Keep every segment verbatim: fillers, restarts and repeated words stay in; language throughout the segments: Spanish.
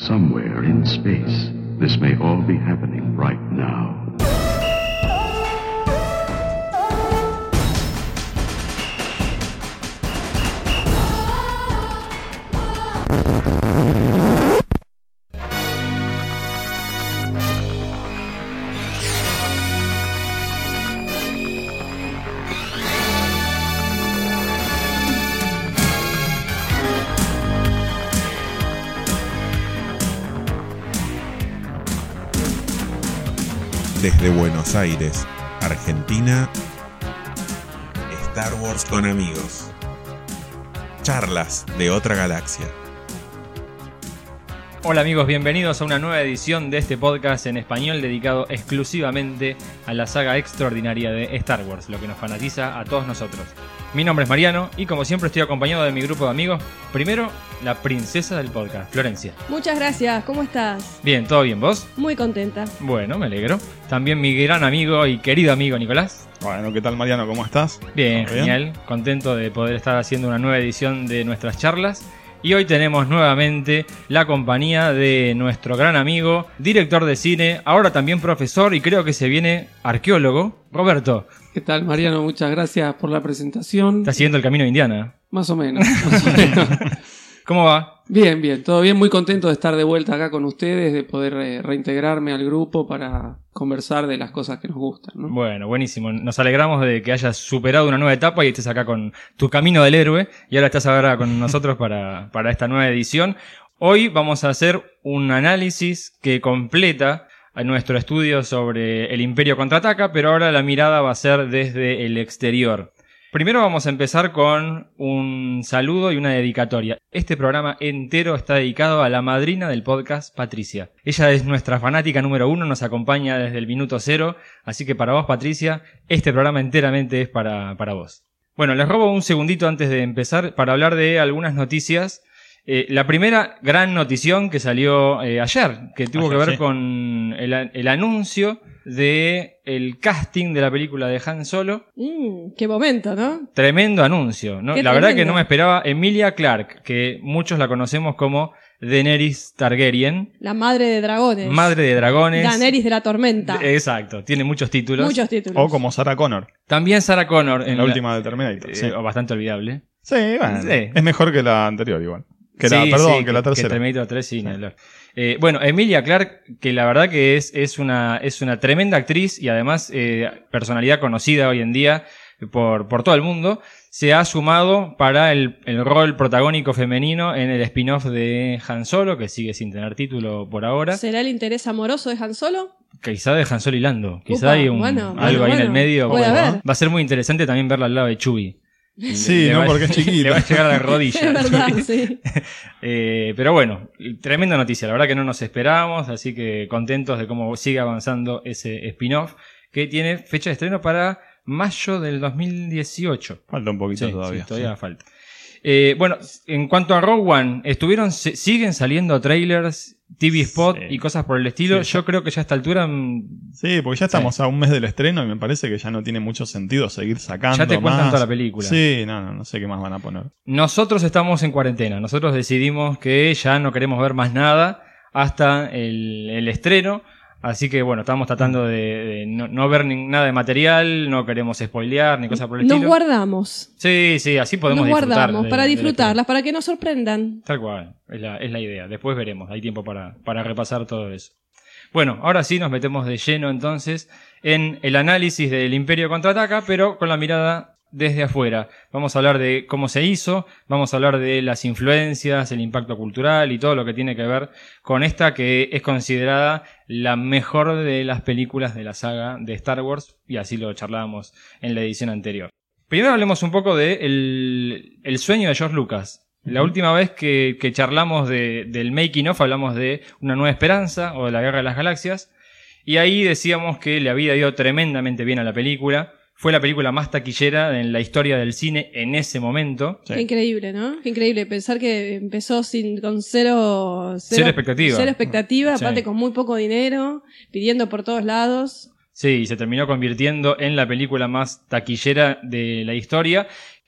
Somewhere in space, this may all be happening right now. Desde Buenos Aires, Argentina, Star Wars con amigos. Charlas de otra galaxia. Hola amigos, bienvenidos a una nueva edición de este podcast en español dedicado exclusivamente a la saga extraordinaria de Star Wars, lo que nos fanatiza a todos nosotros. Mi nombre es Mariano y como siempre estoy acompañado de mi grupo de amigos. Primero, la princesa del podcast, Florencia. Muchas gracias, ¿cómo estás? Bien, ¿todo bien vos? Muy contenta. Bueno, me alegro. También mi gran amigo y querido amigo Nicolás. Bueno, ¿qué tal Mariano? ¿Cómo estás? Bien, genial. Bien? Contento de poder estar haciendo una nueva edición de nuestras charlas. Y hoy tenemos nuevamente la compañía de nuestro gran amigo, director de cine, ahora también profesor y creo que se viene arqueólogo, Roberto. ¿Qué tal, Mariano? Muchas gracias por la presentación. ¿Estás siguiendo el camino de Indiana? Más o menos. Más o menos. ¿Cómo va? Bien, bien. Todo bien. Muy contento de estar de vuelta acá con ustedes, de poder eh, reintegrarme al grupo para conversar de las cosas que nos gustan, ¿no? Bueno, buenísimo. Nos alegramos de que hayas superado una nueva etapa y estés acá con tu camino del héroe. Y ahora estás ahora con nosotros para, para esta nueva edición. Hoy vamos a hacer un análisis que completa a nuestro estudio sobre el Imperio Contraataca, pero ahora la mirada va a ser desde el exterior. Primero vamos a empezar con un saludo y una dedicatoria. Este programa entero está dedicado a la madrina del podcast, Patricia. Ella es nuestra fanática número uno, nos acompaña desde el minuto cero, así que para vos, Patricia, este programa enteramente es para, para vos. Bueno, les robo un segundito antes de empezar para hablar de algunas noticias. Eh, la primera gran notición que salió eh, ayer, que tuvo ayer, que ver sí. con el, el anuncio de el casting de la película de Han Solo. Mm, qué momento, ¿no? Tremendo anuncio, ¿no? La tremendo. Verdad que no me esperaba. Emilia Clarke, que muchos la conocemos como Daenerys Targaryen. La madre de dragones. Madre de dragones. Daenerys de la tormenta. Exacto, tiene muchos títulos. Muchos títulos. O como Sarah Connor. También Sarah Connor. En la, la última de Terminator. Eh, sí. Bastante olvidable. Sí, bueno. Sí. Es mejor que la anterior igual. Que la, sí, perdón, sí, que la tercera. Que Terminator tres, sí, sí. Eh, bueno, Emilia Clarke, que la verdad que es, es, una, es una tremenda actriz y además eh, personalidad conocida hoy en día por, por todo el mundo, se ha sumado para el, el rol protagónico femenino en el spin-off de Han Solo, que sigue sin tener título por ahora. ¿Será el interés amoroso de Han Solo? Quizá de Han Solo y Lando. Quizá Upa, hay un, bueno, algo bueno, ahí bueno. en el medio. Puede Bueno, haber. va a ser muy interesante también verla al lado de Chewie. Sí, le no, va, porque es chiquito. Le va a llegar a la rodilla. Es verdad, sí. eh, pero bueno, tremenda noticia. La verdad que no nos esperábamos, así que contentos de cómo sigue avanzando ese spin-off que tiene fecha de estreno para mayo del dos mil dieciocho. Falta un poquito sí, todavía. Sí, todavía sí. falta. Eh, bueno, en cuanto a Rogue One, estuvieron, se, siguen saliendo trailers, T V Spot sí. y cosas por el estilo. Sí, Yo creo que ya a esta altura... Sí, porque ya estamos sí. a un mes del estreno y me parece que ya no tiene mucho sentido seguir sacando Ya te cuentan más. toda la película. Sí, no, no, no sé qué más van a poner. Nosotros estamos en cuarentena. Nosotros decidimos que ya no queremos ver más nada hasta el, el estreno. Así que bueno, estamos tratando de, de no, no ver ni, nada de material, no queremos spoilear ni cosas por el nos estilo. Nos guardamos. Sí, sí, así podemos nos disfrutar. Nos guardamos de, para de, disfrutarlas, de para que nos sorprendan. Tal cual, es la, es la idea. Después veremos, hay tiempo para, para repasar todo eso. Bueno, ahora sí nos metemos de lleno entonces en el análisis del Imperio Contraataca, pero con la mirada desde afuera. Vamos a hablar de cómo se hizo, vamos a hablar de las influencias, el impacto cultural y todo lo que tiene que ver con esta que es considerada la mejor de las películas de la saga de Star Wars, y así lo charlábamos en la edición anterior. Primero hablemos un poco de el, el sueño de George Lucas. La última vez que, que charlamos de, del making of hablamos de Una Nueva Esperanza o de la Guerra de las Galaxias, y ahí decíamos que le había ido tremendamente bien a la película. Fue la película más taquillera en la historia del cine en ese momento. Sí. Qué increíble, ¿no? Qué increíble pensar que empezó sin con cero... Cero, cero expectativa. Cero expectativa, sí. aparte con muy poco dinero, pidiendo por todos lados. Sí, y se terminó convirtiendo en la película más taquillera de la historia,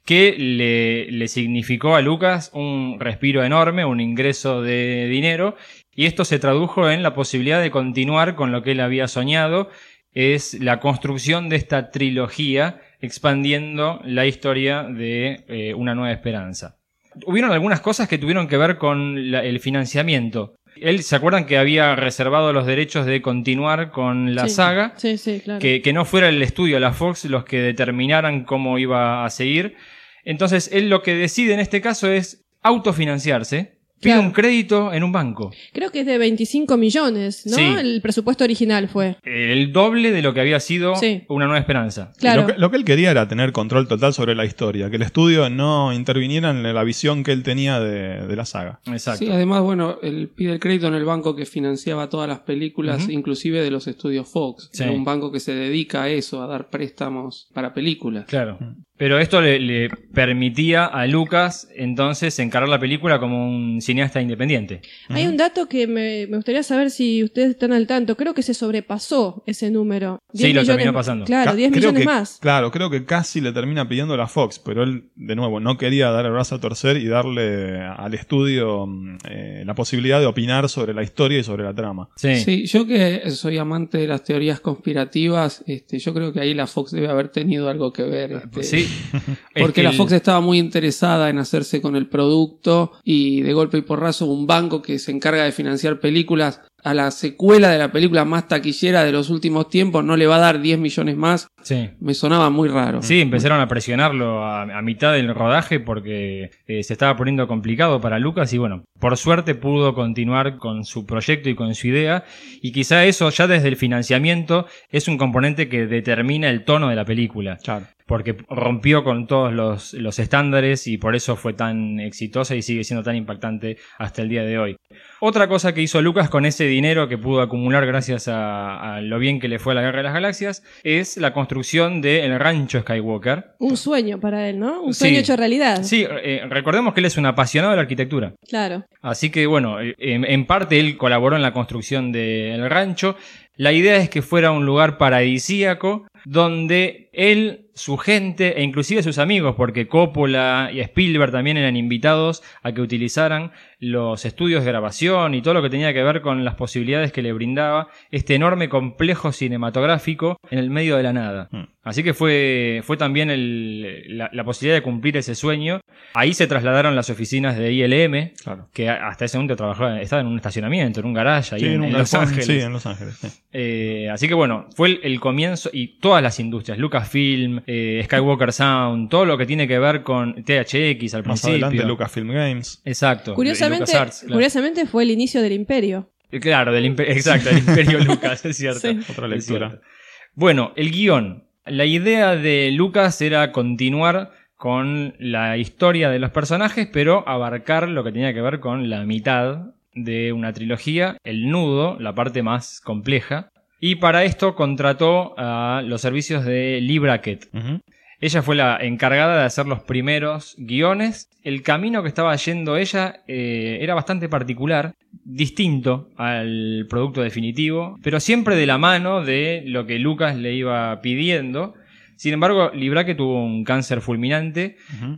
que le, le significó a Lucas un respiro enorme, un ingreso de dinero, y esto se tradujo en la posibilidad de continuar con lo que él había soñado, es la construcción de esta trilogía expandiendo la historia de eh, Una Nueva Esperanza. Hubieron algunas cosas que tuvieron que ver con la, el financiamiento. Él, ¿se acuerdan que había reservado los derechos de continuar con la Sí, saga? Sí, sí, claro. Que, que no fuera el estudio, la Fox, los que determinaran cómo iba a seguir. Entonces, él lo que decide en este caso es autofinanciarse. Pide Claro. un crédito en un banco. Creo que es de veinticinco millones, ¿no? Sí. El presupuesto original fue. El doble de lo que había sido Sí. Una Nueva Esperanza. Claro. Lo que, lo que él quería era tener control total sobre la historia, que el estudio no interviniera en la visión que él tenía de, de la saga. Exacto. Sí, además, bueno, él pide el crédito en el banco que financiaba todas las películas, Ujú. inclusive de los estudios Fox. Sí. Era un banco que se dedica a eso, a dar préstamos para películas. Claro. Pero esto le, le permitía a Lucas entonces encarar la película como un cineasta independiente. Hay un dato que me, me gustaría saber si ustedes están al tanto. Creo que se sobrepasó ese número. Sí, diez lo millones terminó más. pasando. Claro, Ca- diez creo millones que- más. Claro, creo que casi le termina pidiendo la Fox, pero él, de nuevo, no quería dar el brazo a torcer y darle al estudio mm, eh, la posibilidad de opinar sobre la historia y sobre la trama. Sí. Sí, yo que soy amante de las teorías conspirativas, este, yo creo que ahí la Fox debe haber tenido algo que ver. Este, Sí. Porque Es que la el- Fox estaba muy interesada en hacerse con el producto y de golpe y porrazo un banco que se encarga de financiar películas a la secuela de la película más taquillera de los últimos tiempos no le va a dar diez millones más. Sí. Me sonaba muy raro. Sí, empezaron a presionarlo a, a mitad del rodaje porque eh, se estaba poniendo complicado para Lucas y bueno, por suerte pudo continuar con su proyecto y con su idea y quizá eso ya desde el financiamiento es un componente que determina el tono de la película. Claro. Porque rompió con todos los, los estándares y por eso fue tan exitosa y sigue siendo tan impactante hasta el día de hoy. Otra cosa que hizo Lucas con ese dinero que pudo acumular gracias a, a lo bien que le fue a la Guerra de las Galaxias es la construcción del rancho Skywalker. Un sueño para él, ¿no? Un Sí. sueño hecho realidad. Sí, eh, recordemos que él es un apasionado de la arquitectura. Claro. Así que bueno, eh, en, en parte él colaboró en la construcción del rancho. La idea es que fuera un lugar paradisíaco donde él, su gente e inclusive sus amigos, porque Coppola y Spielberg también eran invitados a que utilizaran los estudios de grabación y todo lo que tenía que ver con las posibilidades que le brindaba este enorme complejo cinematográfico en el medio de la nada. Mm. Así que fue, fue también el, la, la posibilidad de cumplir ese sueño. Ahí se trasladaron las oficinas de I L M, Claro. que hasta ese momento trabajaba, estaba en un estacionamiento, en un garage ahí Sí, en, un en Los galpón, Ángeles. Sí, en Los Ángeles. Sí. Eh, así que bueno, fue el, el comienzo y todas las industrias, Lucasfilm, eh, Skywalker Sound, todo lo que tiene que ver con T H X al Más principio. adelante Lucasfilm Games. Exacto. Curiosamente, LucasArts, claro. curiosamente fue el inicio del imperio. Eh, Claro, del imperio, exacto, del Imperio Lucas, es cierto. Sí. Otra Es lectura. cierto. Bueno, el guión. La idea de Lucas era continuar con la historia de los personajes, pero abarcar lo que tenía que ver con la mitad de una trilogía, el nudo, la parte más compleja. Y para esto contrató a los servicios de Lee Brackett. Ujú. Ella fue la encargada de hacer los primeros guiones. El camino que estaba yendo ella eh, era bastante particular, distinto al producto definitivo, pero siempre de la mano de lo que Lucas le iba pidiendo. Sin embargo, Lee Brackett tuvo un cáncer fulminante Ujú.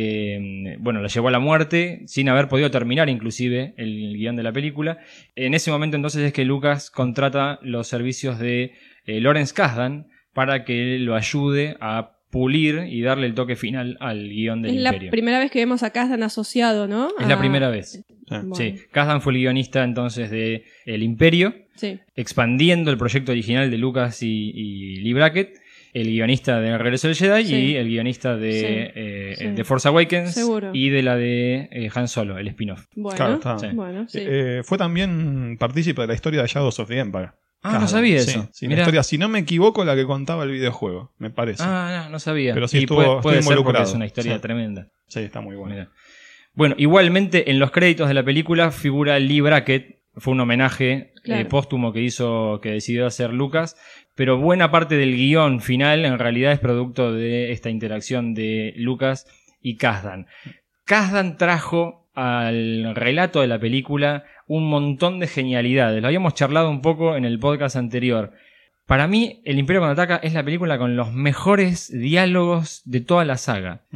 que, bueno, la llevó a la muerte sin haber podido terminar inclusive el guión de la película. En ese momento entonces es que Lucas contrata los servicios de eh, Lawrence Kasdan para que lo ayude a pulir y darle el toque final al guión del Es la Imperio. primera vez que vemos a Kasdan asociado, ¿no? Es la A- primera vez. Sí. Bueno, Sí, Kasdan fue el guionista entonces de El Imperio, sí. expandiendo el proyecto original de Lucas y, y Lee Brackett, el guionista de Regreso del Jedi Sí. y el guionista de, Sí, eh, sí. de Force Awakens Seguro. y de la de eh, Han Solo, el spin-off. Bueno, Claro, está. Sí. bueno, sí. Eh, fue también partícipe de la historia de Shadows of the Empire. Ah, no Kasdan. sabía Sí, eso. sí, la Mirá. historia, si no me equivoco, la que contaba el videojuego, me parece. Ah, no, no sabía. Pero sí y estuvo- puede, estuvo puede ser porque involucrado. es una historia Sí. tremenda. Sí, está muy bueno. Mirá. Bueno, igualmente en los créditos de la película figura Lee Brackett. Fue un homenaje Claro. eh, póstumo que hizo, que decidió hacer Lucas. Pero buena parte del guión final en realidad es producto de esta interacción de Lucas y Kasdan. Kasdan trajo al relato de la película un montón de genialidades. Lo habíamos charlado un poco en el podcast anterior. Para mí, El Imperio Contraataca es la película con los mejores diálogos de toda la saga. Mm.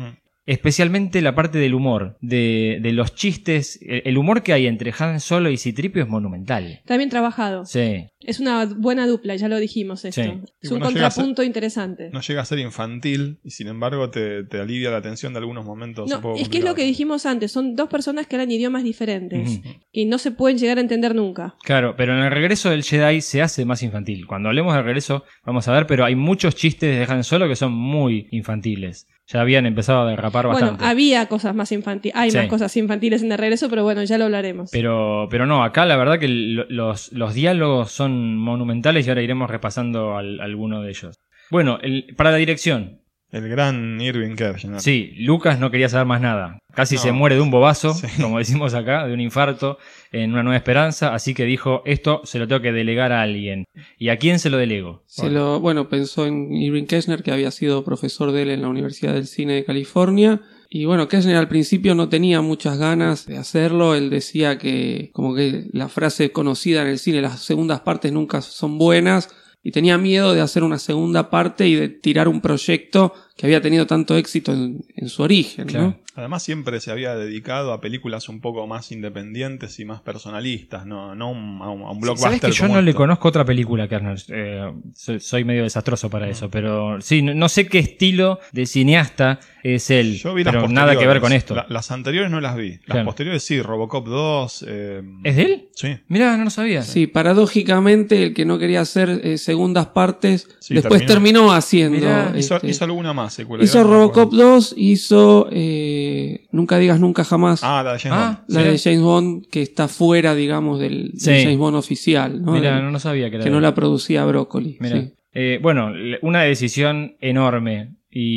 especialmente la parte del humor, de, de los chistes. El humor que hay entre Han Solo y C tres P O es monumental. Está bien trabajado. Sí. Es una buena dupla, ya lo dijimos esto. Sí. Es un no contrapunto ser, interesante. No llega a ser infantil y sin embargo te, te alivia la tensión de algunos momentos. No, un poco es que es lo que dijimos antes, son dos personas que hablan idiomas diferentes Uh-huh. y no se pueden llegar a entender nunca. Claro, pero en el regreso del Jedi se hace más infantil. Cuando hablemos del regreso vamos a ver, pero hay muchos chistes de Han Solo que son muy infantiles. Ya habían empezado a derrapar bastante. Bueno, había cosas más infantiles, hay Sí. más cosas infantiles en el regreso, pero bueno, ya lo hablaremos. Pero, pero no, acá la verdad que lo- los, los diálogos son monumentales y ahora iremos repasando al, alguno de ellos. Bueno, el, para la dirección. El gran Irving Kershner. Sí, Lucas no quería saber más nada. Casi No. se muere de un bobazo, Sí. como decimos acá, de un infarto en Una Nueva Esperanza. Así que dijo, esto se lo tengo que delegar a alguien. ¿Y a quién se lo delego? Se Bueno, lo, bueno, pensó en Irving Kershner, que había sido profesor de él en la Universidad del Cine de California. Y bueno, Kershner al principio no tenía muchas ganas de hacerlo. Él decía que, como que la frase conocida en el cine, las segundas partes nunca son buenas. Y tenía miedo de hacer una segunda parte y de tirar un proyecto que había tenido tanto éxito en, en su origen, Claro. ¿no? Además siempre se había dedicado a películas un poco más independientes y más personalistas, no, no un- a un, a un sí, blockbuster. sabes que yo como no le esto. conozco otra película, Kerner. Eh, soy, soy medio desastroso para eso, pero sí, no, no sé qué estilo de cineasta es él, Yo vi las pero nada que ver posteriores. con esto. La- las anteriores no las vi. Las Claro. posteriores sí, Robocop dos. Eh, ¿Es de él? Sí. Mirá, no lo sabía. Sí, paradójicamente el que no quería hacer eh, segundas partes, Sí, después terminó, terminó. haciendo. Mirá, Hizo, este, hizo alguna más secuela. hizo no me Robocop acuerdo. dos, hizo eh, Nunca digas nunca jamás. Ah, la de James Ah, Bond. La sí. de James Bond, que está fuera, digamos, del, del Sí. James Bond oficial, ¿no? Mirá, Del- no, no sabía que era que de no él. la producía Broccoli. Mirá. sí. Eh, bueno, le- una decisión enorme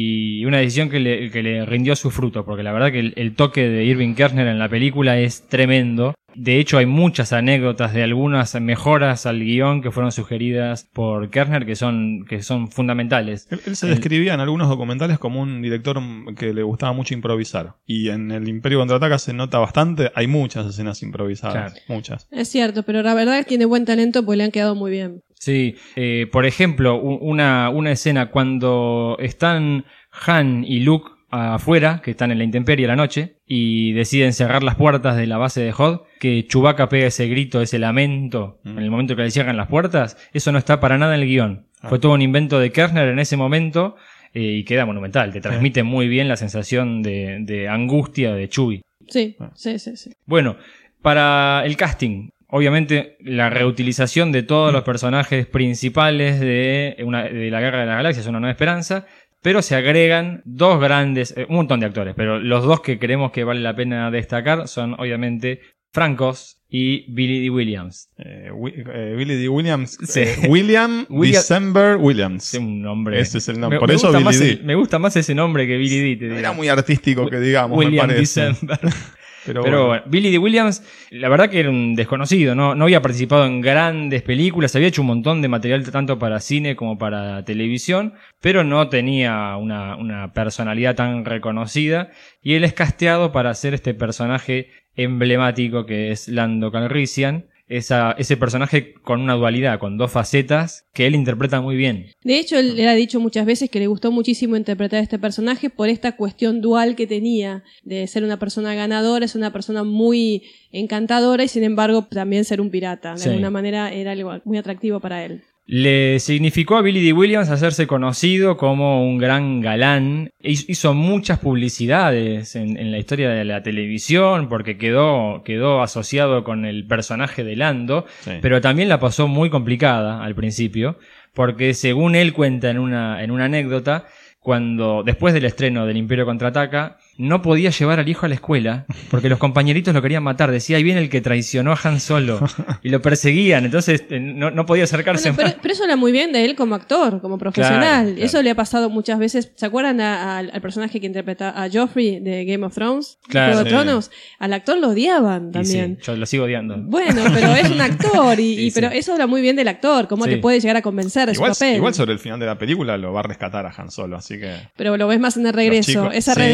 y una decisión que le, que le rindió su fruto, porque la verdad que el, el toque de Irving Kershner en la película es tremendo. De hecho, hay muchas anécdotas de algunas mejoras al guión que fueron sugeridas por Kershner que son, que son fundamentales. Él, él se El- describía en algunos documentales como un director que le gustaba mucho improvisar. Y en el Imperio Contraataca se nota bastante. Hay muchas escenas improvisadas. Claro. Muchas. Es cierto, pero la verdad es que tiene buen talento porque le han quedado muy bien. Sí, eh, por ejemplo, u- una, una escena cuando están Han y Luke afuera, que están en la intemperie a la noche, y deciden cerrar las puertas de la base de Hoth, que Chewbacca pega ese grito, ese lamento, Mm. en el momento que le cierran las puertas, eso no está para nada en el guión. Ah. Fue todo un invento de Kershner en ese momento, eh, y queda monumental, te transmite muy bien la sensación de, de angustia de Chewie. Sí, Ah. sí, sí, sí. Bueno, para el casting, obviamente la reutilización de todos los personajes principales de, una, de la Guerra de las Galaxias, Una Nueva Esperanza, pero se agregan dos grandes, eh, un montón de actores, pero los dos que creemos que vale la pena destacar son obviamente Frank Oz y Billy Dee Williams. Eh, Wi- eh, Billy D. Williams. Sí. eh, William William- December Williams. Es un nombre. Ese es el nombre. Me- Por me eso gusta Billy más Dee. el- me gusta más ese nombre que Billy Dee, te No digo. era muy artístico que digamos, me William parece. December. Pero, Pero bueno. bueno, Billy Dee Williams, la verdad que era un desconocido, ¿no? No había participado en grandes películas, había hecho un montón de material tanto para cine como para televisión, pero no tenía una, una personalidad tan reconocida, y él es casteado para hacer este personaje emblemático que es Lando Calrissian, esa, ese personaje con una dualidad, con dos facetas, que él interpreta muy bien. De hecho, él le ha dicho muchas veces que le gustó muchísimo interpretar a este personaje por esta cuestión dual que tenía, de ser una persona ganadora, es una persona muy encantadora y sin embargo también ser un pirata. De Sí. alguna manera era algo muy atractivo para él. Le significó a Billy Dee Williams hacerse conocido como un gran galán. Hizo hizo muchas publicidades en, en la historia de la televisión porque quedó, quedó asociado con el personaje de Lando, Sí. pero también la pasó muy complicada al principio porque según él cuenta en una, en una anécdota, cuando después del estreno del Imperio Contraataca no podía llevar al hijo a la escuela porque los compañeritos lo querían matar. Decía, ahí viene el que traicionó a Han Solo, y lo perseguían, entonces eh, no, no podía acercarse Bueno, pero, más. pero eso habla muy bien de él como actor, como profesional. Claro, claro. Eso le ha pasado muchas veces. ¿Se acuerdan a- a- al personaje que interpreta a Joffrey de Game of Thrones? Claro, Juego de sí. Tronos. Al actor lo odiaban Y también. sí, yo lo sigo odiando. Bueno, pero es un actor y, Sí, y- pero sí. eso habla muy bien del actor, cómo Sí. te puede llegar a convencer de Igual, su papel. igual sobre el final de la película lo va a rescatar a Han Solo, así que. Pero lo ves más en el regreso. chicos- Esa sí, redención bueno, la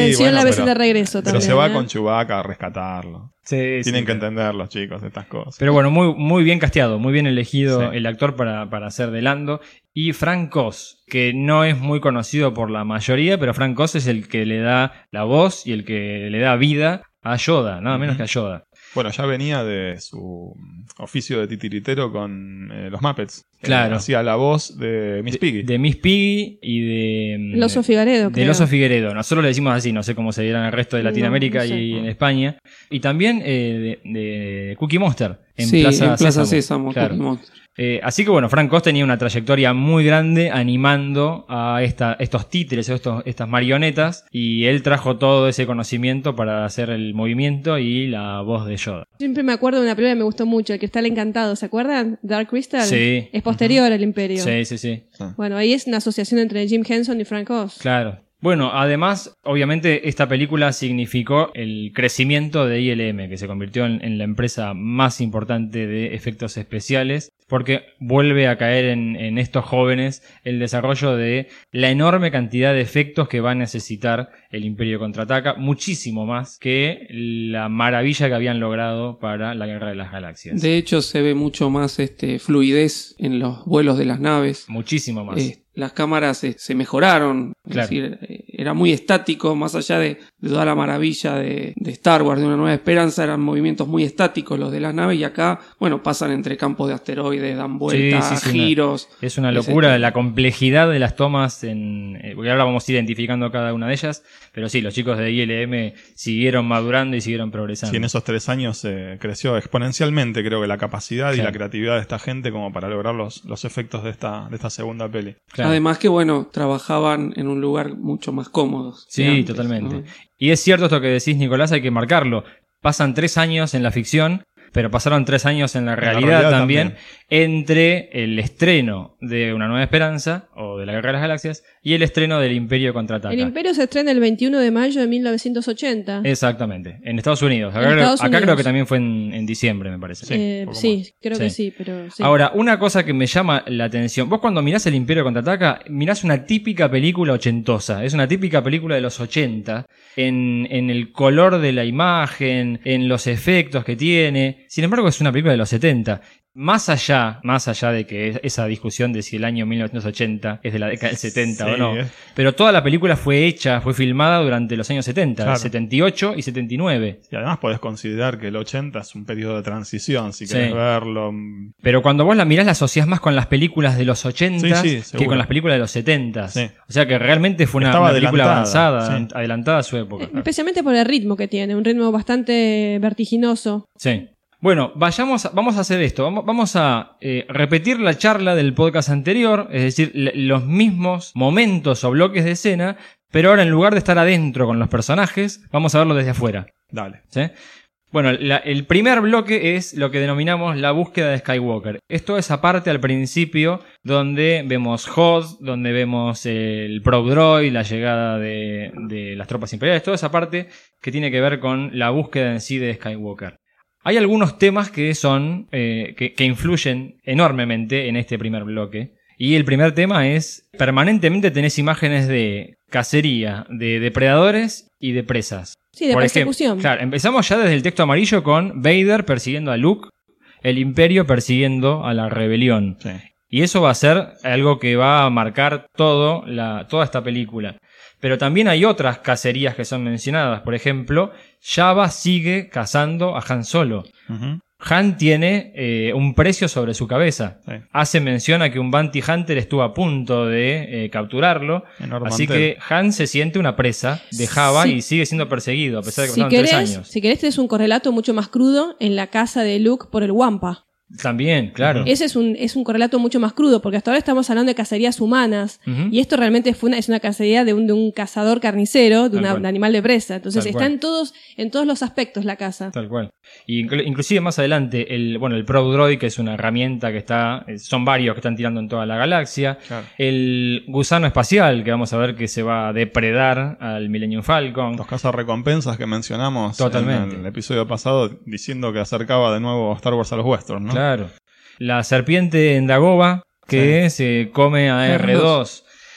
veces pero- de regreso Pero también. se va ¿eh? con Chewbacca a rescatarlo. Sí, Tienen sí, que claro. entender los chicos estas cosas. Pero bueno, muy, muy bien casteado, muy bien elegido Sí. el actor para, para hacer de Lando. Y Frank Oz, que no es muy conocido por la mayoría, pero Frank Oz es el que le da la voz y el que le da vida a Yoda, nada menos Ujú. que a Yoda. Bueno, ya venía de su oficio de titiritero con eh, los Muppets. Claro. Eh, hacía la voz de Miss Piggy. De, de Miss Piggy y de... El oso Figueredo, Del creo. oso Figueredo. Nosotros le decimos así, no sé cómo se dirá en el resto de No, Latinoamérica no sé. y en España. Y también eh, de, de Cookie Monster. En sí, Plaza en Plaza Sésamo. Sésamo. Claro. Cookie Monster. Eh, así que bueno, Frank Oz tenía una trayectoria muy grande animando a esta, estos títeres, estos, estas marionetas, y él trajo todo ese conocimiento para hacer el movimiento y la voz de Yoda. Siempre me acuerdo de una película que me gustó mucho, El Cristal Encantado, ¿se acuerdan? Dark Crystal. Sí. Es posterior al Imperio. Sí, sí, sí. Bueno, ahí es una asociación entre Jim Henson y Frank Oz. Claro. Bueno, además, obviamente, esta película significó el crecimiento de I L M, que se convirtió en, en la empresa más importante de efectos especiales, porque vuelve a caer en, en estos jóvenes el desarrollo de la enorme cantidad de efectos que va a necesitar el Imperio Contraataca, muchísimo más que la maravilla que habían logrado para la Guerra de las Galaxias. De hecho, se ve mucho más este, fluidez en los vuelos de las naves. Muchísimo más. Eh, las cámaras eh, se mejoraron, es Claro. decir, eh, era muy estático, más allá de, de toda la maravilla de, de Star Wars, de Una Nueva Esperanza, eran movimientos muy estáticos los de las naves, y acá, bueno, pasan entre campos de asteroides, dan vueltas, Sí, sí, sí, giros. Es una Es locura este- la complejidad de las tomas, en, eh, porque ahora vamos identificando cada una de ellas, pero sí, los chicos de I L M siguieron madurando y siguieron progresando. Sí, en esos tres años eh, creció exponencialmente, creo que la capacidad y Claro. la creatividad de esta gente como para lograr los, los efectos de esta, de esta segunda peli. Claro. Además que, bueno, trabajaban en un lugar mucho más cómodo. Sí, que antes, totalmente. ¿no? Y es cierto esto que decís, Nicolás, hay que marcarlo. Pasan tres años en la ficción, pero pasaron tres años en la realidad, realidad también, también. entre el estreno de Una Nueva Esperanza, o de la Guerra de las Galaxias, y el estreno del Imperio Contraataca. El Imperio se estrena el veintiuno de mayo de mil novecientos ochenta. Exactamente, en Estados Unidos. Acá, En creo- Estados acá Unidos. creo que también fue en, en diciembre, me parece. Sí, Eh, poco sí, más. creo Sí. que sí, pero sí. Ahora, una cosa que me llama la atención. Vos cuando mirás el Imperio Contraataca, mirás una típica película ochentosa. Es una típica película de los ochenta. En, en el color de la imagen, en los efectos que tiene. Sin embargo, es una película de los setenta. Más allá, más allá de que es- esa discusión de si el año mil novecientos ochenta es de la década del setenta Sí, o no. es- Pero toda la película fue hecha, fue filmada durante los años setenta. Claro. setenta y ocho y setenta y nueve. Y además podés considerar que el ochenta es un periodo de transición, si Sí. querés verlo. Pero cuando vos la mirás la asociás más con las películas de los ochenta Sí, sí, que seguro. con las películas de los setenta. Sí. O sea que realmente fue una, Estaba una película adelantada, avanzada, sí. adelantada a su época. Eh, Especialmente por el ritmo que tiene, un ritmo bastante vertiginoso. Sí. Bueno, vayamos, a- vamos a hacer esto. Vamos, vamos a eh, repetir la charla del podcast anterior, es decir, l- los mismos momentos o bloques de escena, pero ahora en lugar de estar adentro con los personajes, vamos a verlo desde afuera. Dale. ¿Sí? Bueno, la- el primer bloque es lo que denominamos la búsqueda de Skywalker. Esto es aparte al principio, donde vemos H O D, donde vemos el Probe Droid, la llegada de, de las tropas imperiales, toda esa parte que tiene que ver con la búsqueda en sí de Skywalker. Hay algunos temas que son eh, que, que influyen enormemente en este primer bloque. Y el primer tema es, permanentemente tenés imágenes de cacería, de depredadores y de presas. Sí, de Por ejemplo, persecución. claro, empezamos ya desde el texto amarillo con Vader persiguiendo a Luke, el Imperio persiguiendo a la rebelión. Sí. Y eso va a ser algo que va a marcar todo la, toda esta película. Pero también hay otras cacerías que son mencionadas. Por ejemplo, Jabba sigue cazando a Han Solo. Ujú. Han tiene eh, un precio sobre su cabeza. Sí. Hace mención a que un Bounty Hunter estuvo a punto de eh, capturarlo. Enorme Así mantel. que Han se siente una presa de Jabba Sí. y sigue siendo perseguido a pesar de que Si pasaron tres querés, años. si querés, tenés un correlato mucho más crudo en la casa de Luke por el Wampa. También, claro. Ese es un, es un correlato mucho más crudo, porque hasta ahora estamos hablando de cacerías humanas, Ujú. y esto realmente fue una, es una cacería de un, de un cazador carnicero, de Tal una- cual. un animal de presa. Entonces Tal está cual. en todos, en todos los aspectos la caza. Tal cual. Y inclu- inclusive más adelante, el, bueno, el Probe Droid, que es una herramienta que está, eh, son varios que están tirando en toda la galaxia. Claro. El gusano espacial, que vamos a ver que se va a depredar al Millennium Falcon. Los cazarrecompensas que mencionamos Totalmente. en el episodio pasado diciendo que acercaba de nuevo Star Wars a los westerns, ¿no? Claro. La serpiente en Dagoba, que se come a R dos.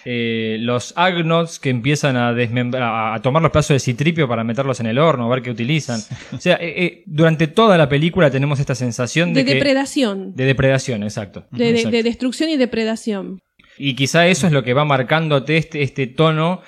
eh, los Agnots que empiezan a, desmembrar, a, a tomar los pedazos de Citripio para meterlos en el horno, a ver qué utilizan. O sea, eh, eh, durante toda la película tenemos esta sensación de, de que, depredación. De depredación, exacto. De, de, exacto. de destrucción y depredación. Y quizá eso es lo que va marcándote este, este tono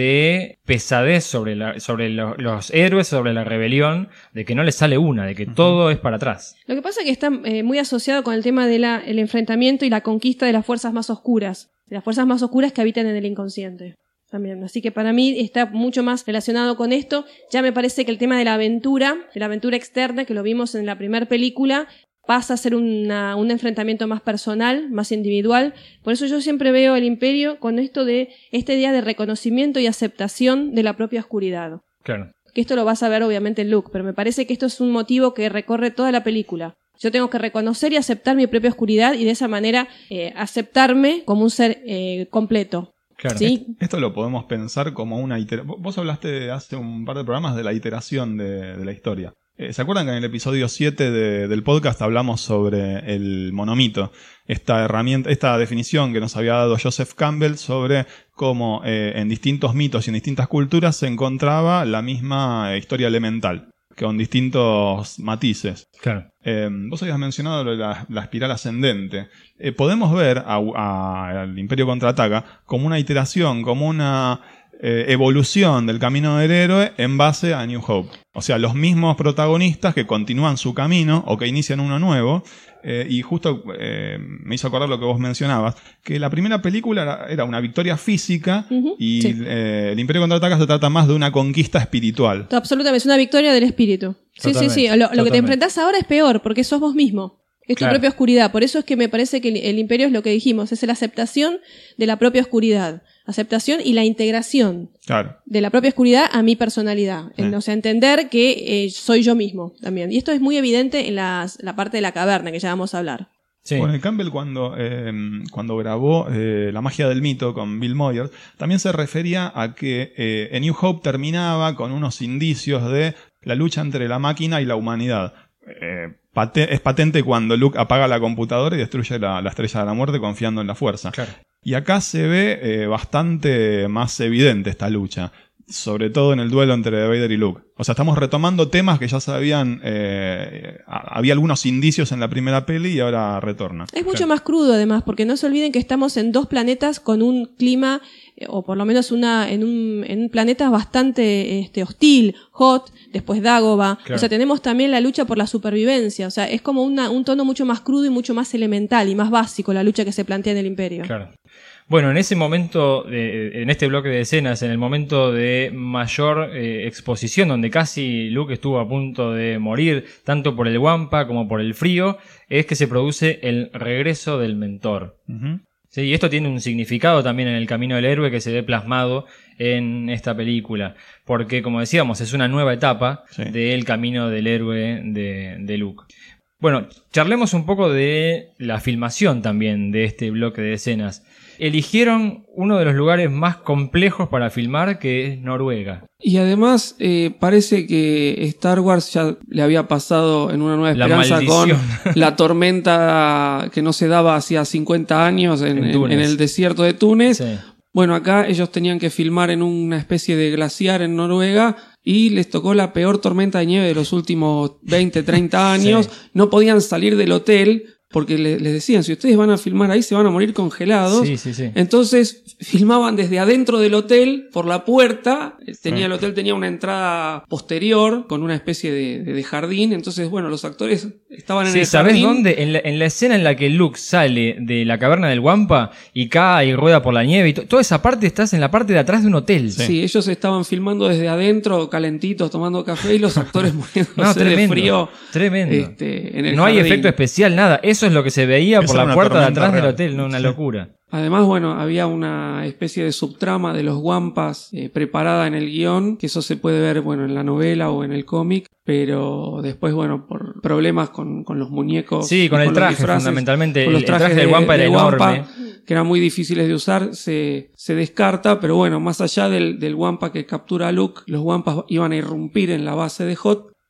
de pesadez sobre, la, sobre lo, los héroes, sobre la rebelión, de que no les sale una, de que uh-huh. todo es para atrás. Lo que pasa es que está eh, muy asociado con el tema del enfrentamiento y la conquista de las fuerzas más oscuras, de las fuerzas más oscuras que habitan en el inconsciente. También. Así que para mí está mucho más relacionado con esto. Ya me parece que el tema de la aventura, de la aventura externa, que lo vimos en la primera película, pasa a ser una, un enfrentamiento más personal, más individual. Por eso yo siempre veo el Imperio con esto de esta idea de reconocimiento y aceptación de la propia oscuridad. Claro. Que esto lo vas a ver obviamente en Luke, pero me parece que esto es un motivo que recorre toda la película. Yo tengo que reconocer y aceptar mi propia oscuridad y de esa manera eh, aceptarme como un ser eh, completo. Claro. ¿Sí? Esto lo podemos pensar como una iteración. Vos hablaste hace un par de programas de la iteración de, de la historia. Eh, ¿Se acuerdan que en el episodio siete de, del podcast hablamos sobre el monomito? Esta herramienta, esta definición que nos había dado Joseph Campbell sobre cómo eh, en distintos mitos y en distintas culturas se encontraba la misma historia elemental, con distintos matices. Claro. Eh, vos habías mencionado lo de la, la espiral ascendente. Eh, podemos ver a, a, al Imperio Contraataca como una iteración, como una eh, evolución del camino del héroe en base a New Hope. O sea, los mismos protagonistas que continúan su camino o que inician uno nuevo. Eh, y justo eh, me hizo acordar lo que vos mencionabas, que la primera película era, era una victoria física uh-huh, y sí. eh, el Imperio Contraataca se trata más de una conquista espiritual. Absolutamente, es una victoria del espíritu. Sí, sí, sí. Lo, lo que te enfrentás ahora es peor, porque sos vos mismo. Es tu claro. propia oscuridad. Por eso es que me parece que el, el Imperio es lo que dijimos, es la aceptación de la propia oscuridad. Aceptación y la integración claro. de la propia oscuridad a mi personalidad. Eh. O sea, entender que eh, soy yo mismo también. Y esto es muy evidente en las, la parte de la caverna, que ya vamos a hablar. Sí. Bueno, Campbell cuando, eh, cuando grabó eh, La magia del mito con Bill Moyers, también se refería a que eh, en New Hope terminaba con unos indicios de la lucha entre la máquina y la humanidad. Eh, pate- es patente cuando Luke apaga la computadora y destruye la, la estrella de la muerte confiando en la fuerza. Claro. Y acá se ve eh, bastante más evidente esta lucha, sobre todo en el duelo entre Vader y Luke. O sea, estamos retomando temas que ya sabían, eh, había algunos indicios en la primera peli y ahora retorna. Es mucho claro. más crudo además, porque no se olviden que estamos en dos planetas con un clima, eh, o por lo menos una en un, en un planeta bastante este, hostil, Hot, después Dagobah. Claro. O sea, tenemos también la lucha por la supervivencia. O sea, es como una, un tono mucho más crudo y mucho más elemental y más básico la lucha que se plantea en el Imperio. Claro. Bueno, en ese momento, de, en este bloque de escenas, en el momento de mayor eh, exposición, donde casi Luke estuvo a punto de morir, tanto por el Wampa como por el frío, es que se produce el regreso del mentor. Uh-huh. Sí, y esto tiene un significado también en el camino del héroe que se ve plasmado en esta película, porque como decíamos, es una nueva etapa sí. del camino del héroe de, de Luke. Bueno, charlemos un poco de la filmación también de este bloque de escenas. Eligieron uno de los lugares más complejos para filmar, que es Noruega. Y además eh, parece que Star Wars ya le había pasado en Una Nueva Esperanza con la tormenta que no se daba hacía cincuenta años en, en, en el desierto de Túnez. Sí. Bueno, acá ellos tenían que filmar en una especie de glaciar en Noruega y les tocó la peor tormenta de nieve de los últimos veinte, treinta años. Sí. No podían salir del hotel porque les decían, si ustedes van a filmar ahí se van a morir congelados. Sí, sí, sí. Entonces filmaban desde adentro del hotel, por la puerta. Tenía, el hotel tenía una entrada posterior con una especie de, de, de jardín. Entonces, bueno, los actores estaban en sí, el ¿sabés jardín. dónde? En la, en la escena en la que Luke sale de la caverna del Wampa y cae y rueda por la nieve y to- toda esa parte, estás en la parte de atrás de un hotel. Sí, sí, ellos estaban filmando desde adentro, calentitos, tomando café y los actores muriéndose no, tremendo, de frío. Tremendo. Este, en el no jardín. Hay efecto especial, nada. Eso es lo que se veía Esa por la puerta de atrás real. del hotel, ¿no? Una sí. locura. Además, bueno, había una especie de subtrama de los Wampas eh, preparada en el guión, que eso se puede ver, bueno, en la novela o en el cómic, pero después, bueno, por problemas con, con los muñecos. Sí, con el con traje, disfraces, fundamentalmente. Con los el trajes traje del de, Wampa era de enorme. Wampa, que eran muy difíciles de usar, se, se descarta, pero bueno, más allá del, del Wampa que captura a Luke, los Wampas iban a irrumpir en la base de Hot.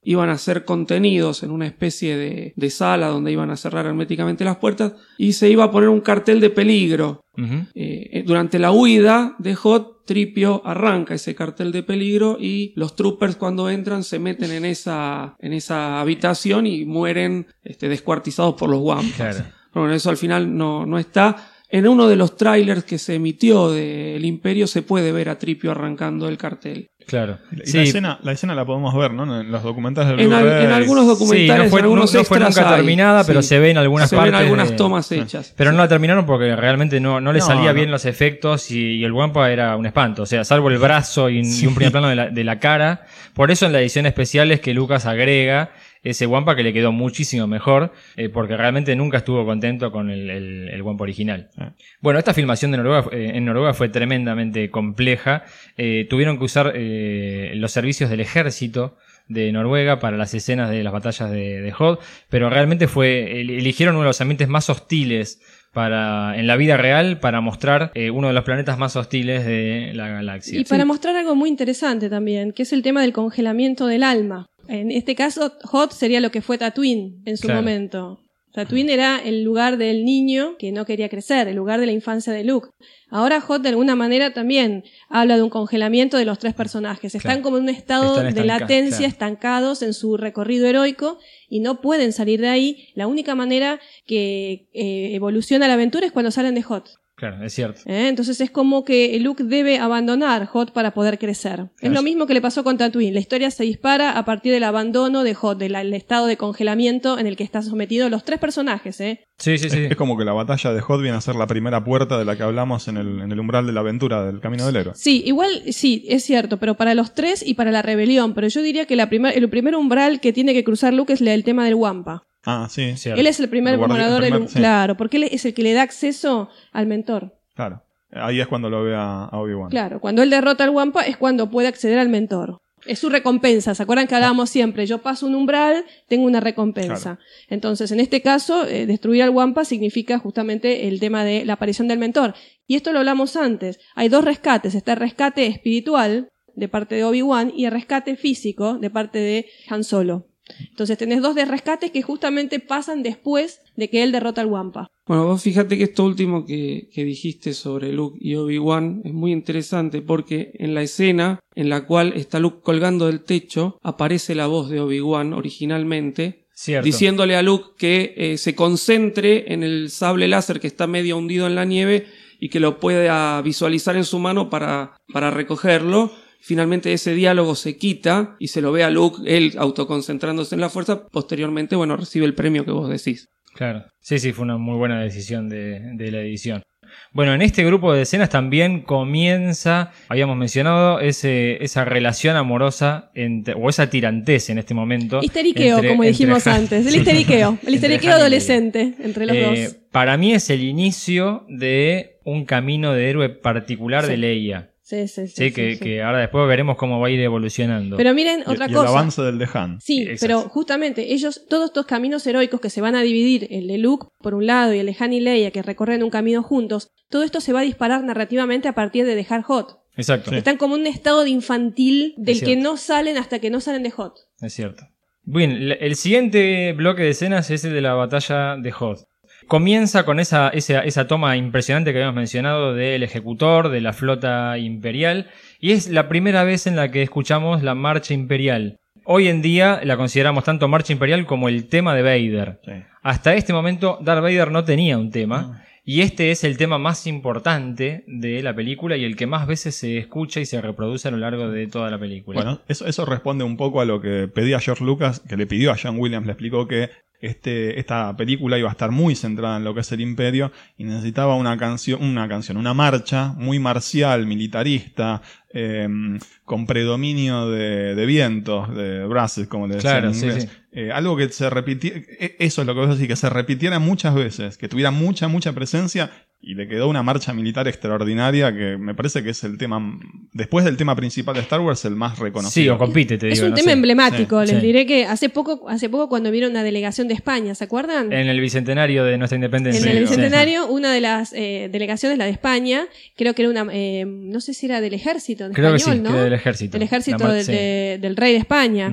iban a ser contenidos en una especie de, de sala donde iban a cerrar herméticamente las puertas y se iba a poner un cartel de peligro. Uh-huh. Eh, durante la huida de Hot, Tripio arranca ese cartel de peligro y los troopers cuando entran se meten en esa, en esa habitación y mueren este, descuartizados por los Wampas. Claro. Pero bueno, eso al final no, no está. En uno de los trailers que se emitió del Imperio se puede ver a Tripio arrancando el cartel. Claro. Y sí. la, escena, la escena la podemos ver, ¿no? En los documentales del En, al, en algunos documentales, sí, no fue, en algunos no, no fue nunca hay, terminada, pero sí. se ve en algunas se partes. Se ven algunas de, tomas hechas. Pero sí. no la terminaron porque realmente no, no le no, salía no. bien los efectos y, y el Wampa era un espanto. O sea, salvo el brazo y, sí. y un primer plano de la, de la cara. Por eso en la edición especial es que Lucas agrega ese Wampa que le quedó muchísimo mejor, eh, porque realmente nunca estuvo contento con el, el, el Wampa original. Ah. Bueno, esta filmación de Noruega, eh, en Noruega fue tremendamente compleja. Eh, tuvieron que usar eh, los servicios del ejército de Noruega para las escenas de las batallas de, de Hoth, pero realmente fue eligieron uno de los ambientes más hostiles para en la vida real para mostrar eh, uno de los planetas más hostiles de la galaxia. Y para sí. mostrar algo muy interesante también, que es el tema del congelamiento del alma. En este caso, Hoth sería lo que fue Tatooine en su claro. momento. Tatooine era el lugar del niño que no quería crecer, el lugar de la infancia de Luke. Ahora Hoth de alguna manera también habla de un congelamiento de los tres personajes. Están claro. como en un estado de latencia, claro. estancados en su recorrido heroico y no pueden salir de ahí. La única manera que eh, evoluciona la aventura es cuando salen de Hoth. Claro, es cierto. ¿Eh? Entonces es como que Luke debe abandonar Hoth para poder crecer. Claro. Es lo mismo que le pasó con Tatooine. La historia se dispara a partir del abandono de Hoth, del estado de congelamiento en el que están sometidos los tres personajes. ¿eh? Sí, sí, sí. Es, es como que la batalla de Hoth viene a ser la primera puerta de la que hablamos en el, en el umbral de la aventura del Camino del Héroe. Sí, igual, sí, es cierto, pero para los tres y para la rebelión. Pero yo diría que la primer, el primer umbral que tiene que cruzar Luke es el tema del Wampa. Ah, sí. Cierto. Él es el primer morador del um... sí. Claro, porque él es el que le da acceso al mentor. Claro. Ahí es cuando lo ve a, a Obi-Wan. Claro, cuando él derrota al Wampa es cuando puede acceder al mentor. Es su recompensa. ¿Se acuerdan que hablábamos siempre? Yo paso un umbral, tengo una recompensa. Claro. Entonces, en este caso, eh, destruir al Wampa significa justamente el tema de la aparición del mentor. Y esto lo hablamos antes. Hay dos rescates. Está el rescate espiritual de parte de Obi-Wan y el rescate físico de parte de Han Solo. Entonces tenés dos de rescates que justamente pasan después de que él derrota al Wampa. Bueno, vos fíjate que esto último que, que dijiste sobre Luke y Obi-Wan es muy interesante porque en la escena en la cual está Luke colgando del techo aparece la voz de Obi-Wan originalmente Cierto. diciéndole a Luke que eh, se concentre en el sable láser que está medio hundido en la nieve y que lo pueda visualizar en su mano para, para recogerlo. Finalmente ese diálogo se quita y se lo ve a Luke, él autoconcentrándose en la fuerza. Posteriormente, bueno, recibe el premio que vos decís. Claro. Sí, sí, fue una muy buena decisión de, de la edición. Bueno, en este grupo de escenas también comienza, habíamos mencionado, ese, esa relación amorosa, entre, o esa tirantez en este momento. Histeriqueo, entre, como dijimos entre, antes. El histeriqueo. El histeriqueo adolescente entre los eh, dos. Para mí es el inicio de un camino de héroe particular sí. de Leia. Sí, sí, sí. Sí, que, sí, sí. que ahora después veremos cómo va a ir evolucionando. Pero miren otra y, y cosa. el avance del de Han. Sí, Exacto. pero justamente ellos, todos estos caminos heroicos que se van a dividir, el de Luke por un lado y el de Han y Leia que recorren un camino juntos, todo esto se va a disparar narrativamente a partir de dejar Hoth. Exacto. Sí. Están como en un estado de infantil del que no salen hasta que no salen de Hoth. Es cierto. Bien, el siguiente bloque de escenas es el de la batalla de Hoth. Comienza con esa, esa, esa toma impresionante que habíamos mencionado del ejecutor, de la flota imperial, y es la primera vez en la que escuchamos la marcha imperial. Hoy en día la consideramos tanto marcha imperial como el tema de Vader. Sí. Hasta este momento Darth Vader no tenía un tema, no. y este es el tema más importante de la película y el que más veces se escucha y se reproduce a lo largo de toda la película. Bueno, eso, eso responde un poco a lo que pedía George Lucas, que le pidió a John Williams, le explicó que Este, esta película iba a estar muy centrada en lo que es el Imperio y necesitaba una canción, una canción, una marcha muy marcial, militarista, eh, con predominio de, de vientos, de brasses, como le decían claro, en inglés. Sí, sí. Eh, algo que se repitiera, eso es lo que vos decís, que se repitiera muchas veces, que tuviera mucha, mucha presencia. Y le quedó una marcha militar extraordinaria que me parece que es el tema, después del tema principal de Star Wars, el más reconocido. Sí, o compite, te digo. Es un no tema sé. emblemático. Sí, Les sí. diré que hace poco, hace poco cuando vieron una delegación de España, ¿se acuerdan? En el bicentenario de nuestra independencia. En el Sí, bicentenario, sí. una de las eh, delegaciones, la de España, creo que era una, eh, no sé si era del ejército, en creo español, que sí, ¿no? Creo del ejército. Del ejército mar- del, sí. de, del rey de España. Uh-huh.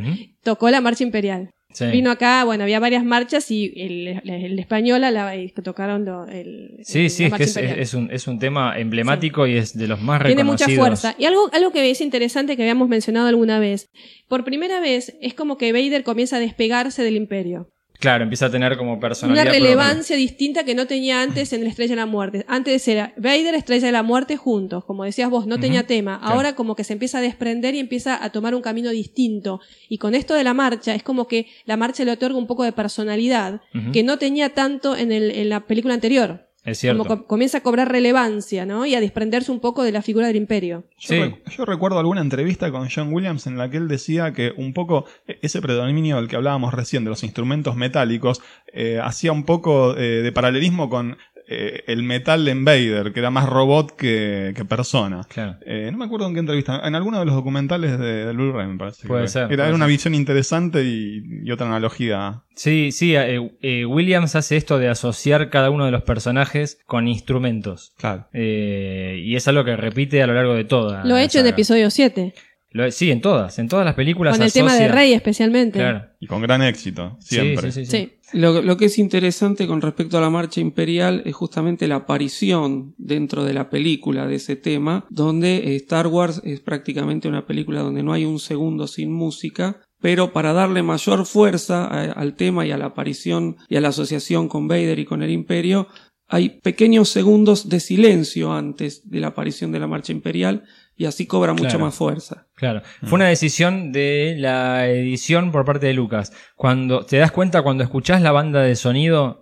tocó la marcha imperial. Sí. Vino acá, bueno, había varias marchas y el, el, el española la, y tocaron lo, el, Sí, el, sí, la es que marcha es, imperial. es un, es un tema emblemático y es de los más Tiene mucha reconocidos. fuerza. Y algo, algo que es interesante que habíamos mencionado alguna vez. Por primera vez es como que Vader comienza a despegarse del imperio. Claro, empieza a tener como personalidad Una propia. relevancia distinta que no tenía antes en la Estrella de la Muerte. Antes era Vader, Estrella de la Muerte juntos, como decías vos, no tenía tema. Ahora como que se empieza a desprender y empieza a tomar un camino distinto. Y con esto de la marcha, es como que la marcha le otorga un poco de personalidad Ujú. que no tenía tanto en, el, en la película anterior. Es cierto. Como co- comienza a cobrar relevancia, ¿no? Y a desprenderse un poco de la figura del imperio. Yo, Sí. re- yo recuerdo alguna entrevista con John Williams en la que él decía que un poco eh, ese predominio del que hablábamos recién de los instrumentos metálicos eh, hacía un poco eh, de paralelismo con eh, el metal de Vader, que era más robot que, que persona. Claro. Eh, no me acuerdo en qué entrevista, en alguno de los documentales de, del Blu-ray me parece. que Puede fue. ser, Era, puede era una ser. visión interesante y, y otra analogía. Sí, sí, eh, eh, Williams hace esto de asociar cada uno de los personajes con instrumentos. Claro. Eh, y es algo que repite a lo largo de toda Lo la he hecho en saga. episodio siete. Lo- sí, en todas, en todas las películas. Con el tema de asocia- Rey especialmente. Claro. Y con gran éxito, Sí, siempre. sí, sí, sí. Sí. Lo, lo que es interesante con respecto a la marcha imperial es justamente la aparición dentro de la película de ese tema, donde eh, Star Wars es prácticamente una película donde no hay un segundo sin música, pero para darle mayor fuerza a- al tema y a la aparición y a la asociación con Vader y con el Imperio, hay pequeños segundos de silencio antes de la aparición de la marcha imperial y así cobra mucho Claro. más fuerza. Claro, fue una decisión de la edición por parte de Lucas. Cuando te das cuenta, cuando escuchás la banda de sonido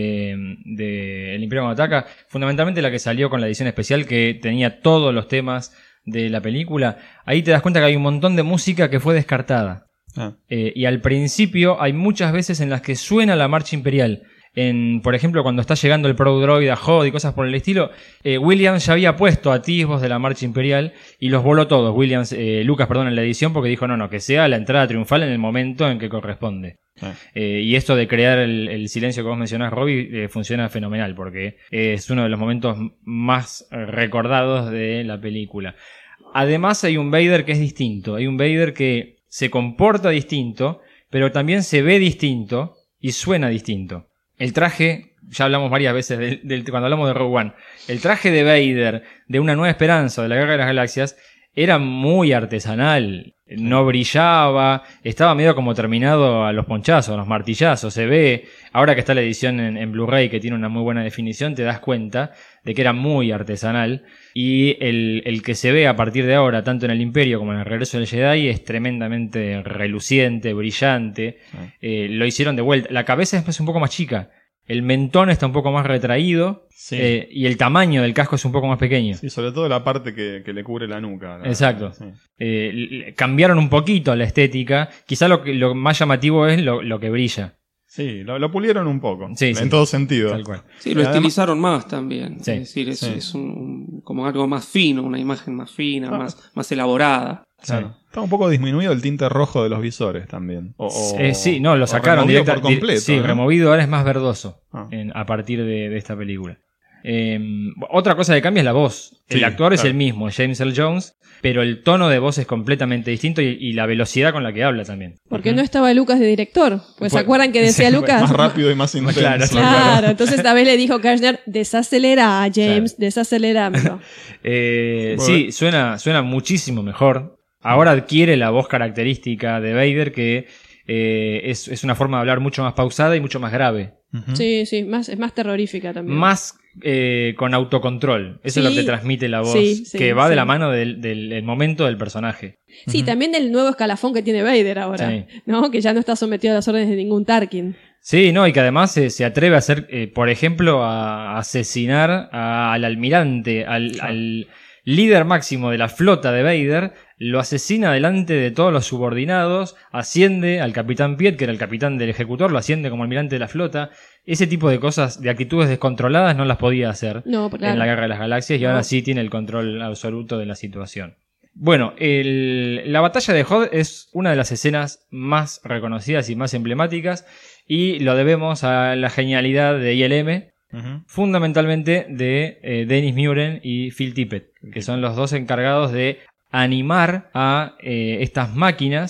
de, de El Imperio Contraataca, fundamentalmente la que salió con la edición especial que tenía todos los temas de la película, ahí te das cuenta que hay un montón de música que fue descartada. Ah. Eh, y al principio hay muchas veces en las que suena la marcha imperial. En, por ejemplo, cuando está llegando el Proud Droid a Hod y cosas por el estilo, eh, Williams ya había puesto atisbos de la marcha imperial y los voló todos. Williams, eh, Lucas, perdón, en la edición porque dijo no, no, que sea la entrada triunfal en el momento en que corresponde. Ah. Eh, y esto de crear el, el silencio que vos mencionás, Robbie, eh, funciona fenomenal porque es uno de los momentos más recordados de la película. Además hay un Vader que es distinto, hay un Vader que se comporta distinto, pero también se ve distinto y suena distinto. El traje, ya hablamos varias veces del, del- cuando hablamos de Rogue One, el traje de Vader de Una Nueva Esperanza, de la Guerra de las Galaxias, era muy artesanal, no brillaba, estaba medio como terminado a los ponchazos, a los martillazos, se ve, ahora que está la edición en, en Blu-ray que tiene una muy buena definición, te das cuenta de que era muy artesanal y el, el que se ve a partir de ahora, tanto en el Imperio como en el Regreso del Jedi, es tremendamente reluciente, brillante, eh, lo hicieron de vuelta, la cabeza es un poco más chica, el mentón está un poco más retraído Sí. eh, y el tamaño del casco es un poco más pequeño. Sí, sobre todo la parte que, que le cubre la nuca. la- Exacto. sí. Eh, l- cambiaron un poquito la estética. Quizá lo, que- lo más llamativo es lo, lo que brilla. Sí, lo, lo pulieron un poco. Sí, en sí. todo sentido. Tal cual. Sí, lo Y además- estilizaron más también. Sí, es decir, es, sí. es un, un- como algo más fino, una imagen más fina, Ah. más, más elaborada. Claro. Está un poco disminuido el tinte rojo de los visores también. O- o- Eh, sí, no, lo o sacaron removido directa- por completo. Sí, ¿no? removido, ahora es más verdoso Ah. en- a partir de, de esta película. Eh, otra cosa que cambia es la voz. El Sí, actor es claro. el mismo, James Earl Jones, pero el tono de voz es completamente distinto y, y la velocidad con la que habla también. Porque no estaba Lucas de director. Pues ¿se Fue- acuerdan que decía Sí, Lucas? Más rápido y más intenso. Claro, Claro, entonces esta vez le dijo Kirchner, desacelera, James, desacelerámelo. Eh, Bueno. sí, suena, suena muchísimo mejor. Ahora adquiere la voz característica de Vader, que eh, es, es una forma de hablar mucho más pausada y mucho más grave. Ujú. Sí, sí, más, es más terrorífica también. Más eh, con autocontrol. Eso es lo Sí. que transmite la voz, Sí, sí, que va de sí. la mano del, del- del momento del personaje. Sí, también el nuevo escalafón que tiene Vader ahora, Sí. ¿no? Que ya no está sometido a las órdenes de ningún Tarkin. Sí, no, y que además se, se atreve a hacer, eh, por ejemplo, a asesinar a- al almirante, al, al líder máximo de la flota de Vader, lo asesina delante de todos los subordinados, asciende al capitán Piet, que era el capitán del ejecutor, lo asciende como almirante de la flota. Ese tipo de cosas, de actitudes descontroladas, no las podía hacer No, claro. en la Guerra de las Galaxias y No. ahora sí tiene el control absoluto de la situación. Bueno, el- la batalla de Hoth es una de las escenas más reconocidas y más emblemáticas y lo debemos a la genialidad de I L M, Ujú. fundamentalmente de eh, Dennis Muren y Phil Tippett, que son los dos encargados de animar a eh, estas máquinas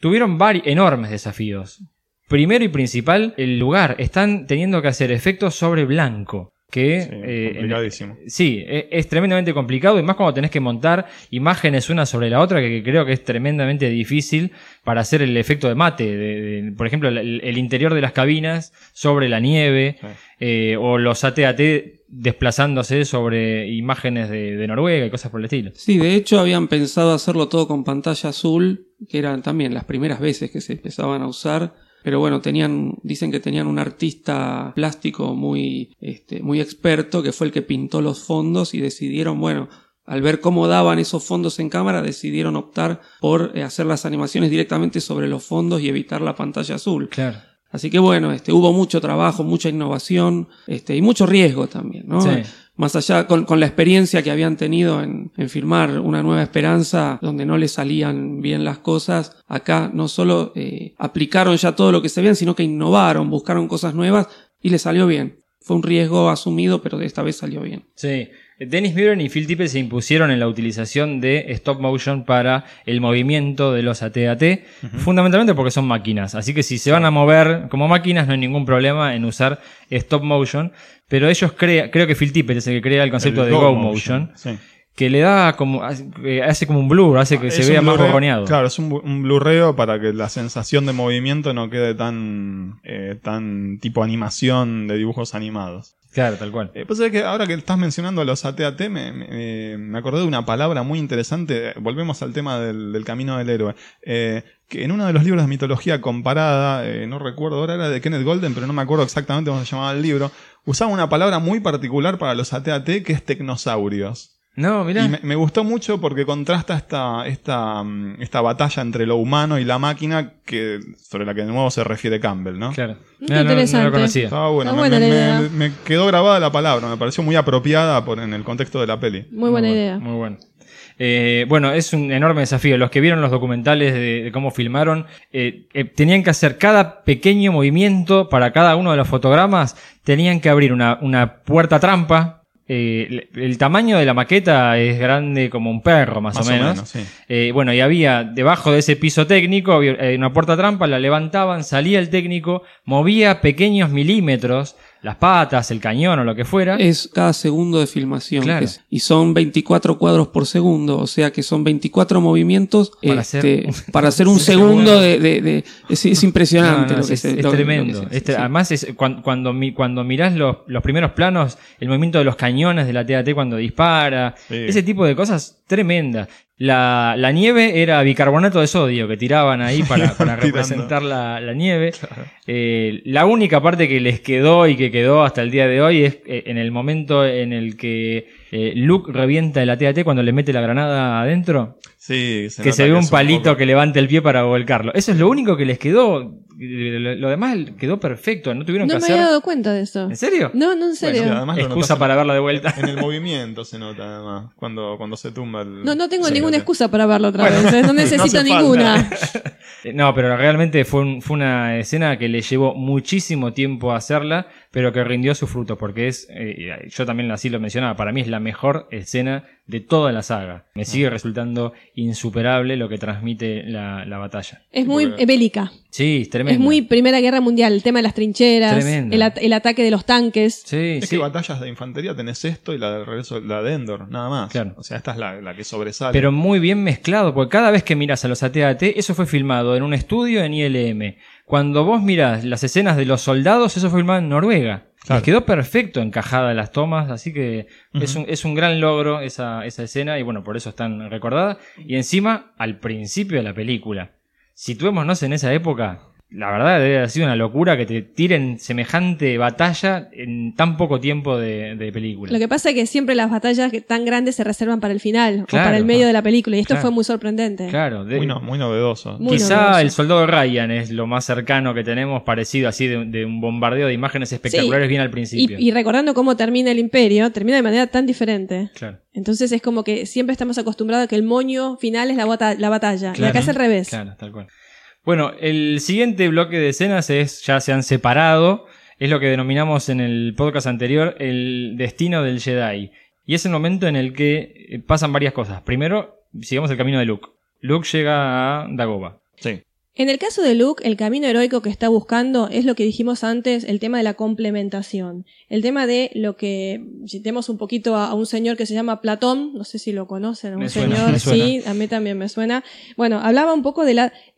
tuvieron varios enormes desafíos. Primero y principal, el lugar. Están teniendo que hacer efectos sobre blanco. Que, Sí, eh, complicadísimo. en- sí, es, es tremendamente complicado y más cuando tenés que montar imágenes una sobre la otra, que, que creo que es tremendamente difícil para hacer el efecto de mate. De, de- por ejemplo, el, el interior de las cabinas sobre la nieve, Sí. eh, o los A T A T desplazándose sobre imágenes de, de Noruega y cosas por el estilo. Sí, de hecho habían pensado hacerlo todo con pantalla azul, que eran también las primeras veces que se empezaban a usar. Pero bueno, tenían, dicen que tenían un artista plástico muy, este, muy experto, que fue el que pintó los fondos y decidieron, bueno, al ver cómo daban esos fondos en cámara, decidieron optar por eh, hacer las animaciones directamente sobre los fondos y evitar la pantalla azul. Claro. Así que bueno, este, hubo mucho trabajo, mucha innovación, este, y mucho riesgo también, ¿no? Sí. Más allá, con, con la experiencia que habían tenido en, en filmar Una Nueva Esperanza, donde no les salían bien las cosas, acá no solo eh, aplicaron ya todo lo que sabían, sino que innovaron, buscaron cosas nuevas y les salió bien. Fue un riesgo asumido, pero de esta vez salió bien. Sí. Dennis Muren y Phil Tippett se impusieron en la utilización de stop motion para el movimiento de los A T A T, uh-huh. fundamentalmente porque son máquinas. Así que si se van a mover como máquinas no hay ningún problema en usar stop motion. Pero ellos crean, creo que Phil Tippett es el que crea el concepto el de Go, Go Motion, Motion, sí. que le da como, hace como un blur, hace que Es se un vea más blurreo, borroneado. Claro, es un, un blurreo para que la sensación de movimiento no quede tan, eh, tan tipo animación de dibujos animados. Claro, tal cual. Eh, pues es que ahora que estás mencionando los A T A T, me, me, me acordé de una palabra muy interesante. Volvemos al tema del, del camino del héroe. Eh, que en uno de los libros de mitología comparada, eh, no recuerdo ahora, era de Kenneth Golden, pero no me acuerdo exactamente cómo se llamaba el libro, usaba una palabra muy particular para los A T A T que es tecnosaurios. No, mirá. Y me, me gustó mucho porque contrasta esta, esta, esta batalla entre lo humano y la máquina que, sobre la que de nuevo se refiere Campbell, ¿no? Claro. Qué No, no, no interesante. lo conocía. Estaba bueno, Está me, buena me- la idea. me- me quedó grabada la palabra, me pareció muy apropiada por, en el contexto de la peli. Muy buena bueno, idea. Muy bueno. Eh, bueno, es un enorme desafío. Los que vieron los documentales de, de cómo filmaron, eh, eh, tenían que hacer cada pequeño movimiento para cada uno de los fotogramas. Tenían que abrir una, una puerta trampa. Eh, el, el tamaño de la maqueta es grande como un perro, más, Más o o menos. menos, sí. Eh, bueno, y había debajo de ese piso técnico había, eh, una puerta trampa, la levantaban, salía el técnico, movía pequeños milímetros, las patas, el cañón o lo que fuera. Es cada segundo de filmación. Claro. que es- y son veinticuatro cuadros por segundo. O sea que son veinticuatro movimientos Para este, hacer- para hacer un segundo de... de- de- es, es impresionante No, no, lo que es, se- es lo- lo que tremendo. se hace, Este- sí. Además, es, cuando, cuando, mi- cuando mirás los, los primeros planos, el movimiento de los cañones de la T A T cuando dispara, Sí. ese tipo de cosas tremendas. La, la nieve era bicarbonato de sodio que tiraban ahí para, para Tirando. representar la, la nieve. Eh, la única parte que les quedó y que quedó hasta el día de hoy es eh, en el momento en el que eh, Luke revienta el A T A T cuando le mete la granada adentro. Sí, se que nota se ve un es palito poco- que levante el pie para volcarlo. Eso es lo único que les quedó. Lo, lo demás quedó perfecto. No tuvieron No que me hacer. había dado cuenta de eso. ¿En serio? No, no, en serio. Sí, además lo Excusa notas para en- verla de vuelta. En el movimiento se nota además, cuando, cuando se tumba el... no, no tengo Sí, ninguna sí. excusa para verlo otra Bueno, vez. ¿eh? No no necesito hace falta. ninguna. Eh, No, pero realmente fue, un- fue una escena que le llevó muchísimo tiempo hacerla, pero que rindió sus frutos, porque es, eh, yo también así lo mencionaba, para mí es la mejor escena de toda la saga. Me sigue resultando insuperable lo que transmite la, la batalla. Es muy Porque- bélica. Sí, es tremendo. Es muy Primera Guerra Mundial. El tema de las trincheras, Tremendo. el, at- el ataque de los tanques. Sí, Es sí. que batallas de infantería tenés esto y la de regreso, la de Endor, nada más. Claro. O sea, esta es la, la que sobresale. Pero muy bien mezclado, porque cada vez que miras a los A T A T, eso fue filmado en un estudio en I L M. Cuando vos mirás las escenas de los soldados, eso fue filmado en Noruega. Claro. Les quedó perfecto encajada las tomas, así que es, Ujú. un, es un gran logro esa, esa escena, y bueno, por eso es tan recordada. Y encima, al principio de la película, situémonos en esa época. La verdad debe haber sido una locura que te tiren semejante batalla en tan poco tiempo de, de película. Lo que pasa es que siempre las batallas que- tan grandes se reservan para el final Claro. o para el medio de la película. Y esto Claro. fue muy sorprendente. Claro, de- Muy, no- muy novedoso. Muy quizá novedoso. el soldado Ryan es lo más cercano que tenemos, parecido así de, de un bombardeo de imágenes espectaculares Sí. bien al principio. Y, y recordando cómo termina el Imperio, termina de manera tan diferente. Claro. Entonces es como que siempre estamos acostumbrados a que el moño final es la, bota- la batalla. Y Claro. acá es al revés. Claro, tal cual. Bueno, el siguiente bloque de escenas es, ya se han separado, es lo que denominamos en el podcast anterior el destino del Jedi. Y es el momento en el que eh, pasan varias cosas. Primero, sigamos el camino de Luke. Luke llega a Dagobah. Sí. En el caso de Luke, el camino heroico que está buscando es lo que dijimos antes, el tema de la complementación. El tema de lo que, citemos un poquito a, a un señor que se llama Platón, no sé si lo conocen, a un Me suena, señor, me suena. sí, a mí también me suena. Bueno, hablaba un poco del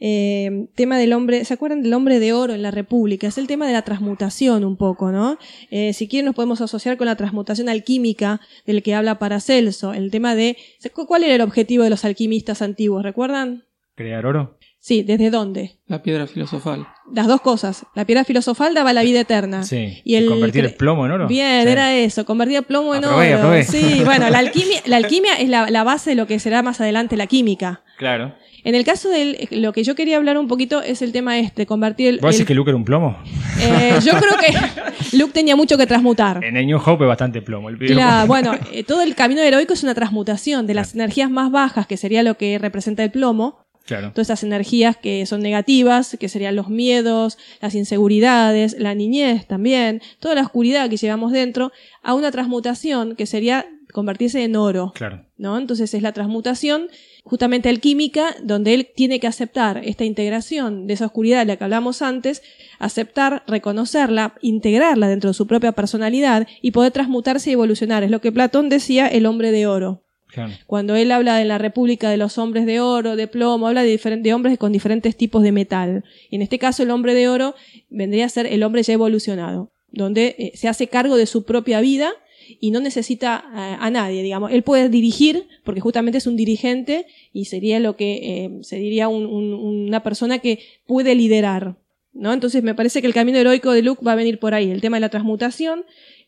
eh, tema del hombre, ¿se acuerdan del hombre de oro en la República? Es el tema de la transmutación un poco, ¿no? Eh, si quieren nos podemos asociar con la transmutación alquímica del que habla Paracelso, el tema de, ¿cuál era el objetivo de los alquimistas antiguos? ¿Recuerdan? ¿Crear oro? Sí, ¿desde dónde? La piedra filosofal. Las dos cosas. La piedra filosofal daba la vida eterna. Sí. Y el ¿Convertir el plomo en oro? Bien, Sí. era eso, convertir el plomo en Aprobé, oro. aprobé. Sí, bueno, la alquimia, la alquimia es la, la base de lo que será más adelante la química. Claro. En el caso de lo que yo quería hablar un poquito es el tema este, convertir el... ¿Vos decís el- que Luke era un plomo? eh, yo creo que Luke tenía mucho que transmutar. En el New Hope es bastante plomo el pibe. Claro, bueno, eh, todo el camino heroico es una transmutación de las energías más bajas, que sería lo que representa el plomo, Claro. todas esas energías que son negativas, que serían los miedos, las inseguridades, la niñez también, toda la oscuridad que llevamos dentro, a una transmutación que sería convertirse en oro, Claro. ¿no? Entonces es la transmutación justamente alquímica, donde él tiene que aceptar esta integración de esa oscuridad de la que hablamos antes, aceptar, reconocerla, integrarla dentro de su propia personalidad y poder transmutarse y evolucionar. Es lo que Platón decía el hombre de oro. Claro. Cuando él habla de la República de los hombres de oro, de plomo, habla de, diferen- de hombres con diferentes tipos de metal. Y en este caso el hombre de oro vendría a ser el hombre ya evolucionado, donde eh, se hace cargo de su propia vida y no necesita eh, a nadie, digamos. Él puede dirigir, porque justamente es un dirigente y sería lo que eh, se diría un- un- una persona que puede liderar, ¿no? Entonces me parece que el camino heroico de Luke va a venir por ahí, el tema de la transmutación,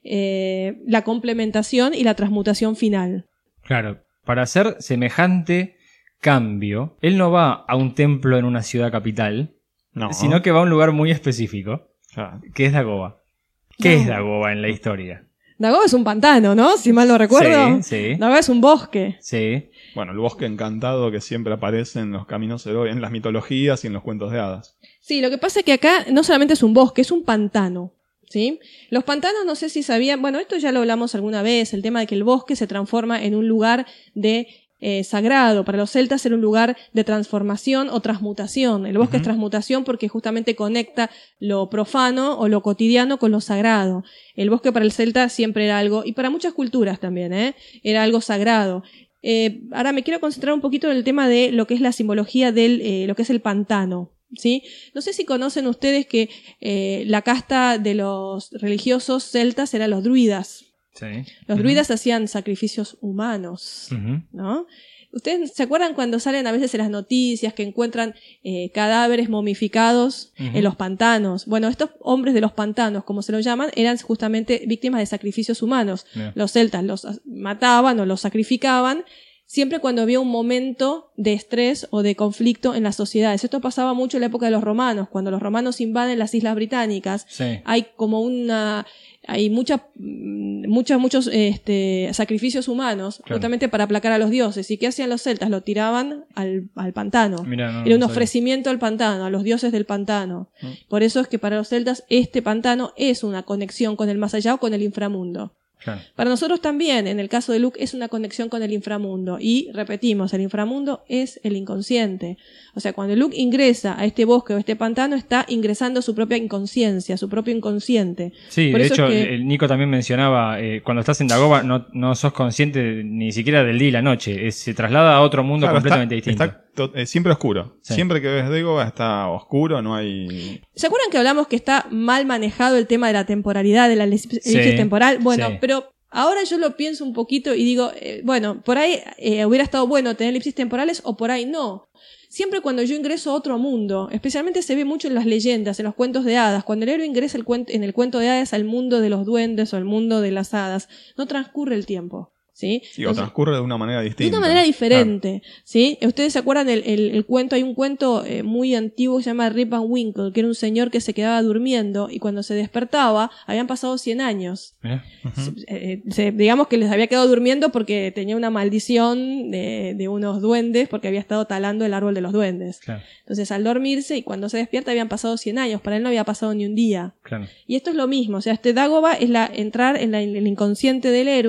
eh, la complementación y la transmutación final. Claro. Para hacer semejante cambio, él no va a un templo en una ciudad capital, No. sino que va a un lugar muy específico, Claro. que es Dagoba. ¿Qué No. es Dagoba en la historia? Dagoba es un pantano, ¿no? Si mal no recuerdo. Sí, sí. Dagoba es un bosque. Sí. Bueno, el bosque encantado que siempre aparece en los caminos heroicos, en las mitologías y en los cuentos de hadas. Sí, lo que pasa es que acá no solamente es un bosque, es un pantano. ¿Sí? Los pantanos, no sé si sabían, bueno, esto ya lo hablamos alguna vez, el tema de que el bosque se transforma en un lugar de eh, sagrado. Para los celtas era un lugar de transformación o transmutación. El bosque Ujú. es transmutación porque justamente conecta lo profano o lo cotidiano con lo sagrado. El bosque para el celta siempre era algo, y para muchas culturas también, ¿eh? Era algo sagrado. Eh, ahora me quiero concentrar un poquito en el tema de lo que es la simbología del, eh, lo que es el pantano. ¿Sí? No sé si conocen ustedes que eh, la casta de los religiosos celtas eran los druidas. Sí. Los Ujú. druidas hacían sacrificios humanos, Ujú. ¿no? ¿Ustedes se acuerdan cuando salen a veces en las noticias que encuentran eh, cadáveres momificados Ujú. en los pantanos? Bueno, estos hombres de los pantanos, como se los llaman, eran justamente víctimas de sacrificios humanos. Bien. Los celtas los as- mataban o los sacrificaban siempre cuando había un momento de estrés o de conflicto en las sociedades. Esto pasaba mucho en la época de los romanos, cuando los romanos invaden las islas británicas. Sí. Hay como una, hay mucha, mm, muchos, muchos, este, sacrificios humanos, Claro. justamente para aplacar a los dioses. ¿Y qué hacían los celtas? Lo tiraban al, al pantano. Mirá, no, Era un no sabía. ofrecimiento al pantano, a los dioses del pantano. Mm. Por eso es que para los celtas este pantano es una conexión con el más allá o con el inframundo. Claro. Para nosotros también, en el caso de Luke, es una conexión con el inframundo. Y repetimos, el inframundo es el inconsciente. O sea, cuando Luke ingresa a este bosque o este pantano, está ingresando su propia inconsciencia, su propio inconsciente. Sí, Por de eso hecho, es que- el Nico también mencionaba, eh, cuando estás en Dagoba no, no sos consciente ni siquiera del día y la noche, es- se traslada a otro mundo Claro, completamente está, distinto. está to- eh, siempre oscuro. Sí. Siempre que ves Dagoba está oscuro, no hay... ¿Se acuerdan que hablamos que está mal manejado el tema de la temporalidad, de la elipsis Sí, temporal? Bueno, sí. pero ahora yo lo pienso un poquito y digo, eh, bueno, por ahí eh, hubiera estado bueno tener elipsis temporales o por ahí no. Siempre cuando yo ingreso a otro mundo, especialmente se ve mucho en las leyendas, en los cuentos de hadas, cuando el héroe ingresa el cuen- en el cuento de hadas al mundo de los duendes o al mundo de las hadas, no transcurre el tiempo. ¿Sí? Sí, o Entonces, transcurre de una manera distinta. de una manera diferente, ¿sí? Ustedes se acuerdan el, el, el cuento, hay un cuento eh, muy antiguo que se llama Rip Van Winkle, que era un señor que se quedaba durmiendo y cuando se despertaba habían pasado cien años. Mirá. Eh, se- digamos que les había quedado durmiendo porque tenía una maldición de, de unos duendes porque había estado talando el árbol de los duendes. Claro, Entonces al dormirse y cuando se despierta habían pasado cien años, para él no había pasado ni un día. claro. Y esto es lo mismo, o sea, este Dagoba es la entrar en, la- en el inconsciente del héroe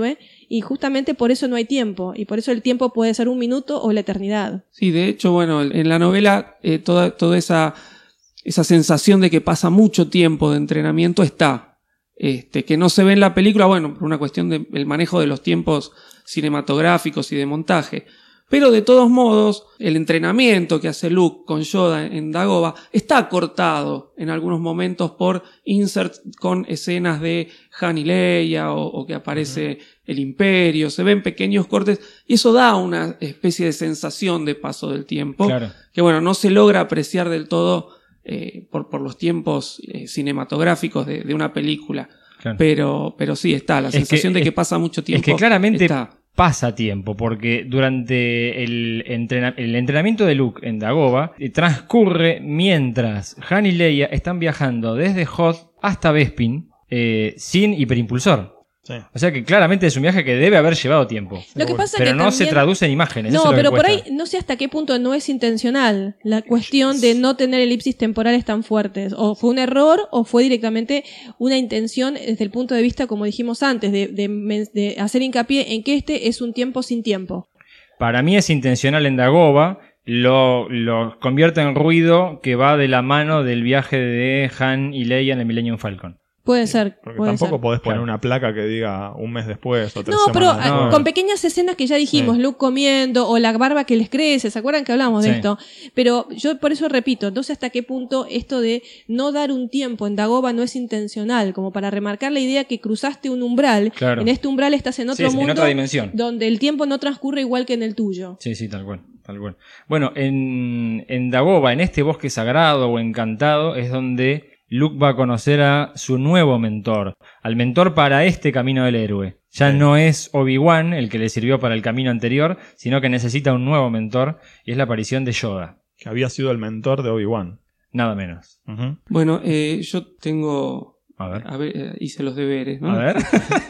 y justamente por eso no hay tiempo, y por eso el tiempo puede ser un minuto o la eternidad. Sí, de hecho, bueno, en la novela eh, toda, toda esa, esa sensación de que pasa mucho tiempo de entrenamiento está, este, que no se ve en la película, bueno, por una cuestión del manejo de los tiempos cinematográficos y de montaje. Pero de todos modos, el entrenamiento que hace Luke con Yoda en Dagobah está cortado en algunos momentos por inserts con escenas de Han y Leia o, o que aparece uh-huh. el Imperio. Se ven pequeños cortes y eso da una especie de sensación de paso del tiempo. Claro. Que bueno, no se logra apreciar del todo eh, por, por los tiempos eh, cinematográficos de, de una película. Claro. Pero, pero sí está, la sensación que, de que pasa mucho tiempo. Es que claramente está. Pasa tiempo, porque durante el, entrena- el entrenamiento de Luke en Dagobah eh, transcurre mientras Han y Leia están viajando desde Hoth hasta Bespin eh, sin hiperimpulsor. Sí. O sea que claramente es un viaje que debe haber llevado tiempo. Lo que pasa pero que no también... se traduce en imágenes. No, eso es lo pero que por cuesta. ahí no sé hasta qué punto no es intencional la cuestión de no tener elipsis temporales tan fuertes. O fue un error o fue directamente una intención desde el punto de vista, como dijimos antes, de, de, de hacer hincapié en que este es un tiempo sin tiempo. Para mí es intencional en Dagobah. Lo, lo convierte en ruido que va de la mano del viaje de Han y Leia en el Millennium Falcon. Puede ser. Porque puede tampoco ser. podés poner Claro. una placa que diga un mes después o tres No, pero semanas después. eh, con pequeñas escenas que ya dijimos, Sí. Luke comiendo o la barba que les crece, ¿se acuerdan que hablamos de Sí. esto? Pero yo por eso repito, entonces hasta qué punto esto de no dar un tiempo en Dagobah no es intencional, como para remarcar la idea que cruzaste un umbral, Claro. en este umbral estás en otro Sí, sí, en mundo otra dimensión. donde el tiempo no transcurre igual que en el tuyo. Sí, sí, tal cual, tal cual. Bueno, en, en Dagobah, en este bosque sagrado o encantado, es donde Luke va a conocer a su nuevo mentor, al mentor para este camino del héroe. Ya Sí. no es Obi-Wan el que le sirvió para el camino anterior, sino que necesita un nuevo mentor, y es la aparición de Yoda, Que había sido el mentor de Obi-Wan. nada menos. Ujú. Bueno, eh, yo tengo... A ver. A ver, eh, hice los deberes, ¿no? A ver.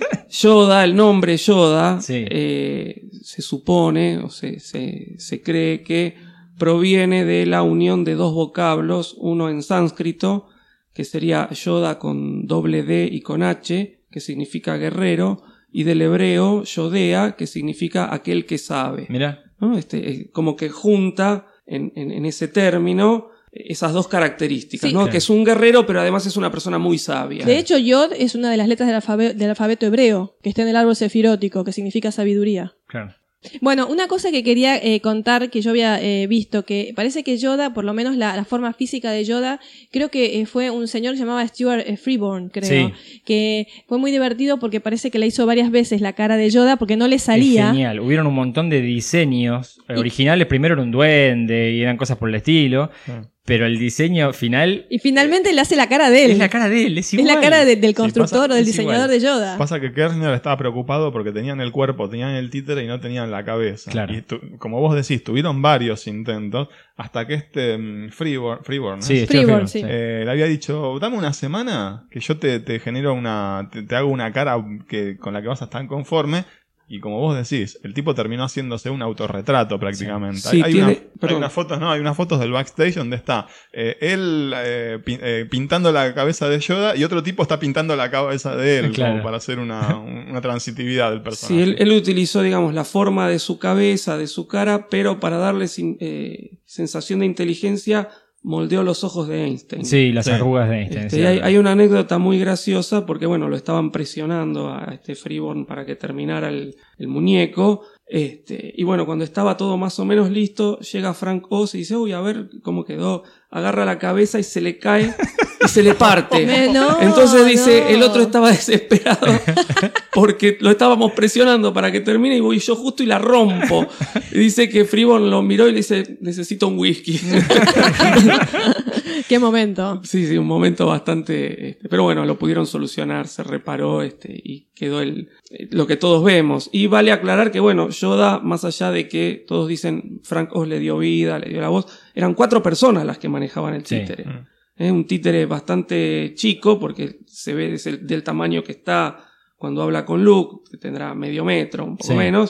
Yoda, el nombre Yoda, Sí. eh, se supone o se, se, se cree que proviene de la unión de dos vocablos, uno en sánscrito, que sería Yoda con doble D y con H, que significa guerrero, y del hebreo Yodea, que significa aquel que sabe. Mirá. ¿No? Este, eh, como que junta en, en, en ese término esas dos características, Sí. ¿no? Claro. Que es un guerrero, pero además es una persona muy sabia. De hecho, Yod es una de las letras del, alfabe- del alfabeto hebreo, que está en el árbol sefirótico, que significa sabiduría. Claro. Bueno, una cosa que quería eh, contar que yo había eh, visto, que parece que Yoda, por lo menos la, la forma física de Yoda, creo que eh, fue un señor que se llamaba Stuart eh, Freeborn, creo, Sí. que fue muy divertido porque parece que le hizo varias veces la cara de Yoda porque no le Es salía. genial. Hubieron un montón de diseños eh, Y- originales. Primero era un duende y eran cosas por el estilo. Sí. Pero el diseño final Y finalmente le hace la cara de él. es la cara de él. Es Es igual. la cara de- del Sí, constructor pasa- o del es diseñador igual. de Yoda. Pasa que Kershner estaba preocupado porque tenían el cuerpo, tenían el títere y no tenían la cabeza. Claro. Y tu- como vos decís, tuvieron varios intentos hasta que este mm, Freeborn, Freeborn ¿no? Sí, Stuart Freeborn, Freeborn, sí. Eh, le había dicho, dame una semana que yo te, te genero una, te, te hago una cara que, con la que vas a estar conforme. Y como vos decís, el tipo terminó haciéndose un autorretrato prácticamente. Sí, hay, hay tiene- una- hay perdón. unas fotos, no, hay unas fotos del backstage donde está eh, él eh, pi- eh, pintando la cabeza de Yoda y otro tipo está pintando la cabeza de él, Claro. como para hacer una, una transitividad del personaje. Sí, él, él utilizó, digamos, la forma de su cabeza, de su cara, pero para darle sin- eh, sensación de inteligencia, moldeó los ojos de Einstein. Sí, las Sí. arrugas de Einstein. Este, sí, y hay, verdad. hay una anécdota muy graciosa porque, bueno, lo estaban presionando a este Freeborn para que terminara el, el muñeco. Este, y bueno, cuando estaba todo más o menos listo, llega Frank Oz y dice, uy, a ver cómo quedó. Agarra la cabeza y se le cae y se le parte. Eh, no, Entonces dice, no. el otro estaba desesperado porque lo estábamos presionando para que termine y voy yo justo y la rompo. Y dice que Freeborn lo miró y le dice, necesito un whisky. Qué momento. Sí, sí, un momento bastante... Este, pero bueno, lo pudieron solucionar, se reparó este, y quedó el, eh, lo que todos vemos. Y vale aclarar que, bueno, Yoda, más allá de que todos dicen Frank Oz le dio vida, le dio la voz, eran cuatro personas las que manejaban el Sí. títere. Mm. Es un títere bastante chico porque se ve es el- del tamaño que está cuando habla con Luke, que tendrá medio metro, un poco Sí. menos.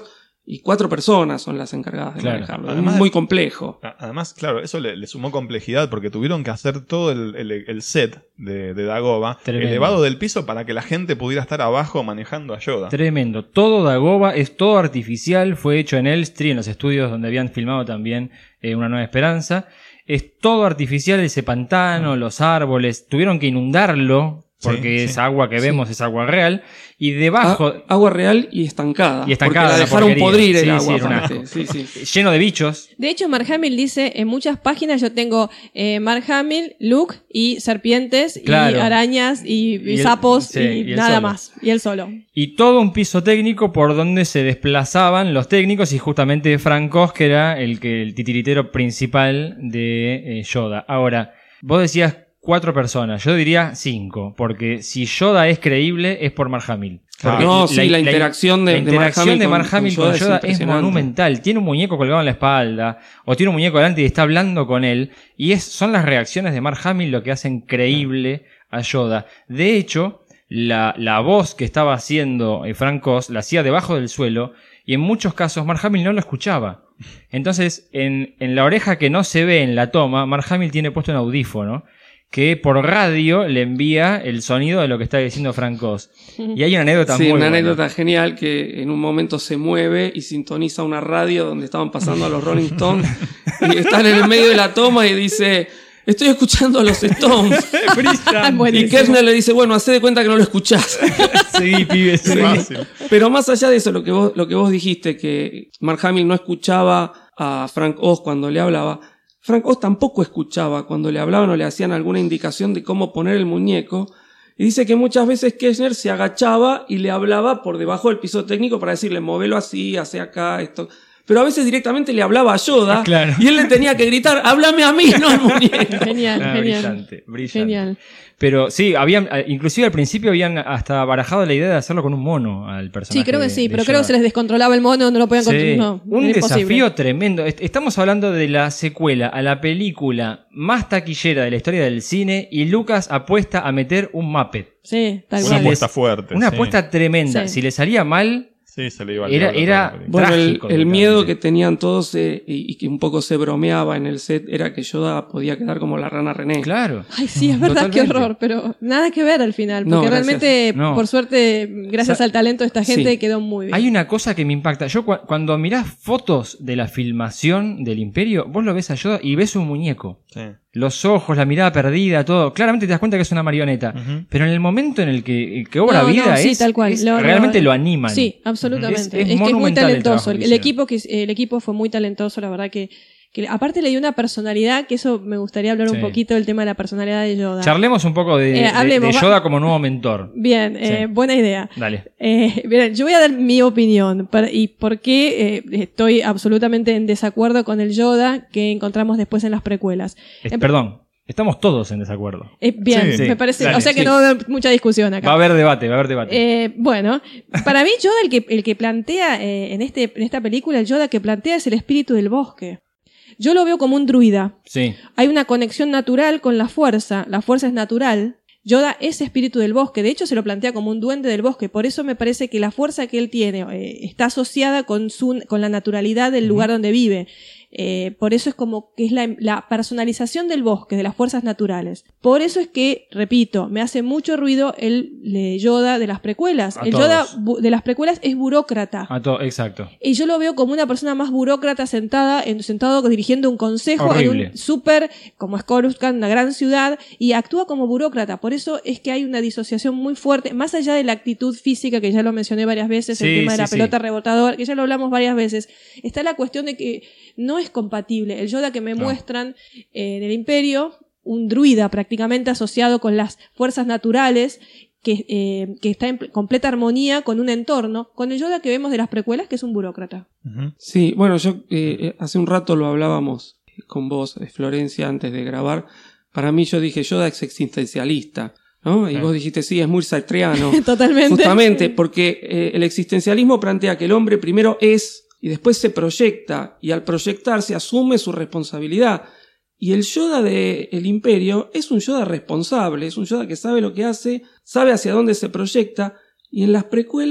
Y cuatro personas son las encargadas de Claro. manejarlo. Además- es muy complejo. Además, claro, eso le, le sumó complejidad porque tuvieron que hacer todo el, el- el set de, de Dagoba Tremendo. elevado del piso para que la gente pudiera estar abajo manejando a Yoda. Tremendo. Todo Dagoba es todo artificial. Fue hecho en Elstree, en los estudios donde habían filmado también eh, Una Nueva Esperanza. Es todo artificial, ese pantano, los árboles. Tuvieron que inundarlo porque Sí, es sí. agua que vemos, es agua real. Y debajo, A- agua real y estancada. Y estancada, Porque la una dejaron porquería. podrir el Sí, agua. sí, era un aparte. asco. Sí, sí. lleno de bichos. De hecho, Mark Hamill dice, en muchas páginas yo tengo eh, Mark Hamill, Luke y serpientes Claro. y arañas y, y Y el- sapos sí, y, y él nada solo. más. Y él solo. Y todo un piso técnico por donde se desplazaban los técnicos y justamente Frank Oz, que era el, que, el titiritero principal de eh, Yoda. Ahora, vos decías cuatro personas, yo diría cinco, porque si Yoda es creíble es por Mark Hamill. Porque No, sí, la interacción de- la de Mark interacción Hamill de con- Mark con Hamill Yoda con es Yoda es impresionante. monumental. Tiene un muñeco colgado en la espalda, o tiene un muñeco delante y está hablando con él, y es, son las reacciones de Mark Hamill lo que hacen creíble a Yoda. De hecho, la, la voz que estaba haciendo eh, Frank Oz la hacía debajo del suelo, y en muchos casos Mark Hamill no lo escuchaba. Entonces, en, en la oreja que no se ve en la toma, Mark Hamill tiene puesto un audífono que por radio le envía el sonido de lo que está diciendo Frank Oz. Y hay una anécdota Sí, muy una buena. anécdota genial que en un momento se mueve y sintoniza una radio donde estaban pasando a los Rolling Stones y están en el medio de la toma y dice, estoy escuchando a los Stones. Brillante. Y Buenísimo. Kirchner le dice, bueno, hacé de cuenta que no lo escuchás. Sí, pibe, sí. Fácil. Pero más allá de eso, lo que vos, lo que vos dijiste, que Mark Hamill no escuchaba a Frank Oz cuando le hablaba, Frank Oz tampoco escuchaba cuando le hablaban o le hacían alguna indicación de cómo poner el muñeco. Y dice que muchas veces Kirchner se agachaba y le hablaba por debajo del piso técnico para decirle, movelo así, hace acá, esto. Pero a veces directamente le hablaba a Yoda Claro. y él le tenía que gritar, háblame a mí, no al muñeco. Genial, Ah, genial. brillante, brillante. Genial. Pero sí, habían, eh, inclusive al principio habían hasta barajado la idea de hacerlo con un mono al personaje. Sí, creo que de- sí, de pero creo Yoda. que se les descontrolaba el mono, no lo podían Sí, controlar. No, un era imposible. desafío tremendo. Est- Estamos hablando de la secuela a la película más taquillera de la historia del cine y Lucas apuesta a meter un Muppet. Sí, tal Una cual. apuesta fuerte. Una sí. apuesta tremenda. Sí. Si le salía mal, Sí, se le iba al Era- diablo era- toda la película. Bueno, el, Trágico, el miedo totalmente. que tenían todos eh, y, y que un poco se bromeaba en el set era que Yoda podía quedar como la rana René. claro. Ay, sí, es verdad, qué Totalmente. horror, pero nada que ver al final, porque No, gracias. realmente, No. por suerte, gracias Sa- al talento de esta gente, Sí. quedó muy bien. Hay una cosa que me impacta. Yo cu- cuando mirás fotos de la filmación del Imperio, vos lo ves a Yoda y ves un muñeco. Sí. Los ojos, la mirada perdida, todo. Claramente te das cuenta que es una marioneta. Ujú. Pero en el momento en el que, el que obra No, no, vida sí, es, tal cual. es- Lo- lo- realmente lo animan. Sí, absolutamente. Es- Es, es que es muy monumental el trabajo talentoso. El, que el hicieron. equipo que el equipo fue muy talentoso, la verdad que, que aparte le dio una personalidad, que eso me gustaría hablar Sí. un poquito del tema de la personalidad de Yoda. Charlemos un poco de, Eh, de- hablemos, de va- Yoda como nuevo mentor. Bien, eh, Sí. buena idea. Dale. Eh, bien, yo voy a dar mi opinión para- y por qué eh, estoy absolutamente en desacuerdo con el Yoda que encontramos después en las precuelas. Es- Em- perdón, estamos todos en desacuerdo. Eh, bien, Sí, me parece, dale, o sea que sí. no va a haber mucha discusión acá. Va a haber debate, va a haber debate. Eh, bueno, para mí Yoda el que, el que plantea eh, en, este, en esta película, el Yoda que plantea es el espíritu del bosque. Yo lo veo como un druida. sí. Hay una conexión natural con la fuerza, la fuerza es natural. Yoda es espíritu del bosque, de hecho se lo plantea como un duende del bosque, por eso me parece que la fuerza que él tiene eh, está asociada con, su, con la naturalidad del lugar donde vive. Eh, por eso es como que es la, la personalización del bosque, de las fuerzas naturales. Por eso es que, repito, me hace mucho ruido el eh, Yoda de las precuelas. A el todos. Yoda bu- de las precuelas es burócrata. A to- exacto. Y yo lo veo como una persona más burócrata sentada, en, sentado dirigiendo un consejo en Horrible. un súper, como es Coruscant, una gran ciudad, y actúa como burócrata. Por eso es que hay una disociación muy fuerte, más allá de la actitud física, que ya lo mencioné varias veces, Sí, el tema de sí, la sí. pelota rebotadora, que ya lo hablamos varias veces, está la cuestión de que no es compatible. El Yoda que me No. muestran eh, en el Imperio, un druida prácticamente asociado con las fuerzas naturales, que, eh, que está en pl- completa armonía con un entorno, con el Yoda que vemos de las precuelas, que es un burócrata. Ujú. Sí, bueno, yo eh, eh, hace un rato lo hablábamos con vos, eh, Florencia, antes de grabar. Para mí yo dije, Yoda es existencialista, ¿no? Y Sí. vos dijiste, sí, es muy sartreano. Totalmente. Justamente, porque eh, el existencialismo plantea que el hombre primero es y después se proyecta, y al proyectarse asume su responsabilidad. Y el Yoda de el Imperio es un Yoda responsable, es un Yoda que sabe lo que hace, sabe hacia dónde se proyecta, y en las precuelas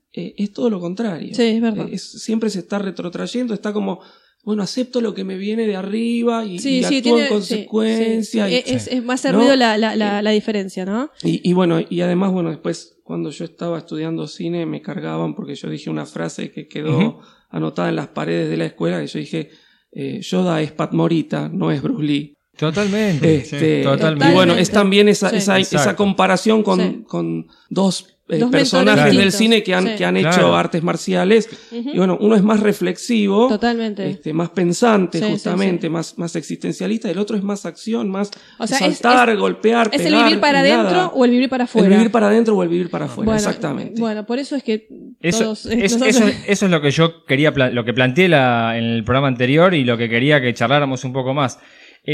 eh, es todo lo contrario. Sí, es verdad. Eh, es, siempre se está retrotrayendo, está como, bueno, acepto lo que me viene de arriba y, Sí, y sí, actúo tiene, en consecuencia. sí, sí. y- Es, es más ¿no? ruido la, la, la, la diferencia, ¿no? Y, y bueno, y además, bueno, después cuando yo estaba estudiando cine me cargaban porque yo dije una frase que quedó Ujú. anotada en las paredes de la escuela, que yo dije, eh, Yoda es Pat Morita, no es Bruce Lee. Totalmente. Este, totalmente. Y bueno, es también esa, Sí. esa, esa Exacto. comparación con, Sí. con dos, eh, Dos personajes mentores del distintos. cine que han, Sí. que han hecho Claro. artes marciales. Ujú. Y bueno, uno es más reflexivo, Totalmente. este, más pensante Sí, sí, justamente, sí. Más, más existencialista, y el otro es más acción, más O sea, es- saltar, es- golpear, ¿Es el pegar, vivir para y nada. adentro o el vivir para afuera? El vivir para adentro o el vivir para afuera, Bueno, exactamente. Bueno, por eso es que Eso, todos... eh, es- nosotros- eso, eso es lo que yo quería, pla- lo que planteé la- en el programa anterior y lo que quería que charláramos un poco más.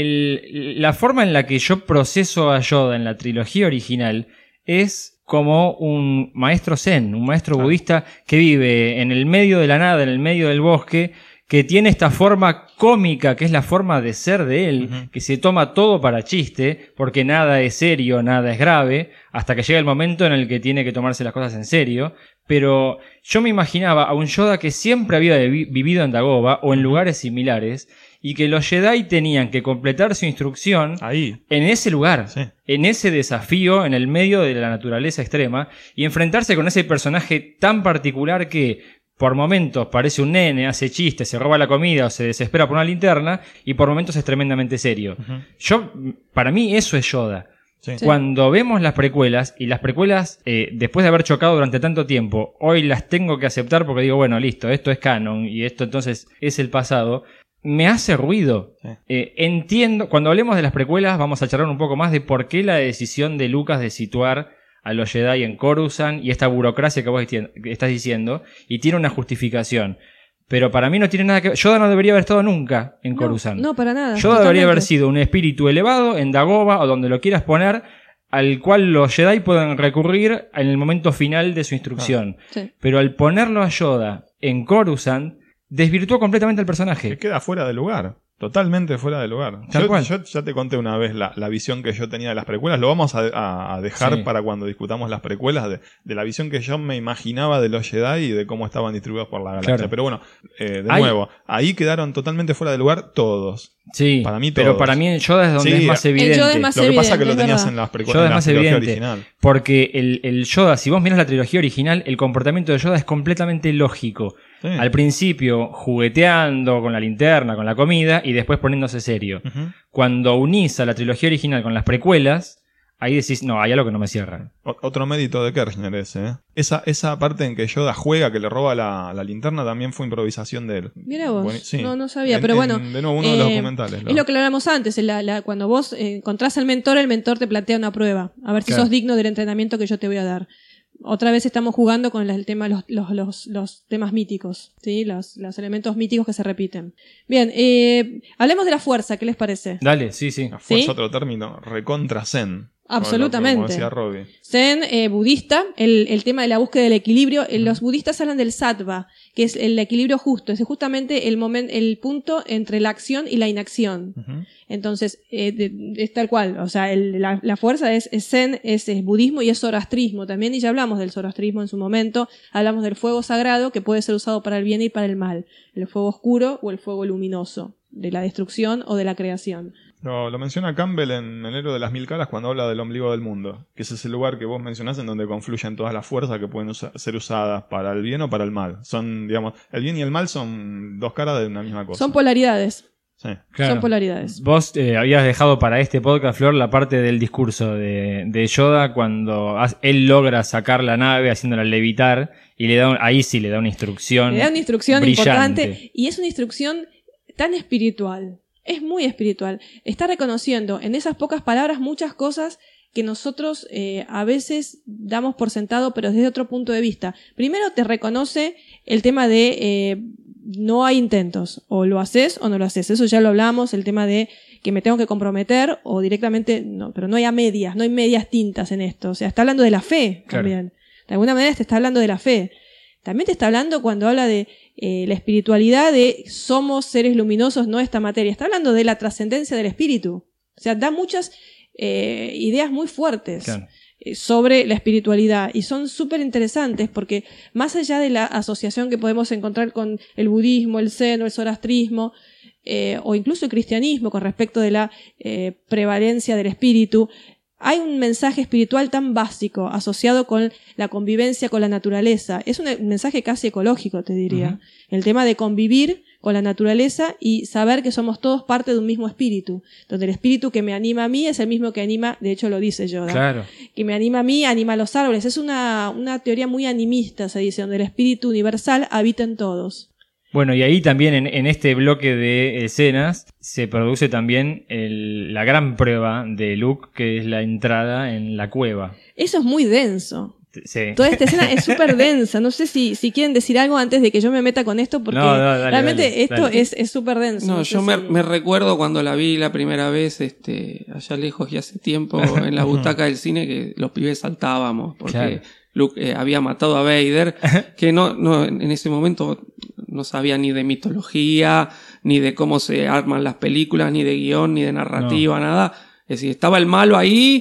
El- la forma en la que yo proceso a Yoda en la trilogía original es como un maestro zen, un maestro budista que vive en el medio de la nada, en el medio del bosque, que tiene esta forma cómica, que es la forma de ser de él, Ujú. que se toma todo para chiste, porque nada es serio, nada es grave, hasta que llega el momento en el que tiene que tomarse las cosas en serio. Pero yo me imaginaba a un Yoda que siempre había vi- vivido en Dagobah o en lugares similares, y que los Jedi tenían que completar su instrucción Ahí. en ese lugar, Sí. en ese desafío, en el medio de la naturaleza extrema, y enfrentarse con ese personaje tan particular que por momentos parece un nene, hace chistes, se roba la comida o se desespera por una linterna, y por momentos es tremendamente serio. Ujú. Yo, para mí eso es Yoda. Sí. Sí. Cuando vemos las precuelas, y las precuelas, eh, después de haber chocado durante tanto tiempo, hoy las tengo que aceptar porque digo, bueno, listo, esto es canon, y esto entonces es el pasado, me hace ruido. Sí. Eh, entiendo, cuando hablemos de las precuelas vamos a charlar un poco más de por qué la decisión de Lucas de situar a los Jedi en Coruscant y esta burocracia que vos esti- que estás diciendo, y tiene una justificación. Pero para mí no tiene nada que ver. Yoda no debería haber estado nunca en No, Coruscant. no, para nada. Yoda debería haber totalmente. sido un espíritu elevado en Dagobah o donde lo quieras poner, al cual los Jedi pueden recurrir en el momento final de su instrucción. Sí. Pero al ponerlo a Yoda en Coruscant, desvirtuó completamente al Que personaje. queda fuera de lugar. Totalmente fuera de lugar. Tal Yo, cual. yo ya te conté una vez la, la visión que yo tenía de las precuelas. Lo vamos a, a- a dejar Sí. para cuando discutamos las precuelas de, de la visión que yo me imaginaba de los Jedi y de cómo estaban distribuidos por la galaxia. Claro. Pero bueno, eh, de Hay- nuevo, ahí quedaron totalmente fuera de lugar todos. Sí, Para mí pero todos. para mí en Yoda es donde Sí, es más el evidente. Yoda es más Lo que pasa es que lo evidente, es tenías verdad. en las Yoda precuelas, es en la más trilogía evidente. original. Porque el, el Yoda, si vos miras la trilogía original, el comportamiento de Yoda es completamente lógico. Sí. Al principio jugueteando con la linterna, con la comida, y después poniéndose serio. Ujú. Cuando unís a la trilogía original con las precuelas, ahí decís, no, hay algo que no me cierra. O- Otro mérito de Kirchner ese. ¿eh? Esa, esa parte en que Yoda juega, que le roba la, la linterna, también fue improvisación de él. Mira vos, Bueni- sí. no, no sabía, En- pero en- bueno. de nuevo, uno de los eh, documentales. Es lo que lo hablamos antes, la- la- cuando vos eh, encontrás al mentor, el mentor te plantea una prueba, a ver si Claro. sos digno del entrenamiento que yo te voy a dar. Otra vez estamos jugando con el tema los, los, los, los temas míticos, ¿sí? los, los elementos míticos que se repiten. Bien, eh, hablemos de la fuerza, ¿qué les parece? Dale, sí, sí. La fuerza, ¿Sí? otro término, recontra zen. Absolutamente. Como decía Robbie. Zen eh, budista, el, el tema de la búsqueda del equilibrio. Eh, Los budistas hablan del sattva, que es el equilibrio justo, es justamente el momento, el punto entre la acción y la inacción. Ujú. Entonces, eh, de- es tal cual, o sea, el- la, la fuerza es, es zen, es, es budismo y es zoroastrismo también, y ya hablamos del zoroastrismo en su momento, hablamos del fuego sagrado que puede ser usado para el bien y para el mal, el fuego oscuro o el fuego luminoso, de la destrucción o de la creación. Lo, lo menciona Campbell en El héroe de las mil caras cuando habla del ombligo del mundo, que es ese lugar que vos mencionás en donde confluyen todas las fuerzas que pueden usa- ser usadas para el bien o para el mal. Son, digamos, el bien y el mal son dos caras de una misma cosa. Son polaridades, Sí. Claro. son polaridades. Vos eh, habías dejado para este podcast, Flor, la parte del discurso de, de Yoda cuando has- él logra sacar la nave haciéndola levitar y le da un- ahí sí le da una instrucción. Le da una instrucción brillante. importante y es una instrucción tan espiritual, es muy espiritual. Está reconociendo en esas pocas palabras muchas cosas que nosotros eh, a veces damos por sentado, pero desde otro punto de vista. Primero te reconoce el tema de eh, no hay intentos, o lo haces o no lo haces. Eso ya lo hablamos, el tema de que me tengo que comprometer o directamente no, pero no hay a medias, no hay medias tintas en esto. O sea, está hablando de la fe Claro. también. De alguna manera te está hablando de la fe. También te está hablando cuando habla de eh, la espiritualidad, de somos seres luminosos, no esta materia. Está hablando de la trascendencia del espíritu. O sea, da muchas eh, ideas muy fuertes. Claro. eh, sobre la espiritualidad. Y son súper interesantes porque más allá de la asociación que podemos encontrar con el budismo, el zen o el zoroastrismo, eh, o incluso el cristianismo con respecto de la eh, prevalencia del espíritu, hay un mensaje espiritual tan básico asociado con la convivencia con la naturaleza. Es un mensaje casi ecológico, te diría. Uh-huh. El tema de convivir con la naturaleza y saber que somos todos parte de un mismo espíritu. Donde el espíritu que me anima a mí es el mismo que anima, de hecho lo dice Yoda. Claro. Que me anima a mí, anima a los árboles. Es una, una teoría muy animista, se dice, donde el espíritu universal habita en todos. Bueno, y ahí también en, en este bloque de escenas se produce también el, la gran prueba de Luke, que es la entrada en la cueva. Eso es muy denso. Sí. Toda esta escena es súper densa. No sé si, si quieren decir algo antes de que yo me meta con esto, porque no, no, dale, realmente dale, esto dale. es súper denso. No, no yo sé me, si... me recuerdo cuando la vi la primera vez, este, allá lejos y hace tiempo, en la butaca del cine, que los pibes saltábamos, porque claro. Luke eh, había matado a Vader, que no, no, en ese momento no sabía ni de mitología, ni de cómo se arman las películas, ni de guión, ni de narrativa, no. nada. Es decir, estaba el malo ahí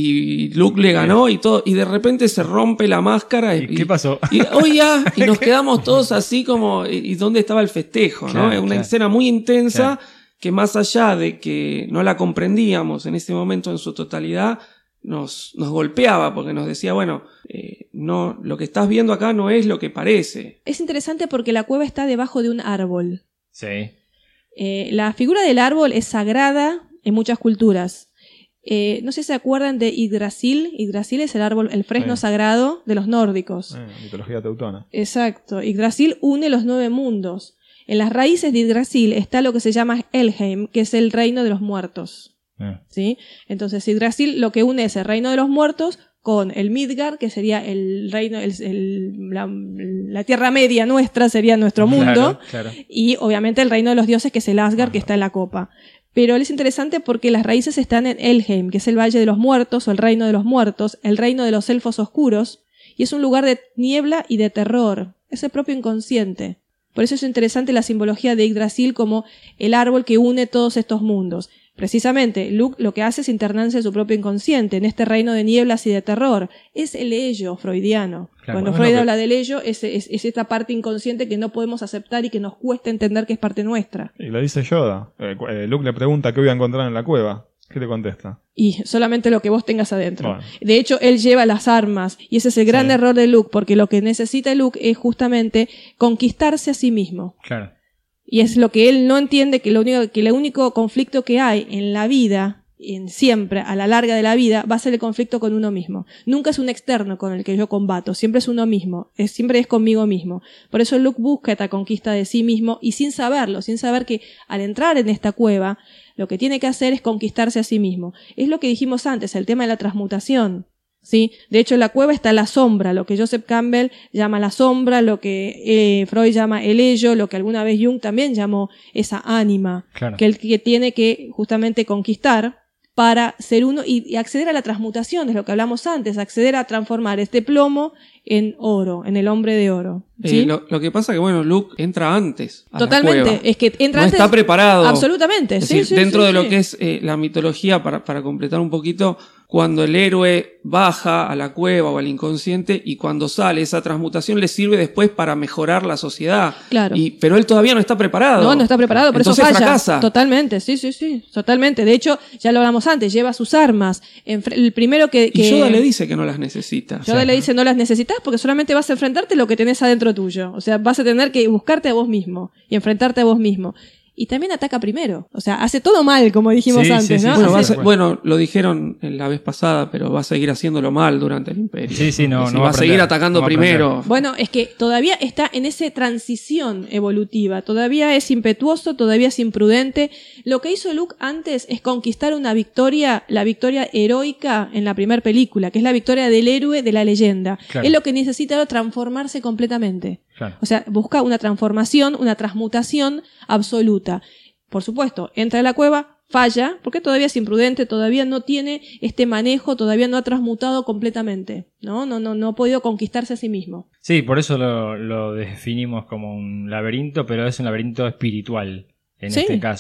y Luke le ganó y todo, y de repente se rompe la máscara. ¿Y, y qué pasó? Y, oh, ya, y nos quedamos todos así como, ¿y dónde estaba el festejo? ¿no? Claro, Es una claro. escena muy intensa Claro. que más allá de que no la comprendíamos en ese momento en su totalidad, nos, nos golpeaba porque nos decía, bueno, eh, no, lo que estás viendo acá no es lo que parece. Es interesante porque la cueva está debajo de un árbol. Sí. Eh, la figura del árbol es sagrada en muchas culturas. Eh, no sé si se acuerdan de Yggdrasil. Yggdrasil es el árbol, el fresno Sí. sagrado de los nórdicos. Eh, mitología teutona. Exacto. Yggdrasil une los nueve mundos. En las raíces de Yggdrasil está lo que se llama Helheim, que es el reino de los muertos. Ah. ¿Sí? Entonces Yggdrasil lo que une es el reino de los muertos con el Midgard, que sería el reino, el, el, la, la tierra media nuestra, sería nuestro mundo, Claro, claro. y obviamente el reino de los dioses, que es el Asgard, Ajá. que está en la copa. Pero es interesante porque las raíces están en Helheim, que es el Valle de los Muertos o el Reino de los Muertos, el reino de los elfos oscuros, y es un lugar de niebla y de terror. Es el propio inconsciente. Por eso es interesante la simbología de Yggdrasil como el árbol que une todos estos mundos. Precisamente, Luke lo que hace es internarse en su propio inconsciente, en este reino de nieblas y de terror. Es el ello freudiano. Claro, Cuando bueno, Freud que- habla del ello, es, es, es esta parte inconsciente que no podemos aceptar y que nos cuesta entender que es parte nuestra. Y lo dice Yoda. Eh, cu- eh, Luke le pregunta qué voy a encontrar en la cueva. ¿Qué le contesta? Y solamente lo que vos tengas adentro. Bueno. De hecho, él lleva las armas, y ese es el gran Sí. error de Luke, porque lo que necesita Luke es justamente conquistarse a sí mismo. Claro. Y es lo que él no entiende, que lo único, que el único conflicto que hay en la vida, en siempre, a la larga de la vida, va a ser el conflicto con uno mismo. Nunca es un externo con el que yo combato, siempre es uno mismo, es, siempre es conmigo mismo. Por eso Luke busca esta conquista de sí mismo, y sin saberlo, sin saber que al entrar en esta cueva, lo que tiene que hacer es conquistarse a sí mismo. Es lo que dijimos antes, el tema de la transmutación. ¿Sí? De hecho, en la cueva está la sombra, lo que Joseph Campbell llama la sombra, lo que eh, Freud llama el ello, lo que alguna vez Jung también llamó esa ánima, Claro. que él que tiene que justamente conquistar para ser uno y, y acceder a la transmutación, es lo que hablamos antes, acceder a transformar este plomo en oro, en el hombre de oro. ¿Sí? Eh, lo, lo que pasa que, bueno, Luke entra antes a la Totalmente, cueva. es que entra No antes. está preparado. Absolutamente, Es sí, decir, sí, dentro sí, de lo sí. que es eh, la mitología, para, para completar un poquito, cuando el héroe baja a la cueva o al inconsciente y cuando sale esa transmutación le sirve después para mejorar la sociedad. Claro. Y, pero él todavía no está preparado. No, no está preparado, por Entonces eso falla. fracasa. Totalmente, sí, sí, sí, totalmente. De hecho, ya lo hablamos antes, lleva sus armas. Enfre- El primero que... que Y Yoda le dice que no las necesita. Yoda le dice no las necesitas porque solamente vas a enfrentarte lo que tenés adentro tuyo. O sea, vas a tener que buscarte a vos mismo y enfrentarte a vos mismo. Y también ataca primero. O sea, hace todo mal, como dijimos Sí, antes, sí, ¿no? sí, Bueno, sí, va a Hace- ser- bueno, lo dijeron la vez pasada, pero va a seguir haciéndolo mal durante el Imperio. Sí, sí, no, Es decir, no va va a a seguir aprender, atacando no va a aprender. primero. Bueno, es que todavía está en esa transición evolutiva, todavía es impetuoso, todavía es imprudente. Lo que hizo Luke antes es conquistar una victoria, la victoria heroica en la primera película, que es la victoria del héroe de la leyenda. Claro. Es lo que necesita transformarse completamente. Claro. O sea, busca una transformación, una transmutación absoluta. Por supuesto, entra a la cueva, falla, porque todavía es imprudente, todavía no tiene este manejo, todavía no ha transmutado completamente, ¿no? No, no, no ha podido conquistarse a sí mismo. Sí, por eso lo, lo definimos como un laberinto, pero es un laberinto espiritual en Sí. este caso. Sí.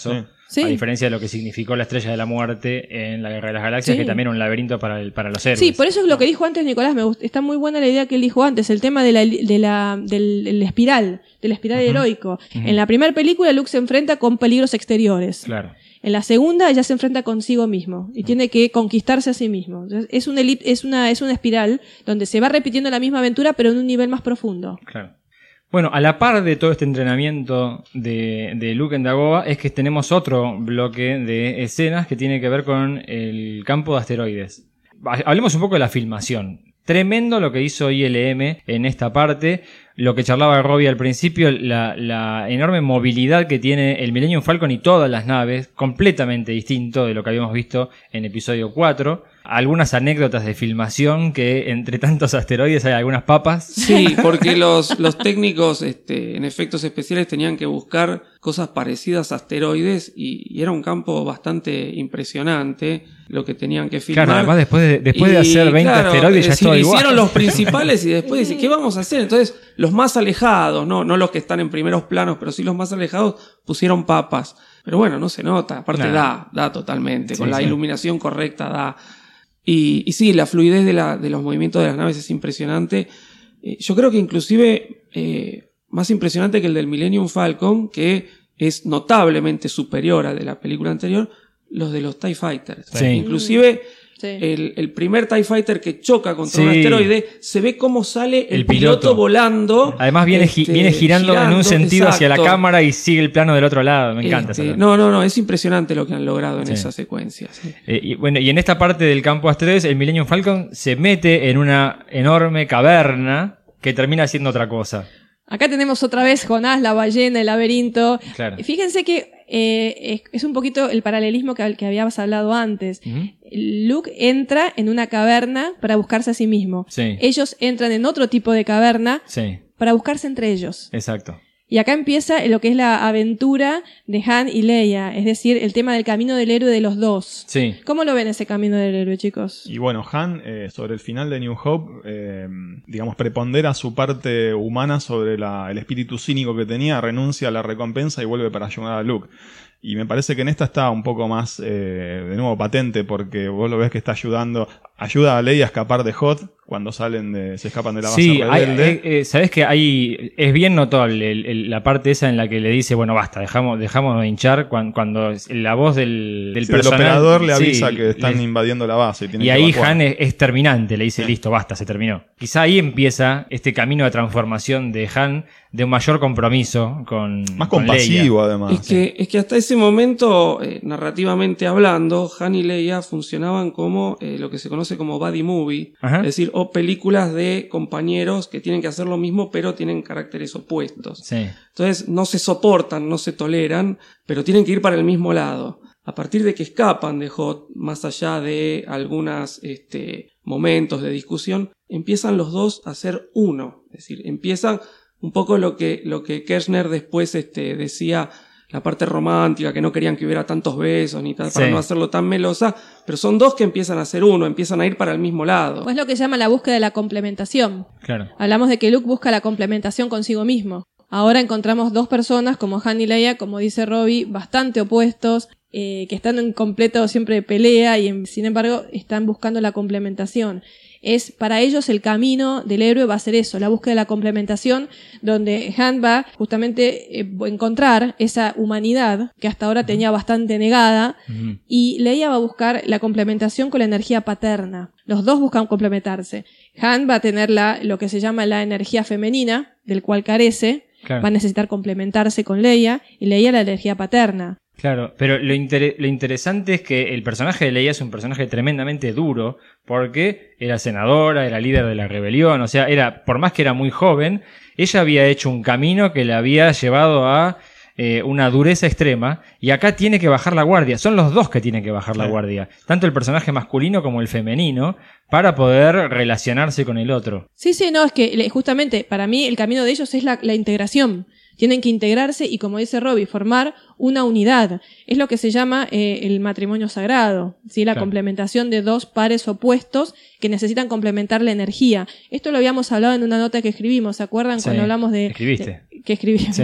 Sí. A diferencia de lo que significó la Estrella de la Muerte en la Guerra de las Galaxias, Sí. que también era un laberinto para, el, para los héroes. Sí, por eso es lo que dijo antes Nicolás, me gusta, está muy buena la idea que él dijo antes, el tema de la, de la, del, del espiral, del espiral Ujú. heroico. Ujú. En la primera película Luke se enfrenta con peligros exteriores. Claro. En la segunda ella se enfrenta consigo mismo y tiene que conquistarse a sí mismo. Entonces, es una, elip- es una, es una espiral donde se va repitiendo la misma aventura pero en un nivel más profundo. Claro. Bueno, a la par de todo este entrenamiento de, de Luke en Dagobah es que tenemos otro bloque de escenas que tiene que ver con el campo de asteroides. Hablemos un poco de la filmación. Tremendo lo que hizo I L M en esta parte. Lo que charlaba Robbie al principio, la, la enorme movilidad que tiene el Millennium Falcon y todas las naves, completamente distinto de lo que habíamos visto en episodio cuatro. Algunas anécdotas de filmación que entre tantos asteroides hay algunas papas. Sí, porque los, los técnicos este, en efectos especiales tenían que buscar cosas parecidas a asteroides y, y era un campo bastante impresionante lo que tenían que filmar. Claro, además después de, después de Y, hacer veinte claro, asteroides ya es es todo decir, igual. hicieron los principales y después dicen, ¿qué vamos a hacer? Entonces, los más alejados, no, no los que están en primeros planos, pero sí los más alejados, pusieron papas. Pero bueno, no se nota, aparte Nah. da, da totalmente, Sí, con la sí. iluminación correcta da. Y, y sí, la fluidez de, la, de los movimientos de las naves es impresionante. Eh, yo creo que inclusive eh, más impresionante que el del Millennium Falcon, que es notablemente superior al de la película anterior, los de los TIE Fighters. Sí. Inclusive Sí. el, el primer TIE Fighter que choca contra un Sí. asteroide, se ve cómo sale el, El piloto, piloto. volando. Además viene, gi- este, viene girando, en un sentido hacia la exacto. cámara y sigue el plano del otro lado. Me encanta. Este, esa- no, no, no, es impresionante lo que han logrado en Sí. esa secuencia. Sí. Eh, y, bueno, y en esta parte del campo de asteroides, el Millennium Falcon se mete en una enorme caverna que termina siendo otra cosa. Acá tenemos otra vez Jonás, la ballena, el laberinto. Claro. Fíjense que eh, es, es un poquito el paralelismo que, que habíamos hablado antes. Ujú. Luke entra en una caverna para buscarse a sí mismo. Sí. Ellos entran en otro tipo de caverna Sí, para buscarse entre ellos. exacto. Y acá empieza lo que es la aventura de Han y Leia, es decir, el tema del camino del héroe de los dos. Sí. ¿Cómo lo ven ese camino del héroe, chicos? Y bueno, Han, eh, sobre el final de New Hope, eh, digamos, prepondera su parte humana sobre la- el espíritu cínico que tenía, renuncia a la recompensa y vuelve para ayudar a Luke. Y me parece que en esta está un poco más, eh, de nuevo, patente, porque vos lo ves que está ayudando, ayuda a Leia a escapar de Hoth cuando salen de, se escapan de la base Sí, hay, rebelde. hay- eh, sabés que hay, es bien notable el- el- la parte esa en la que le dice, bueno, basta, dejamos, dejamos de hinchar cuando, cuando la voz del, del Sí, el personal. operador le sí, avisa que están le- invadiendo la base. Y, tienen Y que ahí evacuar. Han es, es terminante, le dice, Sí. listo, basta, se terminó. Quizá ahí empieza este camino de transformación de Han, de un mayor compromiso con Más con compasivo, Leia. además. Es que, es que hasta ese momento, eh, narrativamente hablando, Han y Leia funcionaban como eh, lo que se conoce como buddy movie, Ajá. es decir, o películas de compañeros que tienen que hacer lo mismo pero tienen caracteres opuestos. Sí, Entonces no se soportan, no se toleran, pero tienen que ir para el mismo lado. A partir de que escapan de Hoth, más allá de algunos este, momentos de discusión, empiezan los dos a ser uno. Es decir, empiezan un poco lo que, lo que Kirchner después este, decía, la parte romántica, que no querían que hubiera tantos besos ni tal, para Sí. no hacerlo tan melosa, pero son dos que empiezan a ser uno, empiezan a ir para el mismo lado. Pues lo que se llama la búsqueda de la complementación. claro. Hablamos de que Luke busca la complementación consigo mismo. Ahora encontramos dos personas como Han y Leia, como dice Robbie, bastante opuestos, eh, que están en completo siempre de pelea y en- sin embargo están buscando la complementación. Es para ellos el camino del héroe va a ser eso, la búsqueda de la complementación, donde Han va justamente eh, encontrar esa humanidad que hasta ahora tenía bastante negada, Ujú. y Leia va a buscar la complementación con la energía paterna. Los dos buscan complementarse. Han va a tener la, lo que se llama la energía femenina, del cual carece, Claro. va a necesitar complementarse con Leia, y Leia la energía paterna. Claro, pero lo, inter- lo interesante es que el personaje de Leia es un personaje tremendamente duro, porque era senadora, era líder de la rebelión, o sea, era, por más que era muy joven, ella había hecho un camino que le había llevado a eh, una dureza extrema, y acá tiene que bajar la guardia. Son los dos que tienen que bajar la Sí. guardia, tanto el personaje masculino como el femenino, para poder relacionarse con el otro. Sí, sí, no, es que le- justamente para mí el camino de ellos es la, la integración. Tienen que integrarse y, como dice Robbie, formar una unidad. Es lo que se llama eh, el matrimonio sagrado, ¿sí? La Claro. complementación de dos pares opuestos que necesitan complementar la energía. Esto lo habíamos hablado en una nota que escribimos, ¿se acuerdan? Sí, Cuando hablamos de... escribiste. de- ¿Qué escribí? Sí.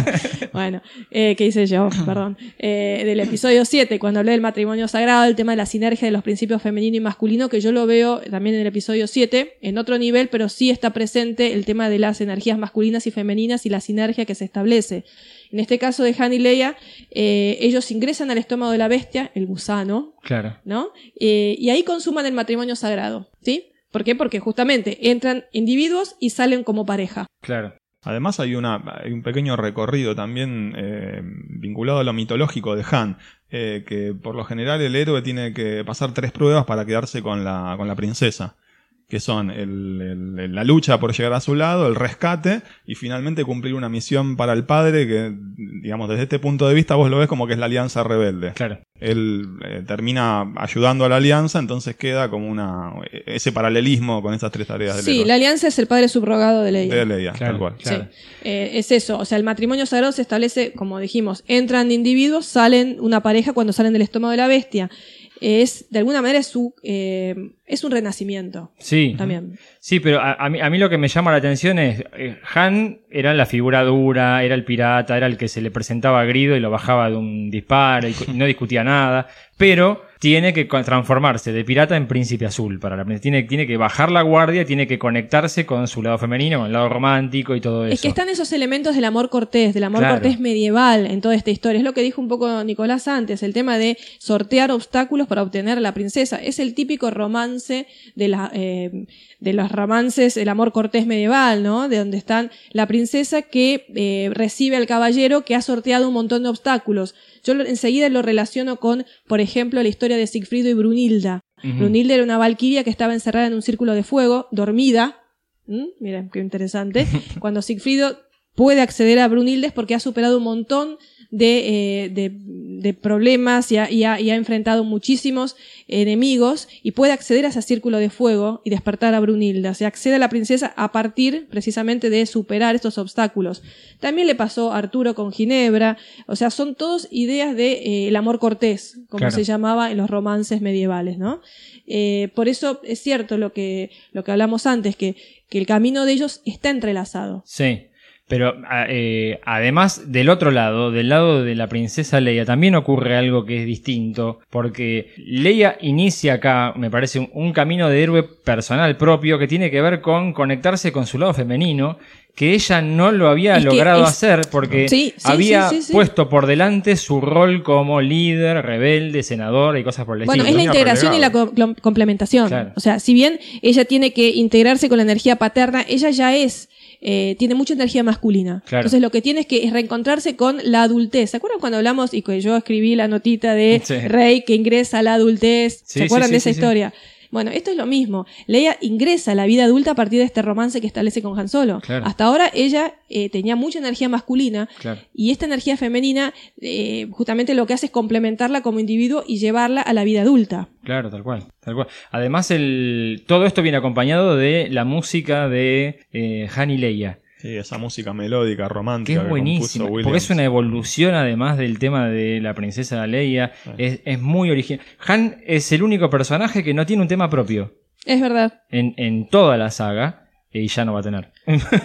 Bueno, eh, ¿qué hice yo? Perdón. Eh, del episodio siete, cuando hablé del matrimonio sagrado, el tema de la sinergia de los principios femenino y masculino, que yo lo veo también en el episodio siete, en otro nivel, pero sí está presente el tema de las energías masculinas y femeninas y la sinergia que se establece. En este caso de Han y Leia, eh, ellos ingresan al estómago de la bestia, el gusano, Claro. ¿no? Eh, y ahí consuman el matrimonio sagrado, ¿sí? ¿Por qué? Porque justamente entran individuos y salen como pareja. Claro. Además hay, una, hay un pequeño recorrido también eh, vinculado a lo mitológico de Han, eh, que por lo general el héroe tiene que pasar tres pruebas para quedarse con la, con la princesa, que son el, el, la lucha por llegar a su lado, el rescate y finalmente cumplir una misión para el padre que, digamos, desde este punto de vista vos lo ves como que es la Alianza Rebelde. Claro. Él eh, termina ayudando a la Alianza, entonces queda como una ese paralelismo con estas tres tareas del Sí, héroe. la alianza es el padre subrogado de Leia. De Leia, Claro, tal cual. claro. Sí. Eh, es eso, o sea, el matrimonio sagrado se establece, como dijimos, entran individuos, salen una pareja cuando salen del estómago de la bestia. Es, de alguna manera, es, su, eh, es un renacimiento. Sí. También. Sí, pero a, a, mí, a mí lo que me llama la atención es, eh, Han era la figura dura, era el pirata, era el que se le presentaba a Grido y lo bajaba de un disparo y, y no discutía nada, pero tiene que transformarse de pirata en príncipe azul para la princesa. Tiene, tiene que bajar la guardia, tiene que conectarse con su lado femenino, con el lado romántico y todo eso. Es que están esos elementos del amor cortés, del amor Claro. cortés medieval en toda esta historia. Es lo que dijo un poco Nicolás antes, el tema de sortear obstáculos para obtener a la princesa. Es el típico romance de, la, eh, de los romances, el amor cortés medieval, ¿no? De donde están la princesa que eh, recibe al caballero que ha sorteado un montón de obstáculos. Yo lo, enseguida lo relaciono con, por ejemplo, la historia de Sigfrido y Brunilda. Ujú. Brunilda era una valquiria que estaba encerrada en un círculo de fuego, dormida. ¿Mm? Miren, qué interesante. Cuando Sigfrido puede acceder a Brunilda es porque ha superado un montón de, eh, de, de problemas y ha, y, ha, y ha enfrentado muchísimos enemigos y puede acceder a ese círculo de fuego y despertar a Brunilda. Se accede a la princesa a partir precisamente de superar estos obstáculos. También le pasó a Arturo con Ginebra. O sea, son todos ideas de eh, el amor cortés, como Claro. se llamaba en los romances medievales, ¿no? Eh, por eso es cierto lo que, lo que hablamos antes, que, que el camino de ellos está entrelazado. Sí, pero a- eh, además del otro lado, del lado de la princesa Leia, también ocurre algo que es distinto, porque Leia inicia acá, me parece, un, un camino de héroe personal propio que tiene que ver con conectarse con su lado femenino, que ella no lo había Es que logrado es- hacer porque Sí, sí, había sí, sí, sí. puesto por delante su rol como líder, rebelde, senador y cosas por el Bueno, estilo. es la tenía integración y la relegado. com- complementación. Claro. O sea, si bien ella tiene que integrarse con la energía paterna, ella ya es, eh, tiene mucha energía masculina. Claro. Entonces lo que tiene es que es reencontrarse con la adultez. ¿Se acuerdan cuando hablamos y que yo escribí la notita de Sí. Rey que ingresa a la adultez? Sí, ¿Se acuerdan sí, de sí, esa sí, sí. historia? Bueno, esto es lo mismo. Leia ingresa a la vida adulta a partir de este romance que establece con Han Solo. Claro. Hasta ahora ella eh, tenía mucha energía masculina Claro. y esta energía femenina eh, justamente lo que hace es complementarla como individuo y llevarla a la vida adulta. Claro, tal cual, tal cual. Además, el, todo esto viene acompañado de la música de eh, Han y Leia. Sí, esa música melódica, Que romántica es que buenísima, compuso porque es Williams. una evolución además del tema de la princesa Leia, es, es muy original. Han es el único personaje que no tiene un tema propio Es verdad. en, en toda la saga, y ya no va a tener.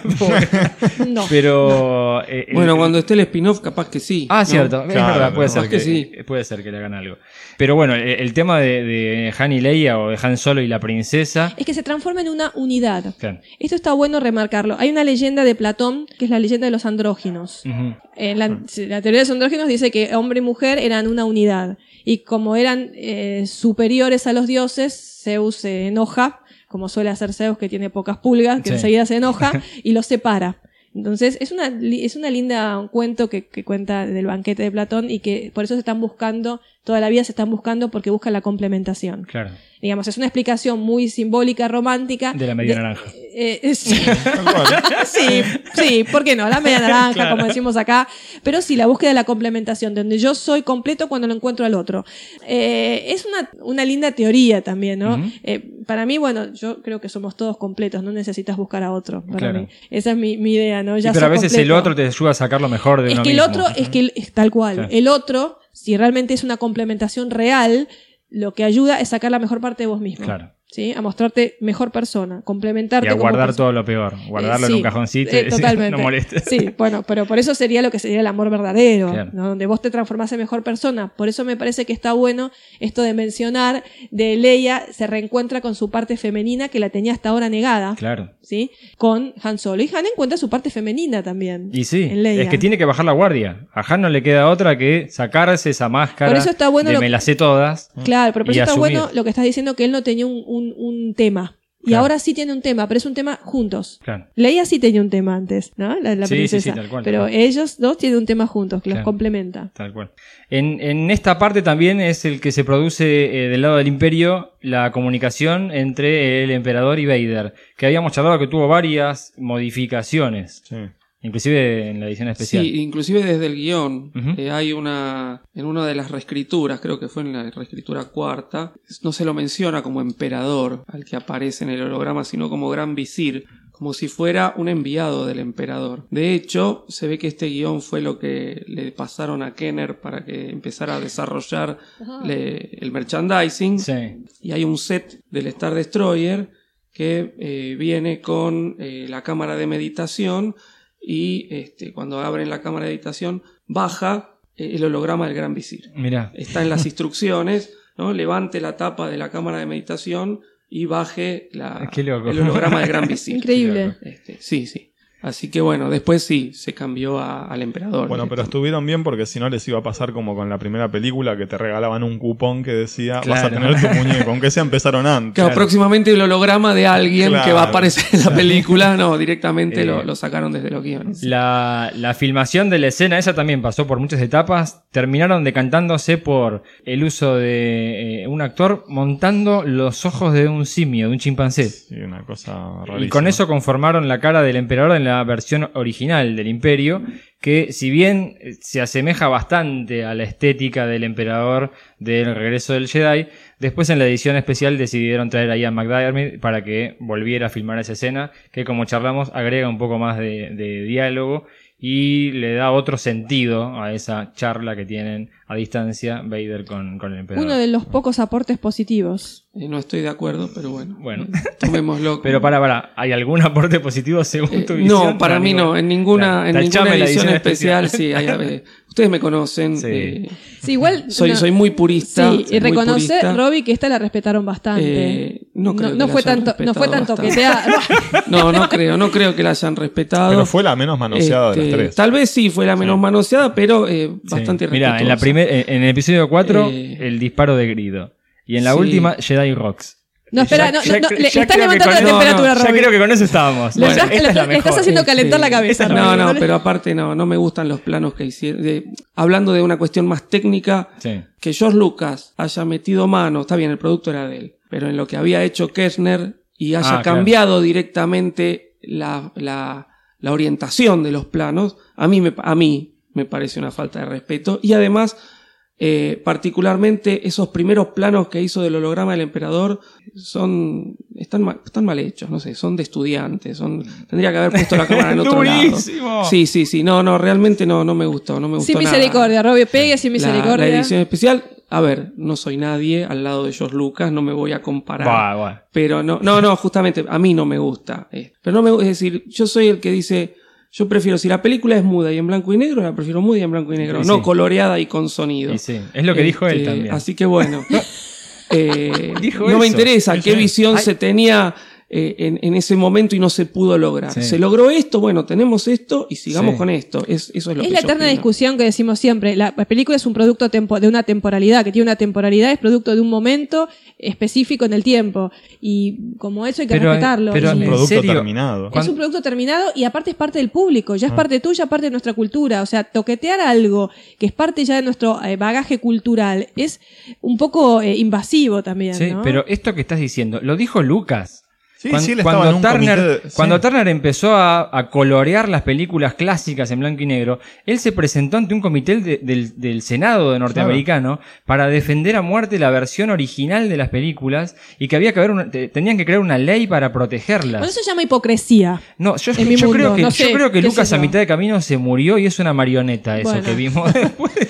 No. Pero... eh, el- Bueno, cuando esté el spin-off, capaz que sí. Ah, ¿no? cierto, es Claro, verdad, puede no, ser es que, que sí. puede ser que le hagan algo. Pero bueno, el, el tema de, de Han y Leia o de Han Solo y la princesa... Es que se transforma en una unidad. Claro. Esto está bueno remarcarlo. Hay una leyenda de Platón, que es la leyenda de los andróginos. Ujú. En la, la teoría de los andróginos dice que hombre y mujer eran una unidad. Y como eran eh, superiores a los dioses, Zeus se enoja, como suele hacer Zeus, que tiene pocas pulgas, que Sí. enseguida se enoja y los separa. Entonces, es una, li- es una linda un cuento que, que cuenta del banquete de Platón y que por eso se están buscando, toda la vida se están buscando porque buscan la complementación. Claro, Digamos, es una explicación muy simbólica, romántica. de la media naranja. Eh, eh, sí. sí, sí, ¿por qué no? La media naranja, Claro. como decimos acá. Pero sí, la búsqueda de la complementación, donde yo soy completo cuando lo encuentro al otro. Eh, es una, una linda teoría también, ¿no? Ujú. Eh, para mí, bueno, yo creo que somos todos completos, no necesitas buscar a otro. Para Claro. mí. Esa es mi, mi idea, ¿no? Ya Sí, pero a soy veces el completo. otro te ayuda a sacar lo mejor de Es uno que el mismo. otro, es que el- es tal cual. Claro. El otro, si realmente es una complementación real, lo que ayuda es sacar la mejor parte de vos mismo. Claro. ¿sí? A mostrarte mejor persona, complementarte. Y a como guardar persona. todo lo peor, guardarlo Eh, sí, en un cajoncito eh, y totalmente. no molestes. Sí, bueno, pero por eso sería lo que sería el amor verdadero, Claro. ¿no? Donde vos te transformás en mejor persona. Por eso me parece que está bueno esto de mencionar de Leia se reencuentra con su parte femenina que la tenía hasta ahora negada, Claro. ¿sí? Con Han Solo. Y Han encuentra su parte femenina también. Y sí, en Leia. es que tiene que bajar la guardia. A Han no le queda otra que sacarse esa máscara Por eso está bueno de lo- me las sé todas. Claro, pero por y eso está asumir. bueno lo que estás diciendo que él no tenía un, un, un tema. Y Claro. ahora sí tiene un tema, pero es un tema juntos. Claro. Leia sí tenía un tema antes, ¿no? La, la Sí, princesa. sí, sí, tal cual, pero tal cual. ellos dos tienen un tema juntos que los Claro. complementa. Tal cual. En, en esta parte también es el que se produce eh, del lado del Imperio la comunicación entre el Emperador y Vader, que habíamos charlado que tuvo varias modificaciones, Sí. inclusive en la edición especial. Sí, inclusive desde el guión Ujú. eh, hay una, en una de las reescrituras, creo que fue en la reescritura cuarta, no se lo menciona como emperador al que aparece en el holograma, sino como gran visir, como si fuera un enviado del emperador. De hecho, se ve que este guión fue lo que le pasaron a Kenner para que empezara a desarrollar le- el merchandising. Sí. Y hay un set del Star Destroyer que eh, viene con eh, la cámara de meditación y este, cuando abren la cámara de meditación baja eh, el holograma del Gran Visir. Mirá. Está en las instrucciones, ¿no? Levante la tapa de la cámara de meditación y baje la, Qué loco. el holograma del Gran Visir. Increíble. Este, sí, sí. Así que bueno, después sí, se cambió a- al emperador. Bueno, pero directamente. estuvieron bien porque si no les iba a pasar como con la primera película que te regalaban un cupón que decía vas a Claro. tener tu muñeco, aunque se empezaron antes. Claro, próximamente el holograma de alguien Claro. que va a aparecer en la película, no, directamente Eh, lo, lo sacaron desde los guiones. La, la filmación de la escena, esa también pasó por muchas etapas, terminaron decantándose por el uso de eh, un actor montando los ojos de un simio, de un chimpancé. Sí, una cosa rarísima. Y con eso conformaron la cara del emperador en la versión original del Imperio, que si bien eh, se asemeja bastante a la estética del emperador del Regreso del Jedi, después en la edición especial decidieron traer a Ian McDiarmid para que volviera a filmar esa escena, que como charlamos agrega un poco más de, de diálogo y le da otro sentido a esa charla que tienen a distancia Vader con, con el emperador. Uno de los pocos aportes positivos. Eh, no estoy de acuerdo, pero bueno. Bueno. Tomémoslo. Pero para, para, ¿hay algún aporte positivo según Eh, tu visión? no, para mí no. En ninguna, en Tachame ninguna la edición edición especial, especial. sí. hay- eh, ustedes me conocen. Sí. eh, Sí, igual. soy, no- soy muy purista. Sí, y muy reconoce, purista. Robbie, que esta la respetaron bastante. Eh, no creo que la fue hayan tanto, no fue respetado tanto bastante. que te No, no creo, no creo que la hayan respetado. Pero fue la menos manoseada de Este, las tres. Tal vez sí fue la menos manoseada, pero eh, bastante Mira, en, la respetuosa. primer, en en el episodio cuatro, Eh, el disparo de Grido. Y en la sí. última, Jedi Rocks. No, espera, no, Ya- no, ya- le ya estás creo que levantando la con- no, temperatura, no, Ya Robbie. creo que con eso estábamos. Le Bueno, estás- esta le- es la le mejor. estás haciendo calentar la cabeza, Esta es la No, mejor. no, pero aparte no, no me gustan los planos que hicieron. De- hablando de una cuestión más técnica, Sí. que George Lucas haya metido mano, está bien, el producto era de él, pero en lo que había hecho Kessner y haya Ah, claro. cambiado directamente la, la, la orientación de los planos, a mí me, a mí me parece una falta de respeto. Y además, eh, particularmente esos primeros planos que hizo del holograma del emperador son están mal, están mal hechos, no sé, son de estudiantes, son tendría que haber puesto la cámara en otro lado. Durísimo. Sí, sí, sí, no, no, realmente no, no me gustó, no me gustó Sin nada. misericordia, Robbie, pegue sin La, misericordia. la edición especial, a ver, no soy nadie al lado de George Lucas, no me voy a comparar. Va, va. Pero no, no, no, justamente a mí no me gusta. eh. Pero no me gu- es decir, yo soy el que dice, yo prefiero, si la película es muda y en blanco y negro, la prefiero muda y en blanco y negro, Y no sí. coloreada y con sonido. Y sí, es lo que dijo él Este, también. Así que bueno. eh, Dijo no me eso. interesa Sí, qué sí. visión Ay. se tenía eh, en, en ese momento y no se pudo lograr. Sí. Se logró esto, bueno, tenemos esto y sigamos Sí. con esto. Es, eso es lo Es que la yo eterna opino. discusión que decimos siempre. La película es un producto tempo- de una temporalidad, que tiene una temporalidad, es producto de un momento específico en el tiempo. Y como eso hay que Pero, respetarlo. pero Es un Y- ¿en producto serio? terminado. Cuan- Es un producto terminado y aparte es parte del público, ya es parte tuya, parte de nuestra cultura. O sea, toquetear algo que es parte ya de nuestro eh, bagaje cultural es un poco eh, invasivo también, Sí, ¿no? pero esto que estás diciendo, lo dijo Lucas. Sí, Cuan- sí, él cuando, estaba en un Turner, comité de- sí. cuando Turner empezó a, a colorear las películas clásicas en blanco y negro, él se presentó ante un comité de- del, del Senado de norteamericano para defender a muerte la versión original de las películas y que había que haber una, te- tenían que crear una ley para protegerlas. Bueno, eso se llama hipocresía. No, yo, en mi yo mundo, creo que, no yo sé, creo que qué Lucas sé a yo. mitad de camino se murió y es una marioneta eso Bueno. que vimos después.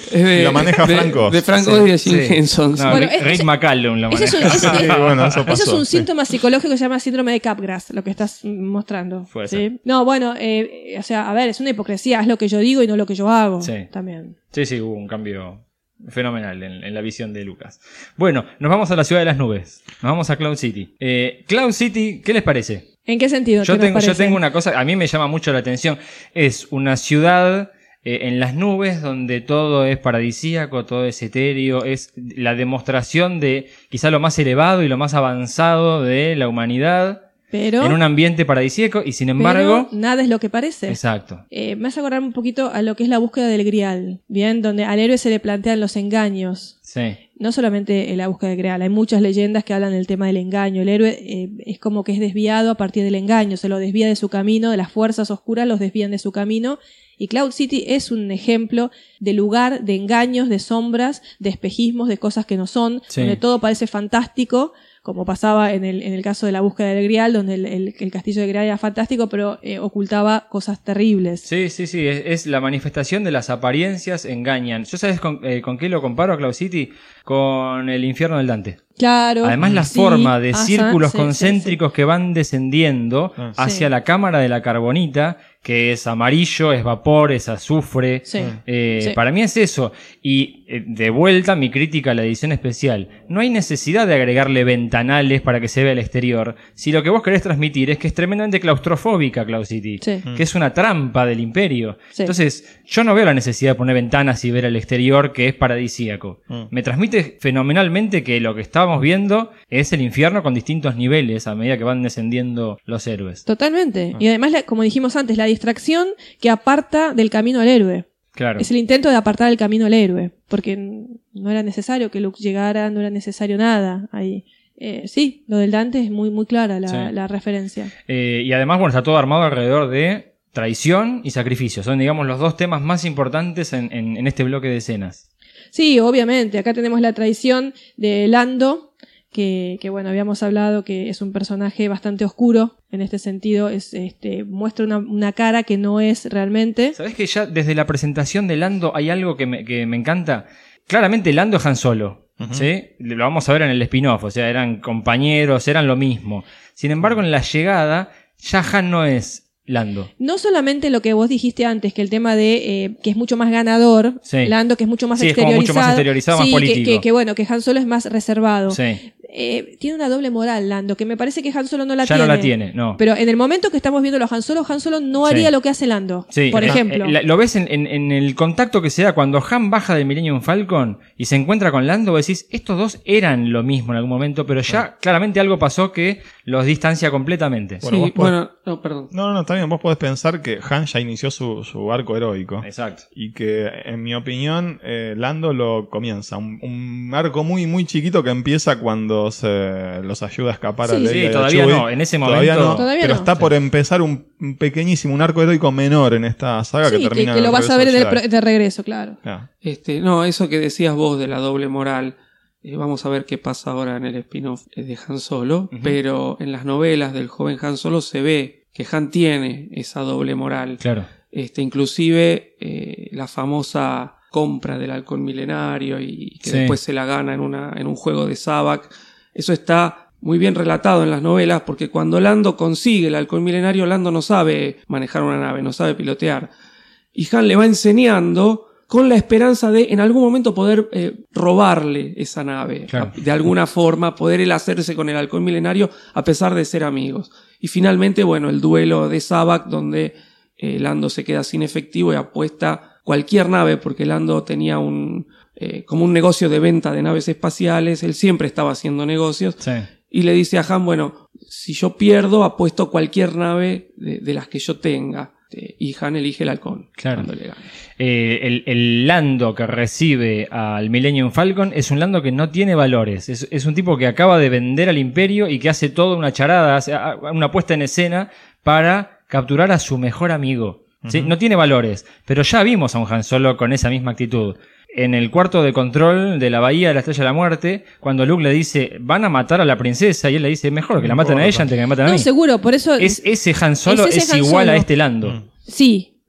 Es de, Lo maneja de- Frank Oz. De Frank Sí, Oz y de Jim sí. Henson. No, Bueno, Rick, es- Rick McCallum lo Ese es un, maneja. ese- Sí, bueno, eso Eso pasó, es un sí. síntoma psicológico que se llama síndrome de Capgras, lo que estás mostrando. Puede ¿sí? ser. No, bueno, eh, o sea, a ver, es una hipocresía, haz lo que yo digo y no lo que yo hago. Sí. También. Sí, sí, hubo un cambio fenomenal en, en la visión de Lucas. Bueno, nos vamos a la ciudad de las nubes. Nos vamos a Cloud City. Eh, Cloud City, ¿qué les parece? ¿En qué sentido? Yo ¿Qué nos tengo, yo parece? tengo una cosa, a mí me llama mucho la atención. Es una ciudad eh, en las nubes donde todo es paradisíaco, todo es etéreo, es la demostración de quizá lo más elevado y lo más avanzado de la humanidad Pero, en un ambiente paradisíaco y sin embargo... pero nada es lo que parece. Exacto. Eh, me hace acordar un poquito a lo que es la búsqueda del grial, ¿bien? Donde al héroe se le plantean los engaños. Sí. No solamente en la búsqueda del grial, hay muchas leyendas que hablan del tema del engaño. El héroe eh, es como que es desviado a partir del engaño, se lo desvía de su camino, de las fuerzas oscuras los desvían de su camino. Y Cloud City es un ejemplo de lugar de engaños, de sombras, de espejismos, de cosas que no son, Sí. donde todo parece fantástico, como pasaba en el, en el caso de la búsqueda del grial, donde el, el- el castillo de grial era fantástico, pero eh, ocultaba cosas terribles. Sí, sí, sí, es, es la manifestación de las apariencias engañan. ¿Yo sabes con, eh, con qué lo comparo a Cloud City? Con el infierno del Dante. Claro. Además la sí, forma de ajá, círculos sí, sí, concéntricos que van descendiendo Ah. hacia Sí. la cámara de la carbonita, que es amarillo, es vapor, es azufre. Sí. Eh, Sí. Para mí es eso. Y eh, de vuelta mi crítica a la edición especial. No hay necesidad de agregarle ventanales para que se vea el exterior. Si lo que vos querés transmitir es que es tremendamente claustrofóbica Cloud City. Sí. Que es una trampa del imperio. Sí. Entonces, yo no veo la necesidad de poner ventanas y ver el exterior que es paradisíaco. Mm. Me transmite fenomenalmente que lo que estábamos viendo es el infierno con distintos niveles a medida que van descendiendo los héroes. Totalmente. Y además, la- como dijimos antes, la distracción que aparta del camino al héroe. Claro. Es el intento de apartar el camino al héroe. Porque n- no era necesario que Luke llegara, no era necesario nada ahí. Eh, sí, lo del Dante es muy, muy clara la, Sí. la referencia. Eh, y además, bueno, está todo armado alrededor de traición y sacrificio. Son, digamos, los dos temas más importantes en, en- en este bloque de escenas. Sí, obviamente. Acá tenemos la traición de Lando, que, que bueno, habíamos hablado que es un personaje bastante oscuro. En este sentido, es, este, muestra una, una cara que no es realmente. ¿Sabés que ya desde la presentación de Lando hay algo que me, que me encanta? Claramente Lando es Han Solo, ¿sí? Lo vamos a ver en el spin-off, o sea, eran compañeros, eran lo mismo. Sin embargo, en la llegada, ya Han no es Lando. No solamente lo que vos dijiste antes, que el tema de eh, que es mucho más ganador, Sí. Lando que es mucho más Sí, es como exteriorizado. mucho más exteriorizado, más Sí, que- político. Que, que bueno, que Han Solo es más reservado. Sí. Eh, tiene una doble moral, Lando, que me parece que Han Solo no la Ya tiene. no la tiene, no. Pero en el momento que estamos viendo los Han Solo, Han Solo no Sí. haría lo que hace Lando. Sí, por eh, ejemplo. eh, la- lo ves en, en- en el contacto que se da cuando Han baja del Millennium Falcon y se encuentra con Lando, vos decís, estos dos eran lo mismo en algún momento, pero ya claramente algo pasó que los distancia completamente. Bueno, Sí, vos podés- bueno, no, perdón. No, no, no, está bien. Vos podés pensar que Han ya inició su, su arco heroico. Exacto. Y que, en mi opinión, eh, Lando lo comienza. Un, un arco muy, muy chiquito que empieza cuando se los ayuda a escapar Sí, a Leia sí, y a todavía Chewie. no, en ese Todavía momento- no, Todavía pero no. está por empezar un, un pequeñísimo, un arco heroico menor en esta saga Sí, que que, termina que en lo el vas a ver regreso de, del Jedi. de regreso, claro. Claro. Este, no, eso que decías vos de la doble moral, eh, vamos a ver qué pasa ahora en el spin-off eh, de Han Solo, Ujú. pero en las novelas del joven Han Solo se ve que Han tiene esa doble moral. Claro. Este, inclusive eh, la famosa compra del halcón milenario y que Sí. después se la gana en, una, en un juego de Sabak. Eso está muy bien relatado en las novelas porque cuando Lando consigue el halcón milenario, Lando no sabe manejar una nave, no sabe pilotear. Y Han le va enseñando con la esperanza de en algún momento poder eh, robarle esa nave. Claro. De alguna forma poder él hacerse con el halcón milenario a pesar de ser amigos. Y finalmente, bueno, el duelo de Sabak donde eh, Lando se queda sin efectivo y apuesta cualquier nave porque Lando tenía un eh, como un negocio de venta de naves espaciales, él siempre estaba haciendo negocios Sí. y le dice a Han, bueno, si yo pierdo apuesto cualquier nave de, de las que yo tenga. Eh, y Han elige el halcón Claro. cuando le gana. Eh, el, el Lando que recibe al Millennium Falcon es un Lando que no tiene valores. Es, es un tipo que acaba de vender al Imperio y que hace toda una charada, hace a- una puesta en escena para capturar a su mejor amigo. ¿Sí? No tiene valores, pero ya vimos a un Han Solo con esa misma actitud. En el cuarto de control de la Bahía de la Estrella de la Muerte, cuando Luke le dice, van a matar a la princesa, y él le dice, mejor que la No maten a importa. ella antes que me maten a No, mí. seguro, por eso. Es, ese Han Solo Es es, ese Han igual a Solo. este Lando. Sí,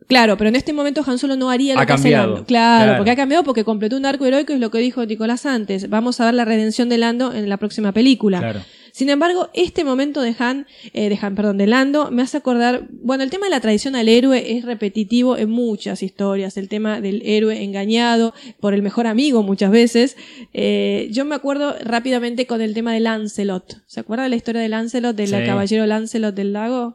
Claro, pero en este momento Han Solo no haría lo Ha que hace cambiado. Lando. Claro, Claro. porque ha cambiado porque completó un arco heroico, es lo que dijo Nicolás antes. Vamos a ver la redención de Lando en la próxima película. Claro. Sin embargo, este momento de Han, eh, de Han, perdón, de Lando, me hace acordar, bueno, el tema de la traición al héroe es repetitivo en muchas historias, el tema del héroe engañado por el mejor amigo muchas veces. Eh, yo me acuerdo rápidamente con el tema de Lancelot. ¿Se acuerda de la historia de Lancelot, del Sí. caballero Lancelot del lago?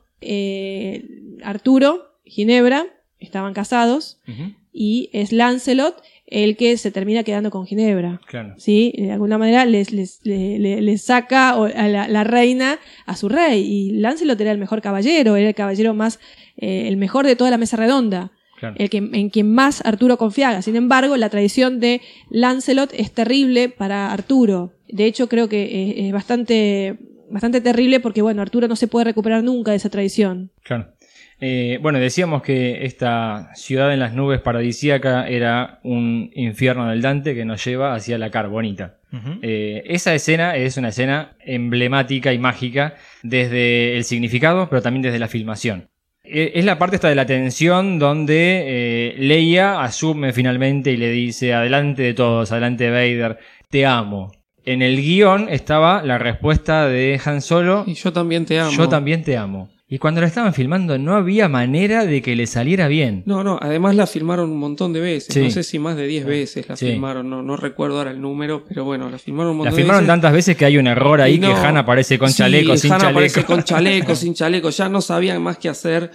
Eh, Arturo, Ginebra, estaban casados Ujú. y es Lancelot el que se termina quedando con Ginebra. Claro. ¿Sí? De alguna manera les, les, le, le, le saca o- a la, la reina a su rey. Y Lancelot era el mejor caballero, era el caballero más, eh, el mejor de toda la mesa redonda. Claro. El que, en quien más Arturo confiaba. Sin embargo, la traición de Lancelot es terrible para Arturo. De hecho, creo que es, es bastante, bastante terrible porque, bueno, Arturo no se puede recuperar nunca de esa traición. Claro. Eh, bueno, decíamos que esta ciudad en las nubes paradisíaca era un infierno del Dante que nos lleva hacia la Carbonita. Ujú. Eh, esa escena es una escena emblemática y mágica desde el significado, pero también desde la filmación. Eh, es la parte esta de la tensión donde eh, Leia asume finalmente y le dice: adelante de todos, adelante de Vader, te amo. En el guión estaba la respuesta de Han Solo: Y yo también te amo. yo también te amo. Y cuando la estaban filmando no había manera de que le saliera bien. No, no, además la filmaron un montón de veces. Sí. No sé si más de diez veces la Sí. filmaron. No, no recuerdo ahora el número, pero bueno, la filmaron un La montón filmaron de veces. tantas veces que hay un error ahí Y no, que Han aparece con sí, chaleco, sin Han chaleco. aparece con chaleco, sin chaleco. Ya no sabían más qué hacer.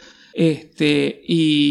Este,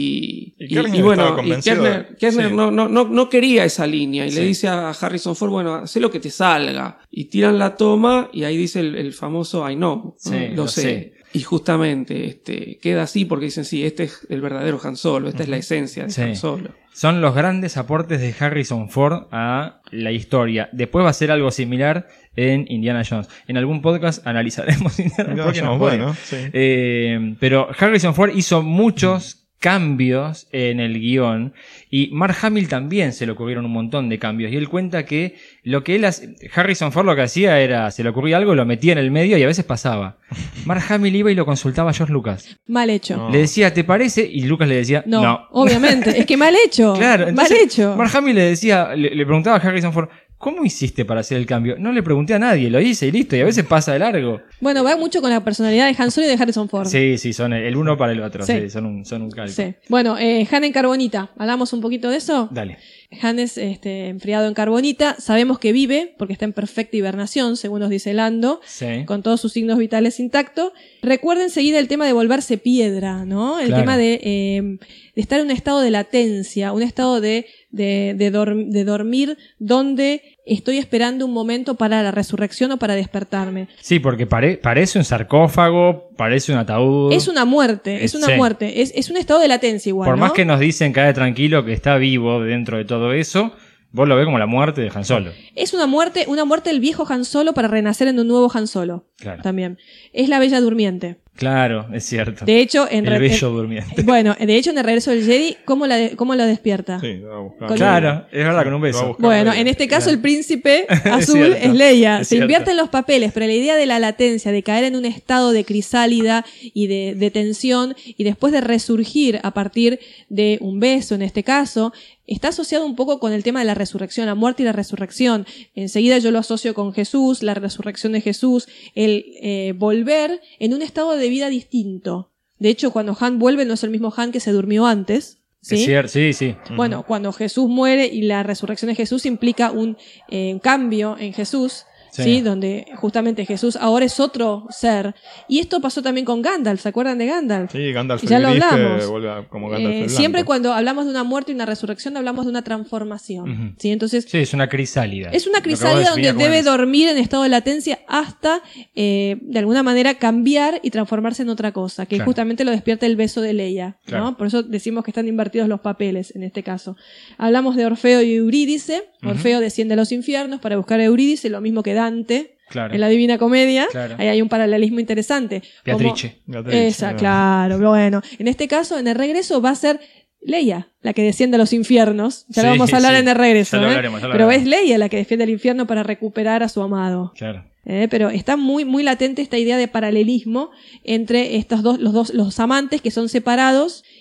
y, Y Kerner bueno, estaba y convencido Kerner, de- Kerner sí. no, no, no, no quería esa línea y Sí. le dice a Harrison Ford: bueno, haz lo que te salga. Y tiran la toma y ahí dice el, el famoso I know, Sí, ¿no? lo, lo sé. sé. Y justamente este, queda así porque dicen: sí, este es el verdadero Han Solo, esta es la esencia de Sí. Han Solo. Son los grandes aportes de Harrison Ford a la historia. Después va a ser algo similar en Indiana Jones. En algún podcast analizaremos Indiana Indiana porque nos Jones, puede. bueno, sí. Eh, pero Harrison Ford hizo muchos cambios en el guión y Mark Hamill también se le ocurrieron un montón de cambios y él cuenta que lo que él hace, Harrison Ford lo que hacía era, se le ocurría algo, lo metía en el medio y a veces pasaba. Mark Hamill iba y lo consultaba a George Lucas. Mal hecho. No. Le decía: ¿te parece? Y Lucas le decía: No, no. obviamente. Es que mal hecho. Claro, mal entonces, hecho. Mark Hamill le decía, le, le preguntaba a Harrison Ford: ¿cómo hiciste para hacer el cambio? No le pregunté a nadie, lo hice y listo, y a veces pasa de largo. Bueno, va mucho con la personalidad de Han Solo y de Harrison Ford. Sí, sí, son el uno para el otro, Sí. sí, son un, son un calco. Sí. Bueno, eh, Han en Carbonita. ¿Hablamos un poquito de eso? Dale. Han es este, enfriado en Carbonita. Sabemos que vive porque está en perfecta hibernación, según nos dice Lando, Sí. con todos sus signos vitales intactos. Recuerden enseguida el tema de volverse piedra, ¿no? El Claro. tema de, eh, de estar en un estado de latencia, un estado de, de, de, dor- de dormir donde estoy esperando un momento para la resurrección o para despertarme. Sí, porque pare- parece un sarcófago, parece un ataúd. Es una muerte, es una Sí. muerte. Es, es un estado de latencia igual, Por ¿no? más que nos dicen cada tranquilo que está vivo dentro de todo eso, vos lo ves como la muerte de Han Solo. Es una muerte, una muerte del viejo Han Solo para renacer en un nuevo Han Solo. Claro. También. Es la Bella Durmiente. Claro, es cierto. De hecho, en el re- bello en- durmiente. Bueno, de hecho, en el regreso del Jedi, ¿cómo la, de- cómo la despierta? Sí, lo va a buscar. Con- Claro, es verdad, con un Lo va a beso. buscar. Bueno, Leia. en este caso Claro. el príncipe azul cierto, es Leia. es Se cierto. invierten los papeles, pero la idea de la latencia, de caer en un estado de crisálida y de, de tensión y después de resurgir a partir de un beso, en este caso, está asociado un poco con el tema de la resurrección, la muerte y la resurrección. Enseguida yo lo asocio con Jesús, la resurrección de Jesús, el eh, volver en un estado de vida distinto. De hecho, cuando Han vuelve no es el mismo Han que se durmió antes. ¿sí? Es cierto, sí, sí. Bueno, cuando Jesús muere y la resurrección de Jesús implica un eh, cambio en Jesús, Sí. ¿sí? Donde justamente Jesús ahora es otro ser. Y esto pasó también con Gandalf, ¿se acuerdan de Gandalf? Sí, Gandalf Ya el lo gris que hablamos. vuelve a- como Gandalf Eh, el siempre blanco. cuando hablamos de una muerte y una resurrección hablamos de una transformación. Ujú. ¿sí? Entonces, Sí, es una crisálida. es una Lo que vos crisálida donde definías como debe una- dormir en estado de latencia hasta, eh, de alguna manera, cambiar y transformarse en otra cosa, que Claro. justamente lo despierta el beso de Leia, ¿no? Claro. Por eso decimos que están invertidos los papeles en este caso. Hablamos de Orfeo y Eurídice. Orfeo desciende a los infiernos para buscar a Eurídice, lo mismo que Dante Claro. en la Divina Comedia. Claro. Ahí hay un paralelismo interesante. Como- Beatrice. Beatrice, Esa, claro. claro, bueno. En este caso, en el regreso va a ser Leia la que desciende a los infiernos. Ya lo Sí, vamos a hablar sí. en el regreso. Ya lo ¿eh? hablaremos, ya lo Pero hablaremos. es Leia la que defiende el infierno para recuperar a su amado. Claro. ¿eh? Pero está muy, muy latente esta idea de paralelismo entre estos dos, los dos, los amantes que son separados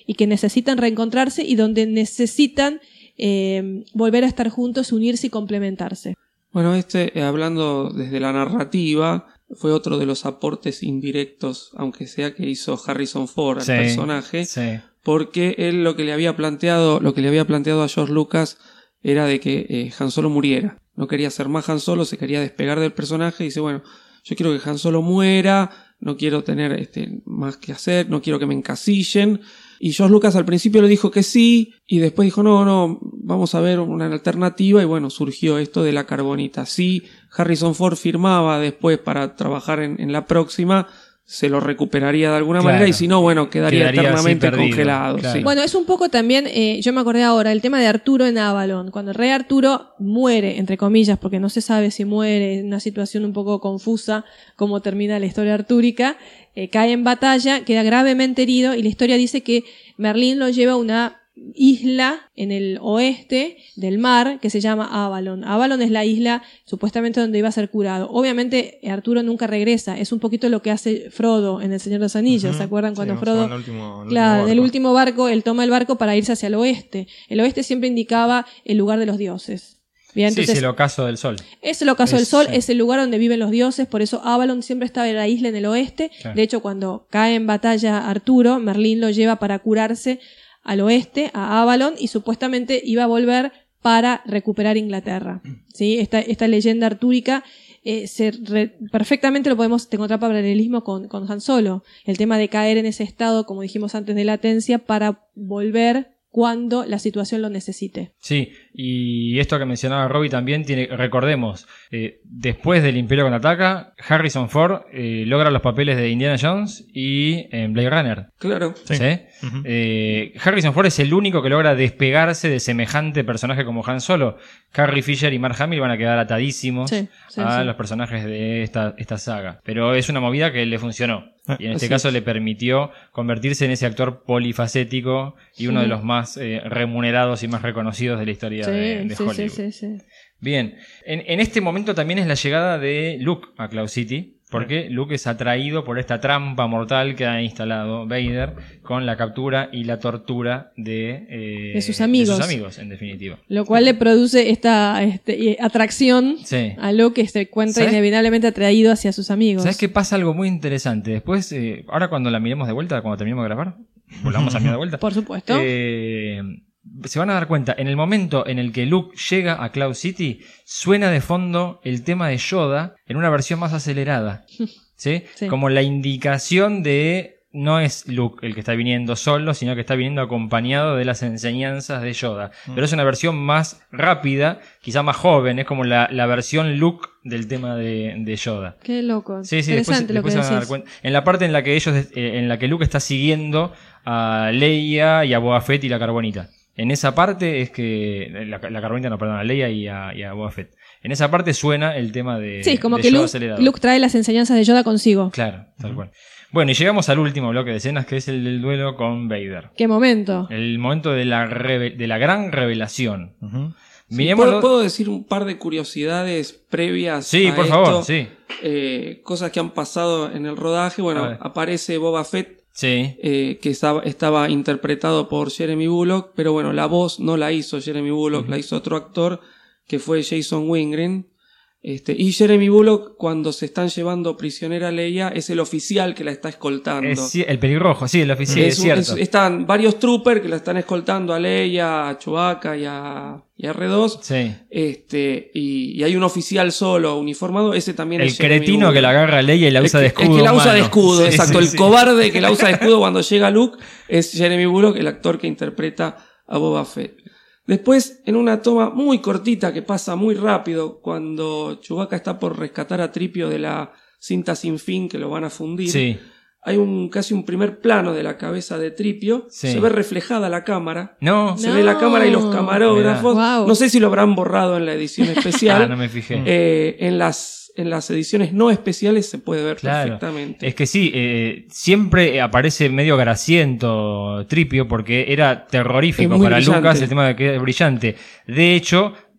y que necesitan reencontrarse y donde necesitan eh, volver a estar juntos, unirse y complementarse. Bueno, este, eh, hablando desde la narrativa, fue otro de los aportes indirectos, aunque sea que hizo Harrison Ford al Sí, personaje, sí. porque él lo que le había planteado, lo que le había planteado a George Lucas era de que eh, Han Solo muriera. No quería ser más Han Solo, se quería despegar del personaje y dice, bueno, yo quiero que Han Solo muera, no quiero tener este, más que hacer, no quiero que me encasillen. Y George Lucas al principio le dijo que sí, y después dijo, no, no, vamos a ver una alternativa, y bueno, surgió esto de la carbonita. Sí, Harrison Ford firmaba después para trabajar en, en la próxima, se lo recuperaría de alguna Claro. manera, y si no, bueno, quedaría, Quedaría así eternamente perdido, congelado. claro. Sí. Bueno, es un poco también, eh, yo me acordé ahora, el tema de Arturo en Avalon. Cuando el rey Arturo muere, entre comillas, porque no se sabe si muere, en una situación un poco confusa, cómo termina la historia artúrica, eh, cae en batalla, queda gravemente herido y la historia dice que Merlín lo lleva a una isla en el oeste del mar que se llama Avalon. Avalon es la isla supuestamente donde iba a ser curado. Obviamente Arturo nunca regresa, es un poquito lo que hace Frodo en El Señor de los Anillos. Ujú. ¿Se acuerdan cuando Sí, Frodo... en el último- en el Claro, último del barco. último barco, él toma el barco para irse hacia el oeste. El oeste siempre indicaba el lugar de los dioses. Bien, Sí, entonces, sí, el ocaso del sol. es el ocaso del Es- sol, sí. es el lugar donde viven los dioses, por eso Avalon siempre estaba en la isla en el oeste. Claro. De hecho, cuando cae en batalla Arturo, Merlín lo lleva para curarse al oeste, a Avalon, y supuestamente iba a volver para recuperar Inglaterra. ¿Sí? Esta, esta leyenda artúrica eh, se re- perfectamente lo podemos encontrar paralelismo con, con Han Solo. El tema de caer en ese estado, como dijimos antes, de latencia para volver cuando la situación lo necesite. Sí, y esto que mencionaba Robbie también tiene, recordemos, eh, después del Imperio Contraataca, Harrison Ford eh, logra los papeles de Indiana Jones y en Blade Runner. Claro. ¿Sí? Ujú. Eh, Harrison Ford es el único que logra despegarse de semejante personaje como Han Solo. Carrie Fisher y Mark Hamill van a quedar atadísimos Sí, sí, a sí. los personajes de esta, esta saga. Pero es una movida que le funcionó. Y en este Así caso es. le permitió convertirse en ese actor polifacético y uno Sí. de los más eh, remunerados y más reconocidos de la historia Sí, de, de sí, Hollywood. sí, sí, sí. Bien, en, en este momento también es la llegada de Luke a Cloud City, porque Luke es atraído por esta trampa mortal que ha instalado Vader con la captura y la tortura de, eh, De sus amigos. de sus amigos, en definitiva. Lo cual le produce esta este, eh, atracción Sí. a lo que se encuentra ¿Sabes? inevitablemente atraído hacia sus amigos. ¿Sabes qué pasa? Algo muy interesante. Después, eh, ahora cuando la miremos de vuelta, cuando terminemos de grabar, volvamos a mirar de vuelta. Por supuesto. Eh, se van a dar cuenta, en el momento en el que Luke llega a Cloud City, suena de fondo el tema de Yoda en una versión más acelerada. ¿Sí? Sí. Como la indicación de no es Luke el que está viniendo solo, sino que está viniendo acompañado de las enseñanzas de Yoda. Pero es una versión más rápida, quizá más joven, es como la, la versión Luke del tema de, de Yoda. Qué loco. Sí, sí, después, Interesante después lo se que van a dar decís. cuenta. En la parte en la que ellos, eh, en la que Luke está siguiendo a Leia y a Boba Fett y la Carbonita. En esa parte es que la, la Carbonita no, perdón, a Leia y a, y a Boba Fett. En esa parte suena el tema de Sí, como de que Yoda Luke, acelerado. Luke trae las enseñanzas de Yoda consigo. Claro, tal cual. Bueno, y llegamos al último bloque de escenas, que es el del duelo con Vader. Qué momento. El momento de la, reve- de la gran revelación. Ujú. Sí, Miremoslo- ¿puedo, puedo decir un par de curiosidades previas? Sí, a por esto? favor, sí. Eh, cosas que han pasado en el rodaje. A Bueno, ver. aparece Boba Fett, Sí. eh, que estaba, estaba interpretado por Jeremy Bullock, pero bueno, la voz no la hizo Jeremy Bullock, la hizo otro actor, que fue Jason Wingren. Este, y Jeremy Bullock, cuando se están llevando prisionera a Leia, es el oficial que la está escoltando. Es ci- el pelirrojo, sí, el oficial, Es es un- cierto. es- están varios troopers que la están escoltando a Leia, a Chewbacca y a, y a R dos. Sí. Este, y, y hay un oficial solo uniformado, ese también El es Jeremy cretino Bullock. que la agarra a Leia y la El usa de que- escudo. El que la usa de humano. escudo, Sí, exacto. sí, el sí. cobarde que la usa de escudo cuando llega Luke es Jeremy Bullock, el actor que interpreta a Boba Fett. Después, en una toma muy cortita que pasa muy rápido, cuando Chewbacca está por rescatar a Tripio de la cinta sin fin que lo van a fundir, Sí. hay un casi un primer plano de la cabeza de Tripio, Sí. se ve reflejada la cámara, No. se No. ve la cámara y los camarógrafos. Mirá. Wow. No sé si lo habrán borrado en la edición especial. Ah, no me fijé. Eh, en las en las ediciones no especiales se puede ver Claro. perfectamente. Es que sí, eh, siempre aparece medio grasiento Tripio porque era Es terrorífico muy para brillante. Lucas el tema de que es brillante. De hecho,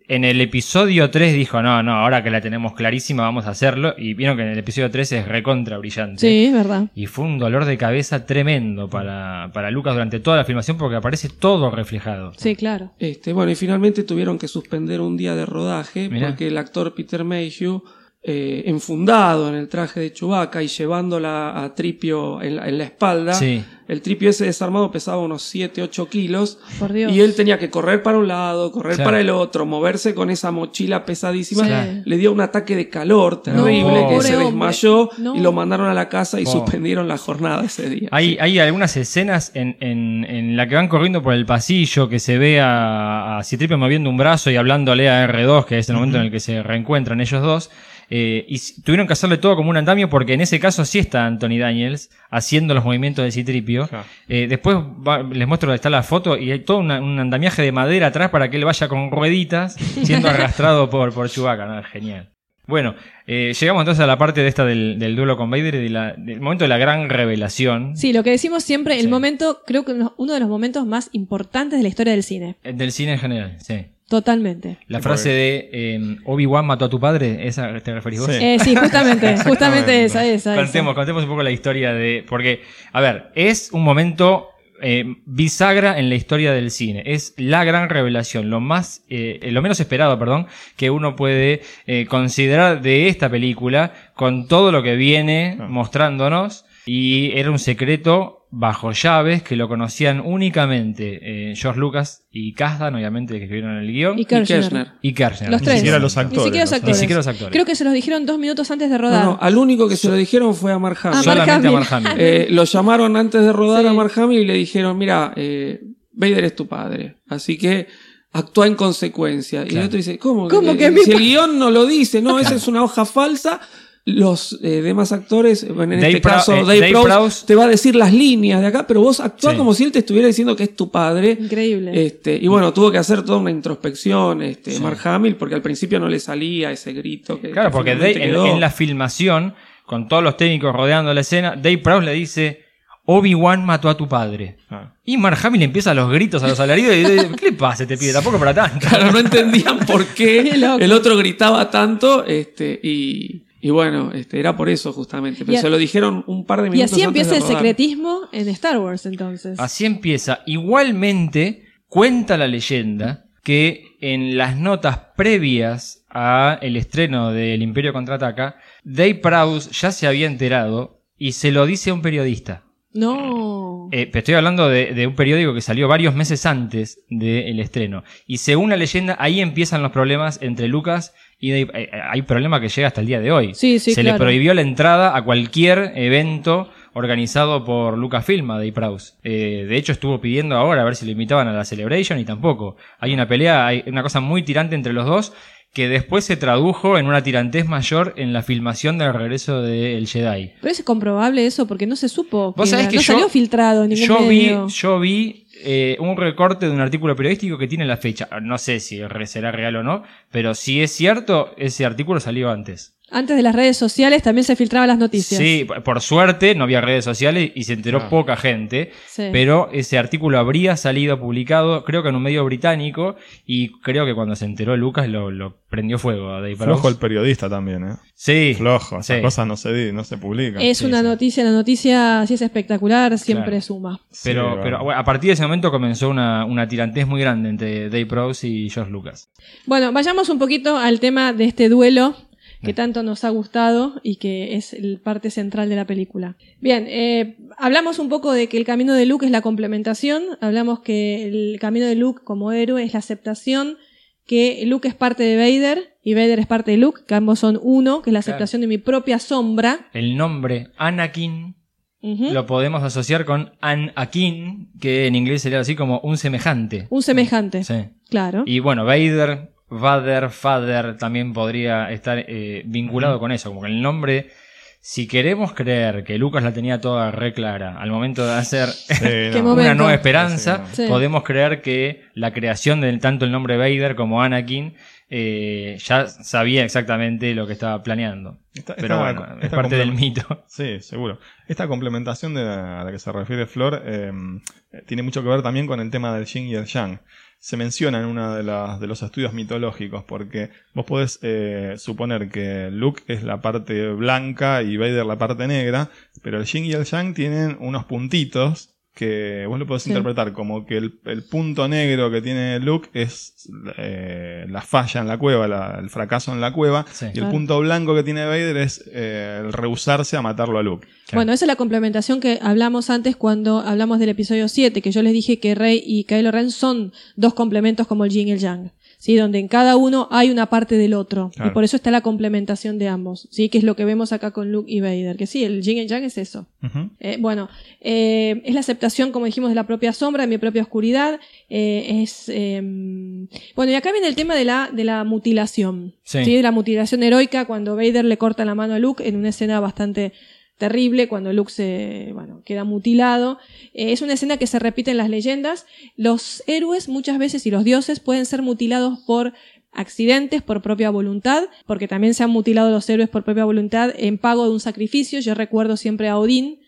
en el episodio tres dijo, no, no, ahora que la tenemos clarísima vamos a hacerlo. Y vieron que en el episodio tres es recontra brillante. Sí, es verdad. Y fue un dolor de cabeza tremendo para, para Lucas durante toda la filmación porque aparece todo reflejado. Sí, claro. Este, bueno, y finalmente tuvieron que suspender un día de rodaje Mirá. porque el actor Peter Mayhew, eh, enfundado en el traje de Chewbacca y llevándola a Tripio en la, en la espalda, Sí. el Tripio ese desarmado pesaba unos siete, ocho kilos Por Dios. y él tenía que correr para un lado, correr Claro. para el otro, moverse con esa mochila pesadísima. Sí. Le dio un ataque de calor terrible No, que pobre se hombre. desmayó No. y lo mandaron a la casa y Oh. suspendieron la jornada ese día. Hay, hay algunas escenas en, en, en la que van corriendo por el pasillo que se ve a, a Citripio moviendo un brazo y hablándole a erre dos, que es el momento en el que se reencuentran ellos dos. Eh, y s- tuvieron que hacerle todo como un andamio porque en ese caso sí está Anthony Daniels haciendo los movimientos de Citripio. Claro. Eh, después va- les muestro dónde está la foto y hay todo una- un andamiaje de madera atrás para que él vaya con rueditas siendo arrastrado por, por Chewbacca. ¿No? Genial. Bueno, eh, llegamos entonces a la parte de esta del, del duelo con Vader y de la- del momento de la gran revelación. Sí, lo que decimos siempre, el Sí. momento, creo que uno uno de los momentos más importantes de la historia del cine. Eh, Del cine en general, sí. Totalmente. La Sí, frase porque- de eh, Obi-Wan mató a tu padre, ¿esa te referís vos? Sí. Eh, sí, justamente, justamente Exactamente. esa, esa. esa. Contemos, contemos un poco la historia de... Porque, a ver, es un momento eh, bisagra en la historia del cine. Es la gran revelación, lo más, eh, lo menos esperado, perdón, que uno puede eh, considerar de esta película con todo lo que viene Ah. mostrándonos. Y era un secreto bajo llaves que lo conocían únicamente eh, George Lucas y Kasdan, obviamente, que escribieron el guión. Y Y Kirchner. Kirchner. Y Kirchner. Los Ni tres. siquiera los Ni actores. siquiera los ¿no? actores. Ni siquiera los actores. Creo que se los dijeron dos minutos antes de No, rodar. no, al único que se lo dijeron fue a Mark Hamill. Ah, Mark Solamente a Hamill. Mark Hamill. Eh, lo llamaron antes de rodar Sí. a Mark Hamill y le dijeron, mira, eh, Vader es tu padre, así que actúa en consecuencia. Y el Claro. otro dice, ¿cómo? ¿Cómo Eh, que eh, mi si pa- el guión no lo dice, no, esa es una hoja falsa. Los eh, demás actores, bueno, en Dave este Prou- caso eh, Dave, Dave Prowse, Prowse. te va a decir las líneas de acá, pero vos actúa Sí. como si él te estuviera diciendo que es tu padre. Increíble. Este, y bueno, tuvo que hacer toda una introspección, este, Sí. Mark Hamill, porque al principio no le salía ese grito que Claro, que porque finalmente Dave- en, quedó. en la filmación, con todos los técnicos rodeando la escena, Dave Prowse le dice, Obi-Wan mató a tu padre. Ah. Y Mark Hamill empieza a los gritos, a los alaridos, y dice, ¿qué le pasa a este pibe? Tampoco para tanto. Claro, no entendían por Qué qué loco. el otro gritaba tanto, este, y, y bueno, este, era por eso justamente. Pero Y a- se lo dijeron un par de Y minutos así antes empieza de el rodar. secretismo en Star Wars, entonces. Así empieza. Igualmente, cuenta la leyenda que en las notas previas a el estreno del Imperio Contraataca, Dave Prowse ya se había enterado y se lo dice a un periodista. No. Eh, pero estoy hablando de, de un periódico que salió varios meses antes del estreno. Y según la leyenda, ahí empiezan los problemas entre Lucas y Dave. Eh, eh, hay problema que llega hasta el día de hoy. Sí, sí, Se claro. le prohibió la entrada a cualquier evento organizado por Lucasfilm a Dave Prowse. Eh, de hecho, estuvo pidiendo ahora a ver si lo invitaban a la Celebration y tampoco. Hay una pelea, hay una cosa muy tirante entre los dos que después se tradujo en una tirantez mayor en la filmación del regreso del Jedi. Pero es comprobable eso porque no se supo. Vos que sabés era- que no yo- salió filtrado en ningún Yo vi, medio. yo vi eh, un recorte de un artículo periodístico que tiene la fecha. No sé si re- será real o no, pero si es cierto, ese artículo salió antes. Antes de las redes sociales también se filtraban las noticias. Sí, por- por suerte no había redes sociales y se enteró Ah. poca gente, Sí. pero ese artículo habría salido publicado, creo que en un medio británico, y creo que cuando se enteró Lucas lo, lo prendió fuego a Dave Flojo Prowse. el periodista también, ¿eh? Sí, Flojo, esas sí. cosas no se, di- no se publican. Es Sí, una sí. noticia, la noticia si es espectacular siempre Claro. suma. Pero, Sí, bueno. pero bueno, a partir de ese momento comenzó una, una tirantez muy grande entre Dave Prowse y George Lucas. Bueno, vayamos un poquito al tema de este duelo que tanto nos ha gustado y que es el parte central de la película. Bien, eh, hablamos un poco de que el camino de Luke es la complementación, hablamos que el camino de Luke como héroe es la aceptación que Luke es parte de Vader y Vader es parte de Luke, que ambos son uno, que es la aceptación de mi propia sombra. El nombre Anakin Ujú. lo podemos asociar con Anakin, que en inglés sería así como un semejante. Un semejante, Sí. claro. Y bueno, Vader, Vader, Father también podría estar eh, vinculado con eso, como que el nombre, si queremos creer que Lucas la tenía toda re clara al momento de hacer Sí, Qué no. momento. una nueva esperanza, Sí, no. Sí. podemos creer que la creación de tanto el nombre Vader como Anakin eh, ya sabía exactamente lo que estaba planeando. Esta- Pero esta- bueno, es esta parte del complement- mito. Sí, seguro. Esta complementación de la, a la que se refiere Flor eh, tiene mucho que ver también con el tema del yin y el yang. Se menciona en uno de, las- de los estudios mitológicos, porque vos podés eh, suponer que Luke es la parte blanca y Vader la parte negra, pero el yin y el yang tienen unos puntitos que vos lo podés Sí. interpretar como que el, el punto negro que tiene Luke es eh, la falla en la cueva, la- el fracaso en la cueva, Sí. y el Claro. punto blanco que tiene Vader es eh, el rehusarse a matarlo a Luke. Claro. Bueno, esa es la complementación que hablamos antes cuando hablamos del episodio siete, que yo les dije que Rey y Kylo Ren son dos complementos como el yin y el yang, ¿sí? Donde en cada uno hay una parte del otro. Claro. Y por eso está la complementación de ambos, ¿sí? Que es lo que vemos acá con Luke y Vader. Que sí, el yin y el yang es eso. Ujú. Eh, bueno, eh, es la aceptación, como dijimos, de la propia sombra, de mi propia oscuridad. Eh, es eh, bueno, y acá viene el tema de la, de la mutilación. Sí. ¿Sí? De la mutilación heroica cuando Vader le corta la mano a Luke en una escena bastante terrible, cuando Luke se, bueno, queda mutilado. Eh, es una escena que se repite en las leyendas. Los héroes muchas veces y los dioses pueden ser mutilados por accidentes, por propia voluntad, porque también se han mutilado los héroes por propia voluntad en pago de un sacrificio. Yo recuerdo siempre a Odín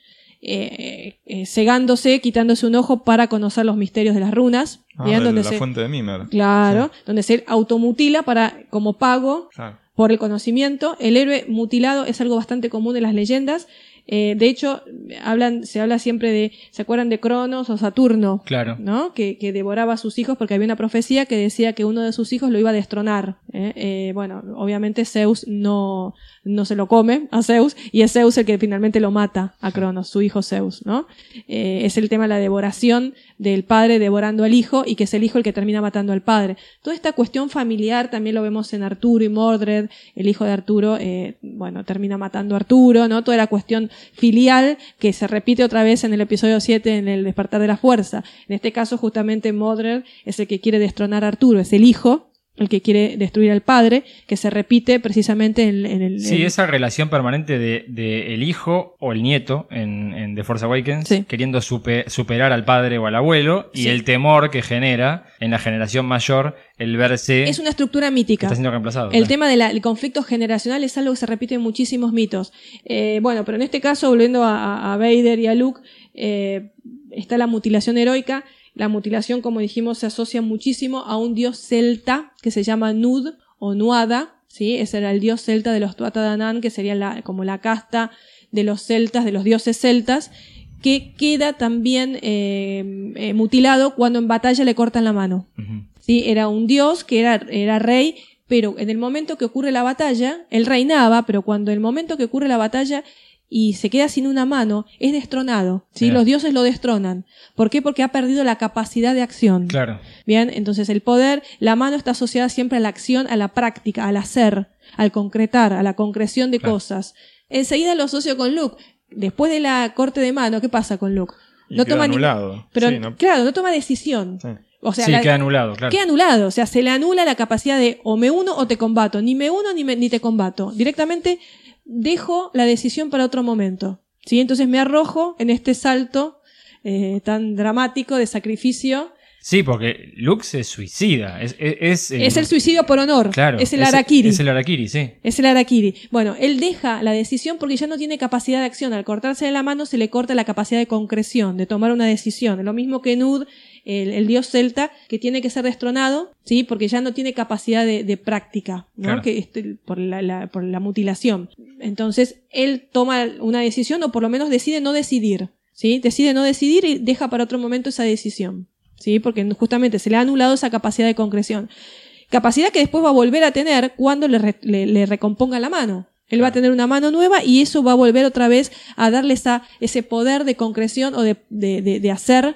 eh, eh, cegándose, quitándose un ojo para conocer los misterios de las runas. Ah, ¿bien? de Donde la se, fuente de Mimer. claro, donde se automutila para, como pago Claro. por el conocimiento. El héroe mutilado es algo bastante común en las leyendas. Eh, de hecho, hablan, se habla siempre de, ¿se acuerdan de Cronos o Saturno? Claro. ¿No? Que, que devoraba a sus hijos porque había una profecía que decía que uno de sus hijos lo iba a destronar. ¿eh? Eh, bueno, obviamente Zeus no, no se lo come a Zeus y es Zeus el que finalmente lo mata a Cronos, su hijo Zeus, ¿no? Eh, es el tema de la devoración del padre devorando al hijo y que es el hijo el que termina matando al padre. Toda esta cuestión familiar también lo vemos en Arturo y Mordred. El hijo de Arturo, eh, bueno, termina matando a Arturo, ¿no? Toda la cuestión filial que se repite otra vez en el episodio siete en el Despertar de la Fuerza. En este caso justamente Mordred es el que quiere destronar a Arturo, es el hijo el que quiere destruir al padre, que se repite precisamente en, en el... Sí, en- esa relación permanente de, de el hijo o el nieto en, en The Force Awakens, Sí. queriendo supe- superar al padre o al abuelo, y Sí. el temor que genera en la generación mayor el verse es una estructura que mítica. está siendo reemplazado. El claro. tema del conflicto generacional es algo que se repite en muchísimos mitos. Eh, bueno, pero en este caso, volviendo a, a Vader y a Luke, eh, está la mutilación heroica. La mutilación, como dijimos, se asocia muchísimo a un dios celta que se llama Nud o Nuada, ¿sí? Ese era el dios celta de los Tuatha Dé Danann, que sería la, como la casta de los celtas, de los dioses celtas, que queda también eh, eh, mutilado cuando en batalla le cortan la mano. Ujú. ¿Sí? Era un dios que era, era rey, pero en el momento que ocurre la batalla, él reinaba, pero cuando en el momento que ocurre la batalla y se queda sin una mano, es destronado. ¿Sí? Bien. Los dioses lo destronan. ¿Por qué? Porque ha perdido la capacidad de acción. Claro. Bien, entonces el poder, la mano está asociada siempre a la acción, a la práctica, al hacer, al concretar, a la concreción de Claro. cosas. Enseguida lo asocio con Luke. Después de la corte de mano, ¿qué pasa con Luke? Y No queda toma ni- anulado. Pero, Sí, no- claro, no toma decisión. sí. O sea, sí, la- queda anulado, claro. queda anulado, o sea, se le anula la capacidad de o me uno o te combato, ni me uno ni, me- ni te combato. Directamente dejo la decisión para otro momento. ¿Sí? Entonces me arrojo en este salto eh, tan dramático de sacrificio. Sí, porque Luke se suicida. Es, es, es, Es el suicidio por honor. Claro. Es el harakiri. Es el harakiri, sí. Es el harakiri. Bueno, él deja la decisión porque ya no tiene capacidad de acción. Al cortarse de la mano se le corta la capacidad de concreción, de tomar una decisión. Lo mismo que Nud, el, el dios celta, que tiene que ser destronado, ¿sí? Porque ya no tiene capacidad de, de práctica, ¿no? Claro. Que este, por, la, la- por la mutilación. Entonces, él toma una decisión o por lo menos decide no decidir, ¿sí? Decide no decidir y deja para otro momento esa decisión, ¿sí? Porque justamente se le ha anulado esa capacidad de concreción. Capacidad que después va a volver a tener cuando le, re- le, le recomponga la mano. Él va a tener una mano nueva y eso va a volver otra vez a darle esa, ese poder de concreción o de, de, de, de hacer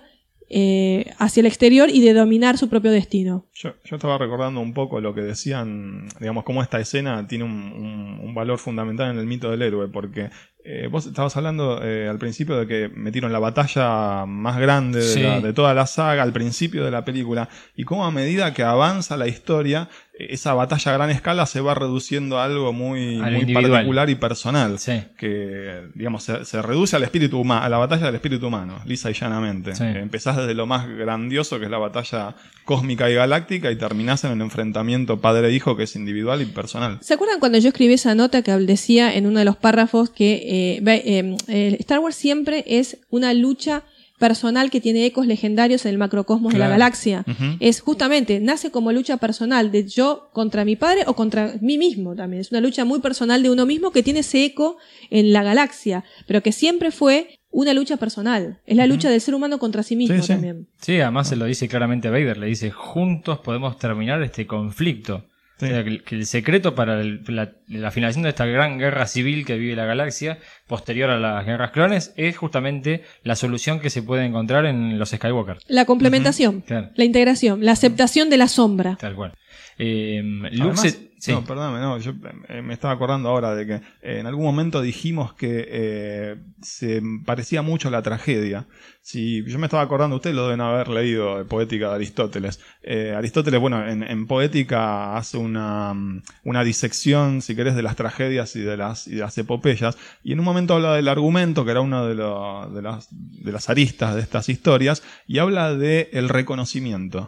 eh, hacia el exterior y de dominar su propio destino. Yo, yo estaba recordando un poco lo que decían, digamos, cómo esta escena tiene un, un- un valor fundamental en el mito del héroe, porque Eh, vos estabas hablando eh, al principio de que metieron la batalla más grande de, Sí. la- de toda la saga al principio de la película, y cómo a medida que avanza la historia, eh, esa batalla a gran escala se va reduciendo a algo muy, A lo muy individual. particular y personal. Sí. Que, digamos, se, se reduce al espíritu humano, a la batalla del espíritu humano, lisa y llanamente. Sí. Eh, empezás desde lo más grandioso, que es la batalla cósmica y galáctica, y terminás en un enfrentamiento padre-hijo que es individual y personal. ¿Se acuerdan cuando yo escribí esa nota que decía en uno de los párrafos que eh, ve- eh, eh, Star Wars siempre es una lucha personal que tiene ecos legendarios en el macrocosmos de la Claro. galaxia? Ujú. Es justamente, nace como lucha personal de yo contra mi padre o contra mí mismo también. Es una lucha muy personal de uno mismo que tiene ese eco en la galaxia, pero que siempre fue una lucha personal. Es la lucha del ser humano contra sí mismo Sí, sí. también. Sí, además se lo dice claramente Vader, le dice, juntos podemos terminar este conflicto. Sí. O sea, que, que el secreto para el- la, la finalización de esta gran guerra civil que vive la galaxia, posterior a las guerras clones, es justamente la solución que se puede encontrar en los Skywalker. La complementación, Claro. la integración, la aceptación de la sombra. Tal cual. Eh, Luke Además, se- sí. No, perdóname, no, yo eh, me estaba acordando ahora de que eh, en algún momento dijimos que eh, se parecía mucho a la tragedia. Si yo me estaba acordando, ustedes lo deben haber leído, de Poética de Aristóteles. Eh, Aristóteles, bueno, en, en Poética hace una, mm, una disección, si querés, de las tragedias y de las, y de las epopeyas, y en un momento habla del argumento, que era una de, lo- de, las, de las aristas de estas historias, y habla de el reconocimiento.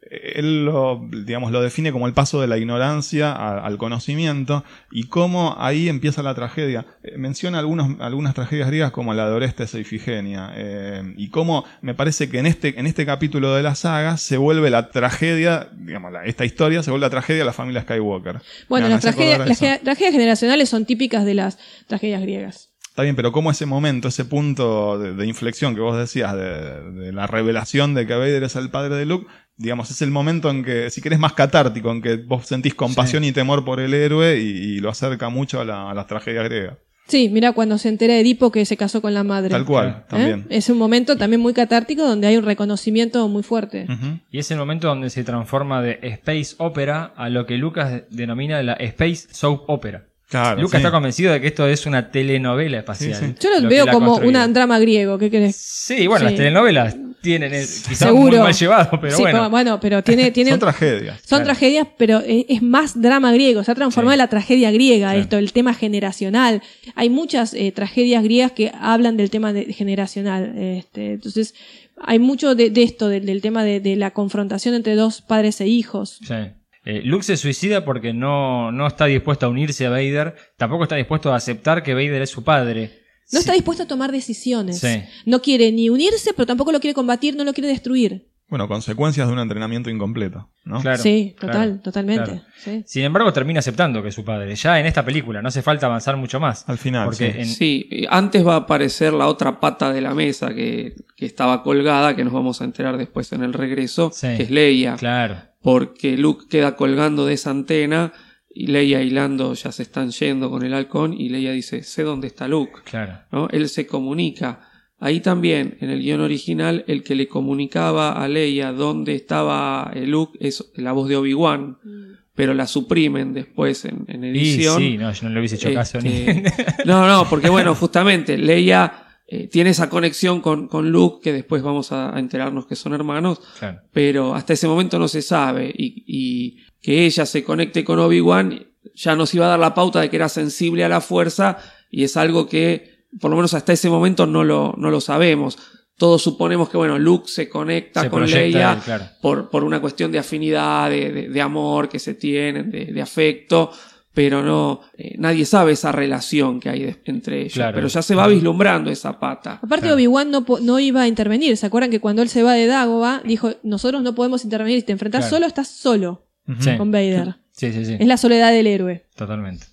Él lo, digamos, lo define como el paso de la ignorancia a- al conocimiento, y cómo ahí empieza la tragedia. Eh, menciona algunos, algunas tragedias griegas como la de Orestes e Ifigenia, eh, y cómo me parece que en este, en este capítulo de la saga se vuelve la tragedia, digamos, la- esta historia se vuelve la tragedia de la familia Skywalker. Bueno, Me las, hace tragedias, acordar las eso. ge- tragedias generacionales son típicas de las tragedias griegas. Está bien, pero como ese momento, ese punto de, de inflexión que vos decías, de, de la revelación de que Vader es el padre de Luke, digamos, es el momento en que, si querés, más catártico, en que vos sentís compasión y temor por el héroe, y, y lo acerca mucho a, la- a las tragedias griegas. Sí, mira cuando se entera Edipo que se casó con la madre. Tal cual, Claro. ¿Eh? también. Es un momento también muy catártico donde hay un reconocimiento muy fuerte. Ujú. Y es el momento donde se transforma de Space Opera a lo que Lucas denomina la Space Soap Opera. Claro, Lucas sí. está convencido de que esto es una telenovela espacial. Sí, sí. Yo lo, Lo que veo la como construye. un drama griego, ¿qué querés? Sí, bueno, Sí. las telenovelas tienen eh, quizás Seguro. muy mal llevado, pero Sí, bueno. bueno, pero tiene, tiene Son tragedias. son Claro. tragedias, pero es, es más drama griego, se ha transformado Sí. en la tragedia griega Sí. esto, el tema generacional. Hay muchas eh, tragedias griegas que hablan del tema de- generacional. Este, entonces, hay mucho de, de esto, del, del tema de, de la confrontación entre dos padres e hijos. Sí. Eh, Luke se suicida porque no, no está dispuesto a unirse a Vader, tampoco está dispuesto a aceptar que Vader es su padre. No Sí. está dispuesto a tomar decisiones. Sí. No quiere ni unirse, pero tampoco lo quiere combatir, no lo quiere destruir. Bueno, consecuencias de un entrenamiento incompleto, ¿no? Claro, sí, total, claro, totalmente. claro. Sí. Sin embargo, termina aceptando que es su padre. Ya en esta película, no hace falta avanzar mucho más. Al final, Porque sí. en- Sí, eh, antes va a aparecer la otra pata de la mesa que, que estaba colgada, que nos vamos a enterar después en el regreso, Sí. que es Leia. Claro. Porque Luke queda colgando de esa antena y Leia y Lando ya se están yendo con el halcón y Leia dice, sé dónde está Luke, Claro. ¿no? Él se comunica. Ahí también, en el guión original, el que le comunicaba a Leia dónde estaba eh, Luke es la voz de Obi-Wan, pero la suprimen después en, en Y edición. sí, no, yo no le hubiese hecho caso ni. Este, no, no, porque bueno, justamente Leia eh, tiene esa conexión con, con Luke, que después vamos a, a enterarnos que son hermanos, Claro. pero hasta ese momento no se sabe, y, y que ella se conecte con Obi-Wan ya nos iba a dar la pauta de que era sensible a la fuerza, y es algo que por lo menos hasta ese momento no lo, no lo sabemos. Todos suponemos que bueno, Luke se conecta Se con proyecta Leia él, claro. por, por una cuestión de afinidad, de, de, de amor que se tienen, de, de afecto, pero no, eh, nadie sabe esa relación que hay de- entre ellos. Claro. Pero ya se va vislumbrando esa pata. Aparte, Claro. Obi-Wan no, po- no iba a intervenir. ¿Se acuerdan que cuando él se va de Dagobah dijo, nosotros no podemos intervenir, si te enfrentás Claro. solo, estás solo Ujú. Sí. con Vader? Sí, sí, sí. Es la soledad del héroe. Totalmente.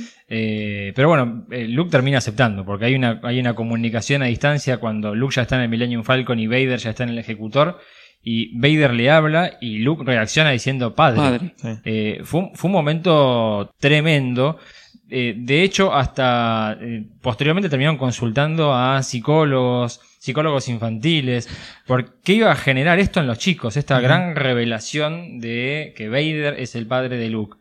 Eh, pero bueno, eh, Luke termina aceptando, porque hay una, hay una comunicación a distancia cuando Luke ya está en el Millennium Falcon y Vader ya está en el ejecutor, y Vader le habla y Luke reacciona diciendo padre. Padre. Sí. Eh, fue, un- fue un momento tremendo. Eh, de hecho, hasta eh, posteriormente terminaron consultando a psicólogos, psicólogos infantiles, por qué iba a generar esto en los chicos, esta gran revelación de que Vader es el padre de Luke.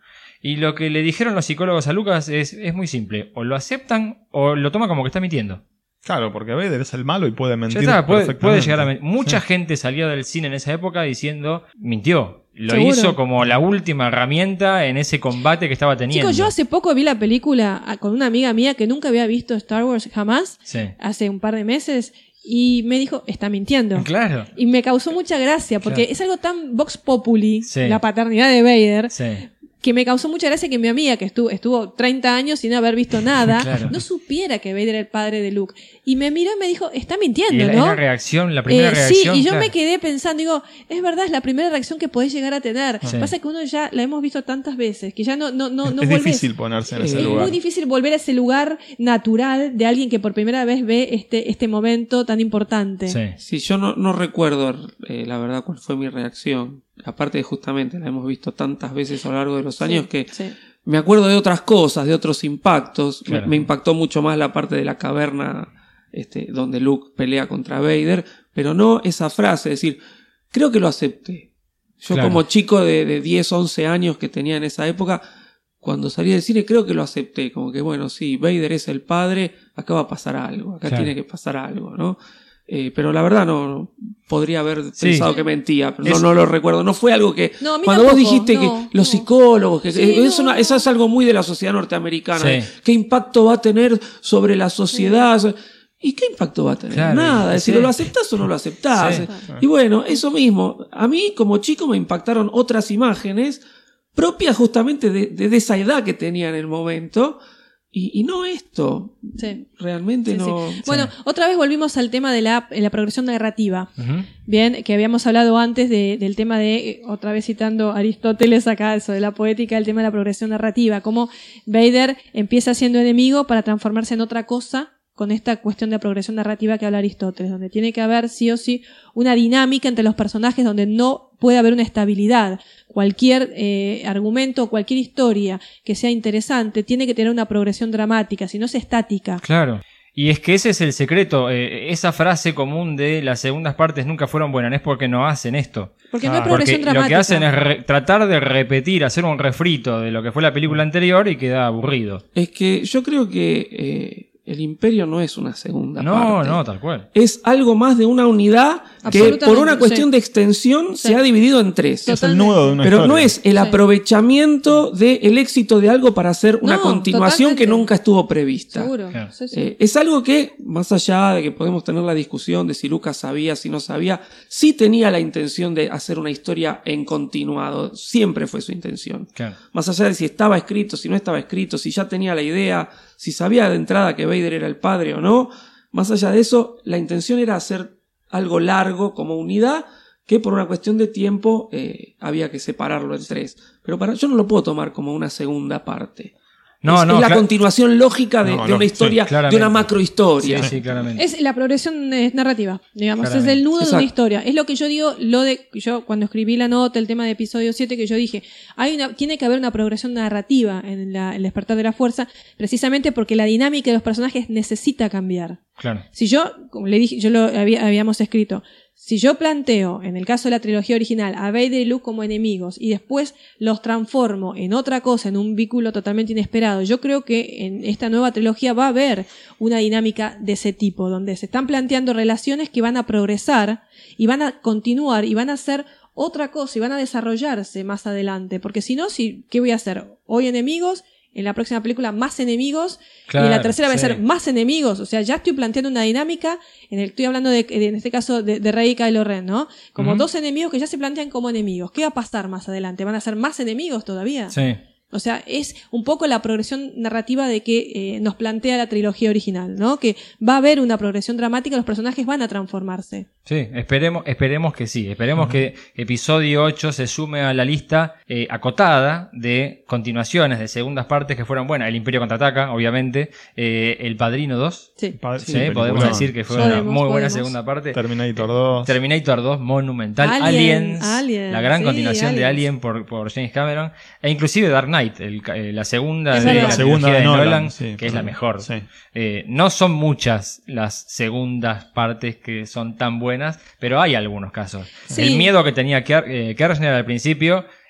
Y lo que le dijeron los psicólogos a Lucas es, es muy simple. O lo aceptan o lo toma como que está mintiendo. Claro, porque Vader es el malo y puede mentir Ya está, puede, perfectamente. puede llegar a mentir. Mucha Sí. gente salió del cine en esa época diciendo, mintió. Lo Seguro. hizo como la última herramienta en ese combate que estaba teniendo. Chicos, yo hace poco vi la película ah, con una amiga mía que nunca había visto Star Wars jamás, Sí. hace un par de meses, y me dijo, está mintiendo. Claro. Y me causó mucha gracia, porque Claro. es algo tan vox populi, Sí. la paternidad de Vader, Sí. que me causó mucha gracia que mi amiga, que estuvo, estuvo treinta años sin haber visto nada, Claro. no supiera que Vader era el padre de Luke. Y me miró y me dijo, está mintiendo, Y la, ¿no? es la reacción, la primera Eh, reacción. sí, y yo claro. me quedé pensando, digo, es verdad, es la primera reacción que podés llegar a tener. Sí. Pasa que uno ya la hemos visto tantas veces, que ya no, no, no, no es volvés. difícil ponerse en Eh, ese Es lugar. muy difícil volver a ese lugar natural de alguien que por primera vez ve este, este momento tan importante. Sí. Sí, yo no, no recuerdo eh, la verdad cuál fue mi reacción. Aparte de justamente la hemos visto tantas veces a lo largo de los años Sí, que sí. me acuerdo de otras cosas, de otros impactos. Me- Claro. Me, impactó mucho más la parte de la caverna este, donde Luke pelea contra Vader, pero no esa frase, es decir, creo que lo acepté. Yo Claro. como chico de, de diez, once años que tenía en esa época, cuando salí del cine creo que lo acepté, como que bueno, sí, Vader es el padre, acá va a pasar algo, acá Claro. tiene que pasar algo, ¿no? Eh, pero la verdad no, no podría haber Sí. pensado que mentía, pero no, Es- no lo recuerdo. No fue algo que No, a mí cuando vos tampoco, dijiste no, que no. los psicólogos, que, Sí, que es no, una- no. eso es algo muy de la sociedad norteamericana. Sí. ¿eh? ¿Qué impacto va a tener sobre la sociedad? ¿Y qué impacto va a tener? Claro, Nada, es sí. decir, lo aceptás o no lo aceptás. Sí. Y bueno, eso mismo. A mí como chico me impactaron otras imágenes propias justamente de, de, de esa edad que tenía en el momento. Y, y no esto. Sí. Realmente Sí, no. sí. Bueno, otra vez volvimos al tema de la, la progresión narrativa. Ujú. Bien, que habíamos hablado antes de- del tema de, eh, otra vez citando a Aristóteles acá, eso de la poética, el tema de la progresión narrativa, cómo Vader empieza siendo enemigo para transformarse en otra cosa con esta cuestión de progresión narrativa que habla Aristóteles, donde tiene que haber sí o sí una dinámica entre los personajes donde no puede haber una estabilidad. Cualquier eh, argumento, cualquier historia que sea interesante tiene que tener una progresión dramática, si no es estática. Claro. Y es que ese es el secreto. eh, esa frase común de las segundas partes nunca fueron buenas, es porque no hacen esto. Porque no hay Ah, progresión Porque lo dramática. que hacen es re- tratar de repetir, hacer un refrito de lo que fue la película anterior y queda aburrido. Es que yo creo que eh, el Imperio no es una segunda No, parte. no, tal cual. Es algo más de una unidad que Absolutamente, por una cuestión sí. de extensión Sí. se ha dividido en tres. Es el Totalmente. nudo de una Pero historia. no es el Sí. aprovechamiento del éxito de algo para hacer una No, continuación totalmente. que nunca estuvo prevista. Seguro. Claro. Sí, sí. Eh, es algo que, más allá de que podemos tener la discusión de si Lucas sabía, si no sabía, sí tenía la intención de hacer una historia en continuado. Siempre fue su intención. Claro. Más allá de si estaba escrito, si no estaba escrito, si ya tenía la idea, si sabía de entrada que Vader era el padre o no, más allá de eso, la intención era hacer algo largo como unidad que por una cuestión de tiempo eh, había que separarlo en tres. Pero para yo no lo puedo tomar como una segunda parte. No, es, no, es la cla- continuación lógica de, No, de no, una historia, sí, claramente. de una macrohistoria. Sí, sí, claramente. Es la progresión eh, narrativa, digamos, Claramente. es el nudo de Exacto. una historia. Es lo que yo digo, lo de yo cuando escribí la nota, el tema de episodio siete, que yo dije, hay una, tiene que haber una progresión narrativa en la, el despertar de la fuerza, precisamente porque la dinámica de los personajes necesita cambiar. Claro. Si yo, como le dije, yo lo había- habíamos escrito, si yo planteo, en el caso de la trilogía original, a Vader y Luke como enemigos y después los transformo en otra cosa, en un vínculo totalmente inesperado, yo creo que en esta nueva trilogía va a haber una dinámica de ese tipo, donde se están planteando relaciones que van a progresar y van a continuar y van a ser otra cosa y van a desarrollarse más adelante. Porque si no, si, ¿qué voy a hacer? Hoy enemigos, en la próxima película más enemigos, y en la Claro, tercera va a sí. ser más enemigos. O sea, ya estoy planteando una dinámica, en el, estoy hablando de, de- en este caso de, de Rey y Kylo Ren, ¿no? Como Ujú. dos enemigos que ya se plantean como enemigos. ¿Qué va a pasar más adelante? ¿Van a ser más enemigos todavía? Sí. O sea, es un poco la progresión narrativa de que eh, nos plantea la trilogía original, ¿no? Que va a haber una progresión dramática, los personajes van a transformarse. Sí, esperemos, esperemos que sí. Esperemos que episodio ocho se sume a la lista eh, acotada de continuaciones de segundas partes que fueron buenas. El Imperio Contraataca, obviamente. Eh, El Padrino dos. Sí. Pa- Sí, sí, podemos peliculón. decir que fue Podemos, una muy buena podemos. segunda parte. Terminator dos. Terminator dos, monumental. Alien, Aliens, Alien, la gran sí, continuación de Aliens. Alien por, por James Cameron. E inclusive Dark Knight, el ca- eh, la segunda Es de verdad. la La segunda trilogía de de Nolan, Nolan, sí, que es la perdón. mejor. Sí. Eh, no son muchas las segundas partes que son tan buenas, pero hay algunos casos. Sí. El miedo que tenía Ker- eh, Kershner al principio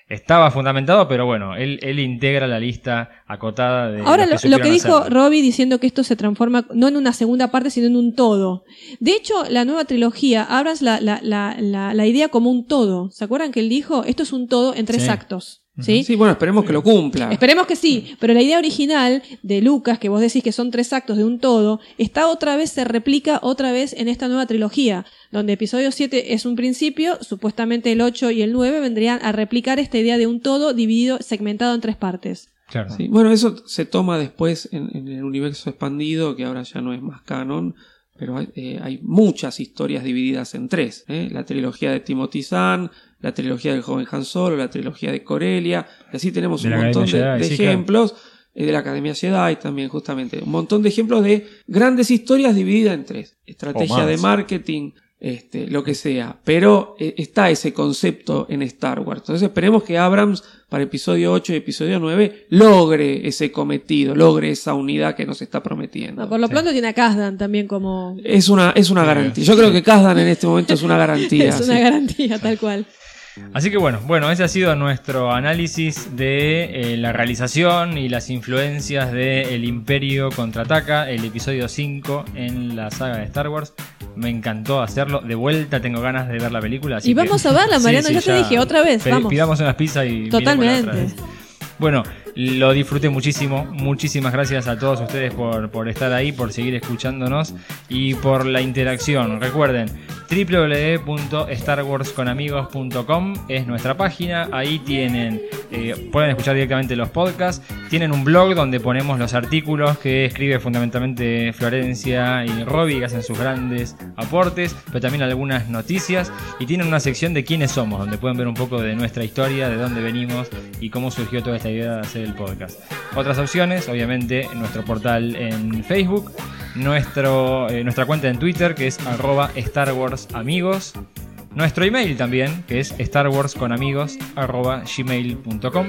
estaba fundamentado, pero bueno, él, él integra la lista acotada de Ahora, los que lo, lo que supieron dijo hacerlo. Robbie diciendo que esto se transforma no en una segunda parte, sino en un todo. De hecho, la nueva trilogía, Abrams la, la, la, la, la idea como un todo. ¿Se acuerdan que él dijo? Esto es un todo en tres Sí. actos. ¿Sí? Sí, bueno, esperemos que lo cumpla. Esperemos que sí, pero la idea original de Lucas, que vos decís que son tres actos de un todo, está otra vez, se replica otra vez en esta nueva trilogía, donde episodio siete es un principio, supuestamente el ocho y el nueve vendrían a replicar esta idea de un todo dividido, segmentado en tres partes. Claro. Sí, bueno, eso se toma después en, en el universo expandido, que ahora ya no es más canon, pero hay, eh, hay muchas historias divididas en tres. ¿eh? La trilogía de Timothy Zahn, la trilogía del joven Han Solo, la trilogía de Corellia, y así tenemos De un la montón de, Academia de Jedi, sí, ejemplos. Eh, de la Academia Jedi también, justamente. Un montón de ejemplos de grandes historias divididas en tres. Estrategia más. de marketing, este, lo que sea. Pero eh, está ese concepto en Star Wars. Entonces esperemos que Abrams, para episodio ocho y episodio nueve, logre ese cometido, logre esa unidad que nos está prometiendo. No, por lo Sí. pronto tiene a Kasdan también como... Es una, es una Sí, garantía. Yo creo que Kasdan en este momento es una garantía. es una sí. garantía, tal cual. Así que bueno, bueno, ese ha sido nuestro análisis de eh, la realización y las influencias de El Imperio Contraataca, el episodio cinco en la saga de Star Wars. Me encantó hacerlo. De vuelta tengo ganas de ver la película. Así Y que- vamos a verla, Mariano, ya te dije, otra vez, pe- vamos. Pidamos unas pizzas y miremosla Totalmente. otra vez. Bueno, lo disfruté muchísimo. Muchísimas gracias a todos ustedes por, por estar ahí, por seguir escuchándonos y por la interacción. Recuerden, doble u doble u doble u punto star wars con amigos punto com es nuestra página. Ahí tienen, eh, pueden escuchar directamente los podcasts. Tienen un blog donde ponemos los artículos que escribe fundamentalmente Florencia y Robbie, que hacen sus grandes aportes, pero también algunas noticias. Y tienen una sección de quiénes somos, donde pueden ver un poco de nuestra historia, de dónde venimos y cómo surgió toda esta idea de hacer el podcast. Otras opciones, obviamente, nuestro portal en Facebook, nuestro, eh, nuestra cuenta en Twitter, que es arroba Star Wars Amigos, nuestro email también, que es starwarsconamigos arroba gmail punto com.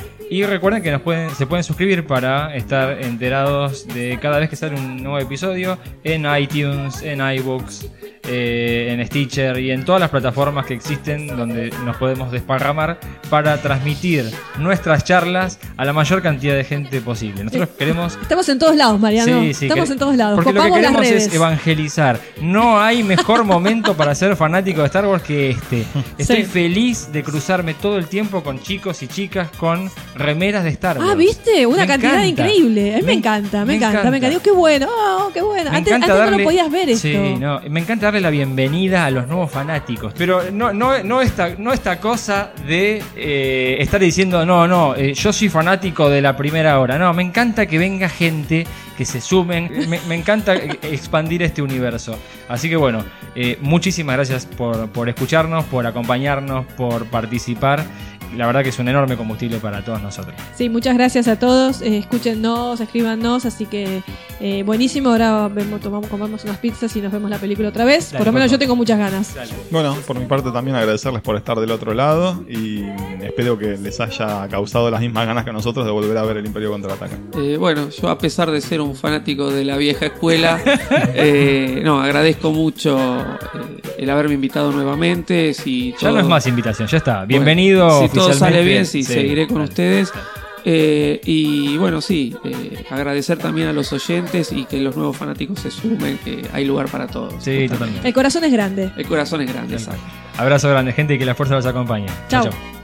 Y recuerden que nos pueden, se pueden suscribir para estar enterados de cada vez que sale un nuevo episodio en iTunes, en iBooks, eh, en Stitcher y en todas las plataformas que existen donde nos podemos desparramar para transmitir nuestras charlas a la mayor cantidad de gente posible. Nosotros queremos... Estamos en todos lados, Mariano. Sí, sí, Estamos que- en todos lados. Porque lo que Copamos las queremos redes. es evangelizar. No hay mejor momento para ser fanático de Star Wars que este. Estoy Sí. feliz de cruzarme todo el tiempo con chicos y chicas con remeras de Star Wars. Ah, ¿viste? Una Me cantidad encanta. increíble. A mí me, encanta, me, encanta, me encanta. Digo, qué bueno, oh, qué bueno. Me Antes, encanta antes darle, no lo podías ver esto. Sí, no, me encanta darle la bienvenida a los nuevos fanáticos. Pero no, no, no, esta, no esta cosa de eh, estar diciendo, no, no, eh, yo soy fanático de la primera hora. No, me encanta que venga gente, que se sumen. Me, me encanta expandir este universo. Así que bueno, eh, muchísimas gracias por, por escucharnos, por acompañarnos, por participar. La verdad que es un enorme combustible para todos nosotros. Sí, muchas gracias a todos. Eh, escúchennos, escríbanos. Así que eh, buenísimo. Ahora vemos, tomamos, comamos unas pizzas y nos vemos la película otra vez. Dale, por lo menos por yo favor. tengo muchas ganas. Bueno, por mi parte también agradecerles por estar del otro lado y espero que les haya causado las mismas ganas que a nosotros de volver a ver El Imperio Contraataca. Eh, bueno, yo a pesar de ser un fanático de la vieja escuela, eh, no, agradezco mucho eh, el haberme invitado nuevamente. Si Ya todo- no es más invitación, ya está. Bienvenido. Bueno, si todo sale oficialmente. bien, sí, Sí, seguiré con dale. ustedes. Eh, y bueno, sí, eh, agradecer también a los oyentes y que los nuevos fanáticos se sumen, que hay lugar para todos. Sí, Justamente. totalmente. El corazón es grande. El corazón es grande, exacto. Abrazo grande, gente, y que la fuerza los acompañe. Chao. chao.